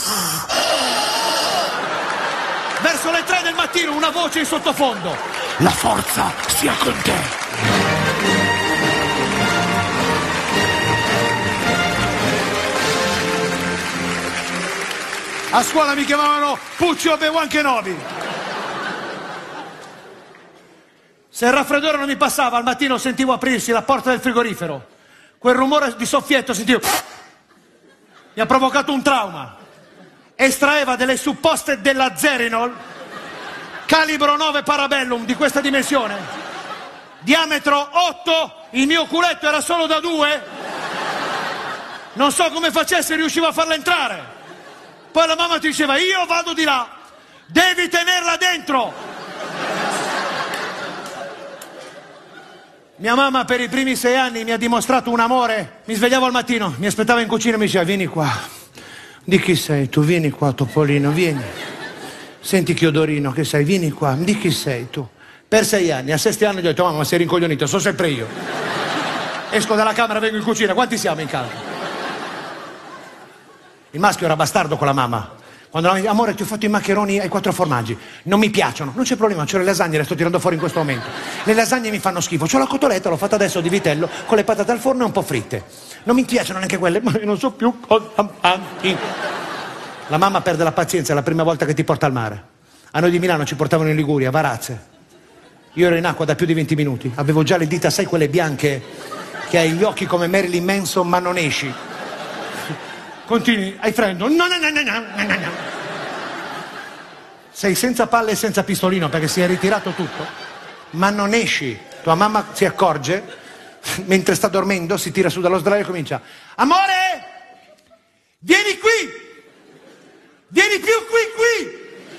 Verso le 3 del mattino una voce in sottofondo: la forza sia con te. A scuola mi chiamavano Puccio Obi-Wan Kenobi. Se il raffreddore non mi passava, al mattino sentivo aprirsi la porta del frigorifero. Quel rumore di soffietto sentivo. Mi ha provocato un trauma. Estraeva delle supposte della Zerinol, calibro 9 Parabellum di questa dimensione, diametro 8, il mio culetto era solo da 2. Non so come facesse, riuscivo a farla entrare. Poi la mamma ti diceva: io vado di là, devi tenerla dentro. Mia mamma per i primi 6 anni mi ha dimostrato un amore. Mi svegliavo al mattino, mi aspettava in cucina e mi diceva: vieni qua. Di chi sei tu? Vieni qua, Topolino, vieni. Senti che odorino che sei, vieni qua. Di chi sei tu? Per 6 anni, a 7 anni gli ho detto: mamma, sei rincoglionito, so sempre io. Esco dalla camera, vengo in cucina. Quanti siamo in casa? Il maschio era bastardo con la mamma. Quando amore, ti ho fatto i maccheroni ai 4 formaggi. Non mi piacciono. Non c'è problema, c'ho le lasagne, le sto tirando fuori in questo momento. Le lasagne mi fanno schifo. C'ho la cotoletta, l'ho fatta adesso di vitello con le patate al forno e un po' fritte. Non mi piacciono neanche quelle, ma io non so più cosa avanti. La mamma perde la pazienza la prima volta che ti porta al mare. A noi di Milano ci portavano in Liguria, a Varazze. Io ero in acqua da più di 20 minuti. Avevo già le dita, sai, quelle bianche che hai gli occhi come Marilyn Manson ma non esci. Continui, hai freddo. No. Sei senza palle e senza pistolino perché si è ritirato tutto, ma non esci. Tua mamma si accorge, mentre sta dormendo, si tira su dallo sdraio e comincia: amore, vieni qui, vieni più qui.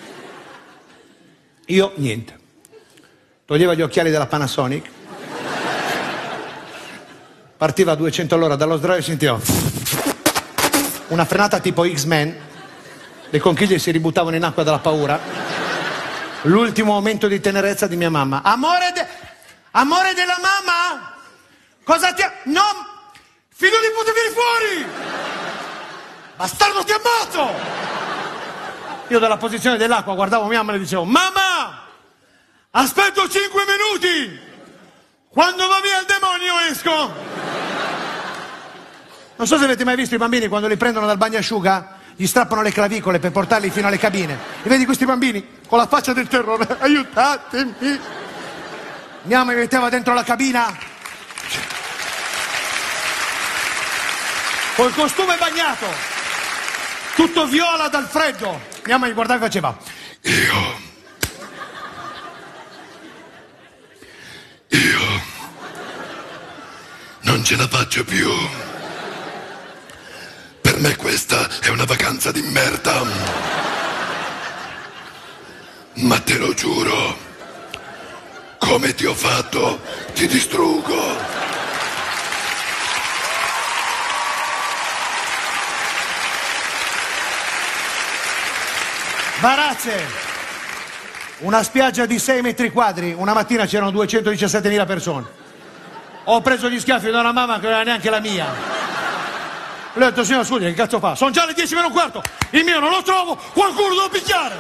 Io niente. Toglieva gli occhiali della Panasonic, partiva a 200 all'ora dallo sdraio e sentiva una frenata tipo X-Men, le conchiglie si ributtavano in acqua dalla paura. L'ultimo momento di tenerezza di mia mamma. Amore della mamma? Cosa ti ha... No! Figlio di puta, vieni fuori! Bastardo, ti ammazzo! Io dalla posizione dell'acqua guardavo mia mamma e le dicevo: mamma! Aspetto 5 minuti! Quando va via il demonio esco! Non so se avete mai visto i bambini quando li prendono dal bagnasciuga, gli strappano le clavicole per portarli fino alle cabine. E vedi questi bambini con la faccia del terrore: aiutatemi! Mia mamma mi metteva dentro la cabina col costume bagnato, tutto viola dal freddo. Mia mamma mi guardava e faceva: Io non ce la faccio più. Per me questa è una vacanza di merda. Ma te lo giuro, come ti ho fatto, ti distruggo. Varazze, una spiaggia di 6 metri quadri, una mattina c'erano 217.000 persone. Ho preso gli schiaffi da una mamma che non era neanche la mia. Le ho detto: signora, scusi, che cazzo fa? Sono già le 10 meno un quarto, il mio non lo trovo, qualcuno devo picchiare.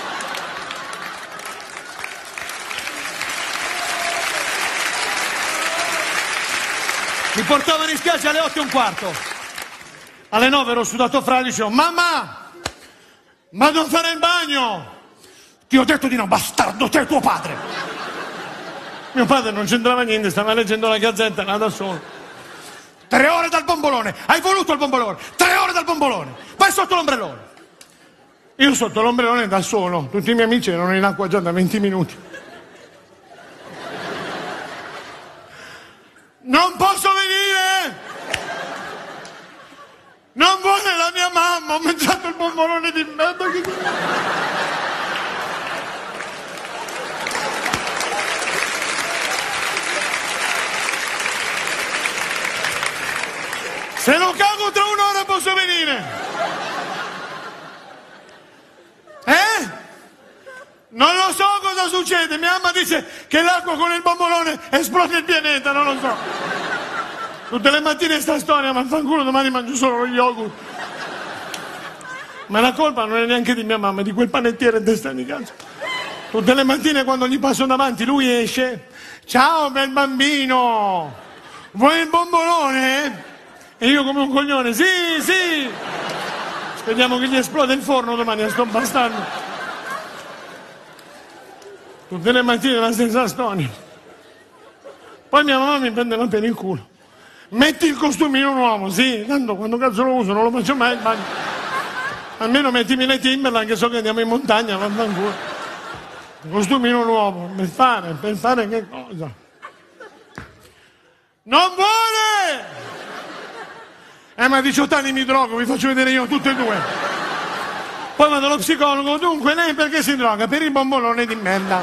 Mi portavano in spiaggia alle 8:15. Alle 9 ero sudato fra e dicevo: mamma! Ma non fare il bagno! Ti ho detto di no, bastardo, te e tuo padre! Mio padre non c'entrava niente, stava leggendo la gazzetta, là da solo. 3 ore dal bombolone! Hai voluto il bombolone! 3 ore dal bombolone! Vai sotto l'ombrellone! Io sotto l'ombrellone da solo, tutti i miei amici erano in acqua già da 20 minuti. Non posso venire! Non vuole la mia mamma, ho mangiato il bombolone di merda che... Se non cago tra un'ora posso venire! Non lo so cosa succede, mia mamma dice che l'acqua con il bombolone esplode il pianeta, non lo so. Tutte le mattine sta storia, ma fanculo, domani mangio solo lo yogurt. Ma la colpa non è neanche di mia mamma, è di quel panettiere in testa di casa. Tutte le mattine quando gli passo davanti lui esce: ciao bel bambino, vuoi il bombolone? E io come un coglione: sì! Speriamo che gli esplode il forno domani a sto bastardo. Tutte le mattine la stessa storia. Poi mia mamma mi prendeva per il culo: metti il costumino nuovo, sì, tanto quando cazzo lo uso non lo faccio mai il bagno. Almeno mettimi le Timberland, che so che andiamo in montagna, vaffanculo. Il costumino nuovo, per fare che cosa? Non vuole! Ma a 18 anni mi drogo, vi faccio vedere io tutte e due. Poi vado allo psicologo: dunque lei perché si droga? Per il bombolone di merda.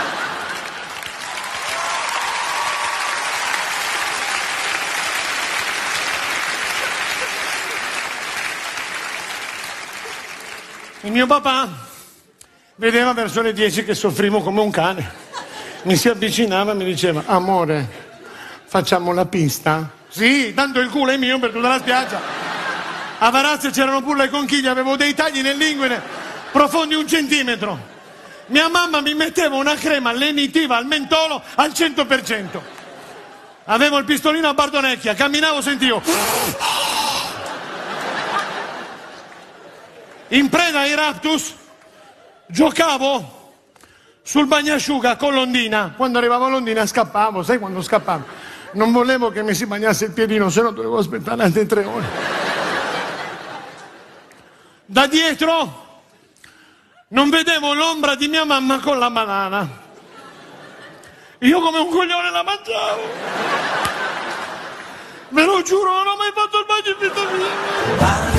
Il mio papà vedeva verso le 10 che soffrivo come un cane. Mi si avvicinava e mi diceva: amore, facciamo la pista? Sì, tanto il culo è mio per tutta la spiaggia. A Varazze c'erano pure le conchiglie, avevo dei tagli nell'inguine profondi 1 centimetro. Mia mamma mi metteva una crema lenitiva al mentolo al 100%. Avevo il pistolino a Bardonecchia, camminavo, sentivo. In preda ai raptus, giocavo sul bagnasciuga con l'ondina. Quando arrivavo a Londina scappavo, sai quando scappavo? Non volevo che mi si bagnasse il piedino, se no dovevo aspettare altre 3 ore. Da dietro non vedevo l'ombra di mia mamma con la banana. Io come un coglione la mangiavo. Ve lo giuro, non ho mai fatto il bagno in vita mia.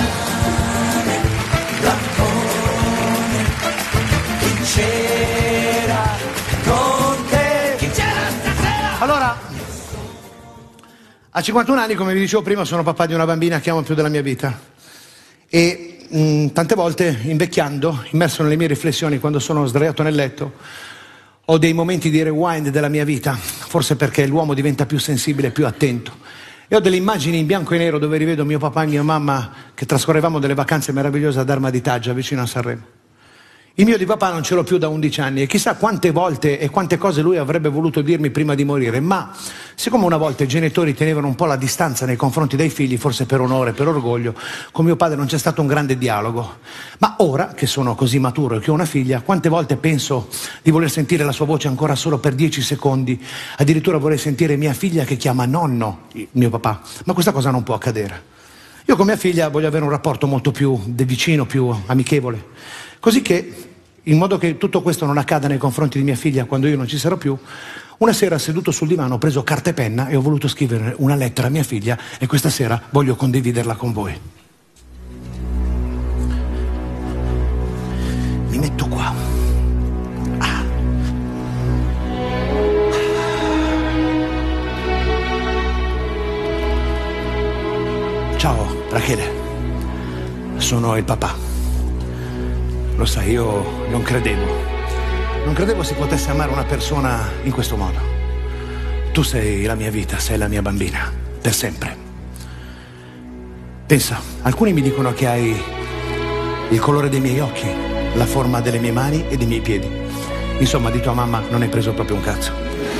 C'era con te. Chi c'era stasera? Allora, a 51 anni, come vi dicevo prima, sono papà di una bambina che amo più della mia vita. E tante volte, invecchiando, immerso nelle mie riflessioni, quando sono sdraiato nel letto, ho dei momenti di rewind della mia vita, forse perché l'uomo diventa più sensibile, più attento. E ho delle immagini in bianco e nero dove rivedo mio papà e mia mamma che trascorrevamo delle vacanze meravigliose ad Arma di Taggia, vicino a Sanremo. Il mio di papà non ce l'ho più da 11 anni e chissà quante volte e quante cose lui avrebbe voluto dirmi prima di morire, ma siccome una volta i genitori tenevano un po' la distanza nei confronti dei figli, forse per onore, per orgoglio, con mio padre non c'è stato un grande dialogo. Ma ora che sono così maturo e che ho una figlia, quante volte penso di voler sentire la sua voce ancora solo per 10 secondi, addirittura vorrei sentire mia figlia che chiama nonno mio papà, ma questa cosa non può accadere. Io con mia figlia voglio avere un rapporto molto più vicino, più amichevole. Così che, in modo che tutto questo non accada nei confronti di mia figlia quando io non ci sarò più, una sera seduto sul divano ho preso carta e penna e ho voluto scrivere una lettera a mia figlia e questa sera voglio condividerla con voi. Mi metto qua. Ciao Rachele, sono il papà. Lo sai, io non credevo si potesse amare una persona in questo modo. Tu sei la mia vita, sei la mia bambina, per sempre. Pensa, alcuni mi dicono che hai il colore dei miei occhi, la forma delle mie mani e dei miei piedi. Insomma, di tua mamma non hai preso proprio un cazzo.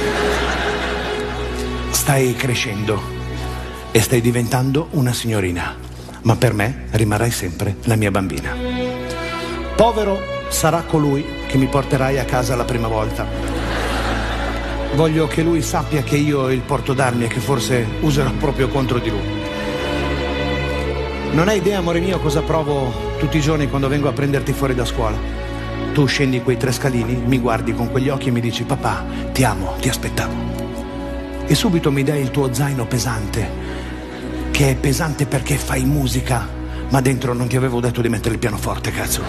Stai crescendo e stai diventando una signorina, ma per me rimarrai sempre la mia bambina. Povero sarà colui che mi porterai a casa la prima volta. Voglio che lui sappia che io ho il porto d'armi e che forse userò proprio contro di lui. Non hai idea, amore mio, cosa provo tutti i giorni quando vengo a prenderti fuori da scuola. Tu scendi quei 3 scalini, mi guardi con quegli occhi e mi dici: papà, ti amo, ti aspettavo. E subito mi dai il tuo zaino pesante, che è pesante perché fai musica, ma dentro non ti avevo detto di mettere il pianoforte, cazzo.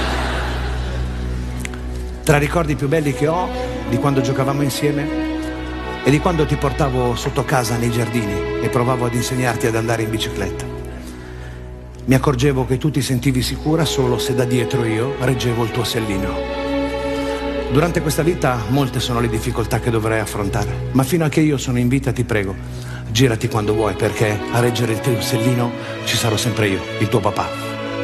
Tra i ricordi più belli che ho di quando giocavamo insieme e di quando ti portavo sotto casa nei giardini e provavo ad insegnarti ad andare in bicicletta. Mi accorgevo che tu ti sentivi sicura solo se da dietro io reggevo il tuo sellino. Durante questa vita molte sono le difficoltà che dovrei affrontare, ma fino a che io sono in vita ti prego, girati quando vuoi, perché a reggere il tuo sellino ci sarò sempre io, il tuo papà.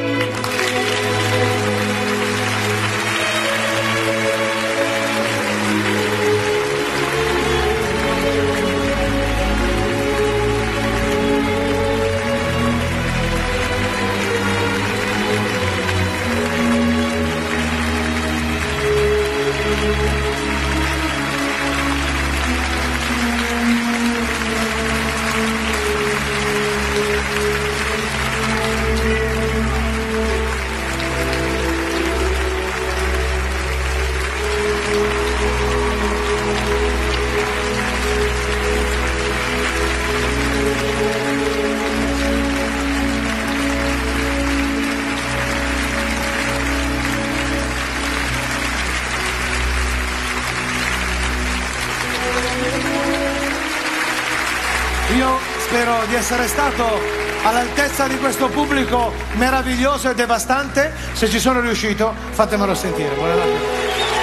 Io spero di essere stato all'altezza di questo pubblico meraviglioso e devastante. Se ci sono riuscito, fatemelo sentire. Buonanotte.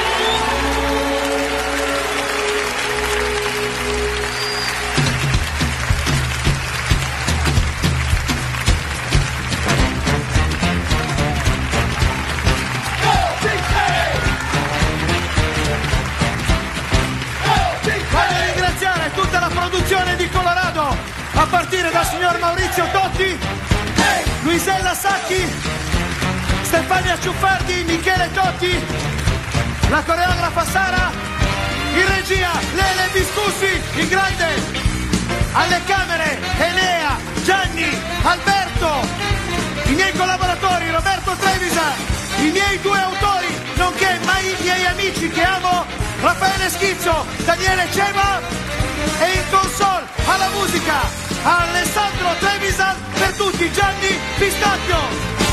Di Colorado, a partire dal signor Maurizio Totti, Luisella Sacchi, Stefania Ciuffardi, Michele Totti, la coreografa Sara, in regia Lele Biscussi, il grande, alle camere Enea, Gianni, Alberto, i miei collaboratori Roberto Trevisan, i miei 2 autori, nonché i miei amici che amo, Raffaele Schizzo, Daniele Ceva. E in console alla musica Alessandro Trevisan, per tutti Gianni Pistacchio.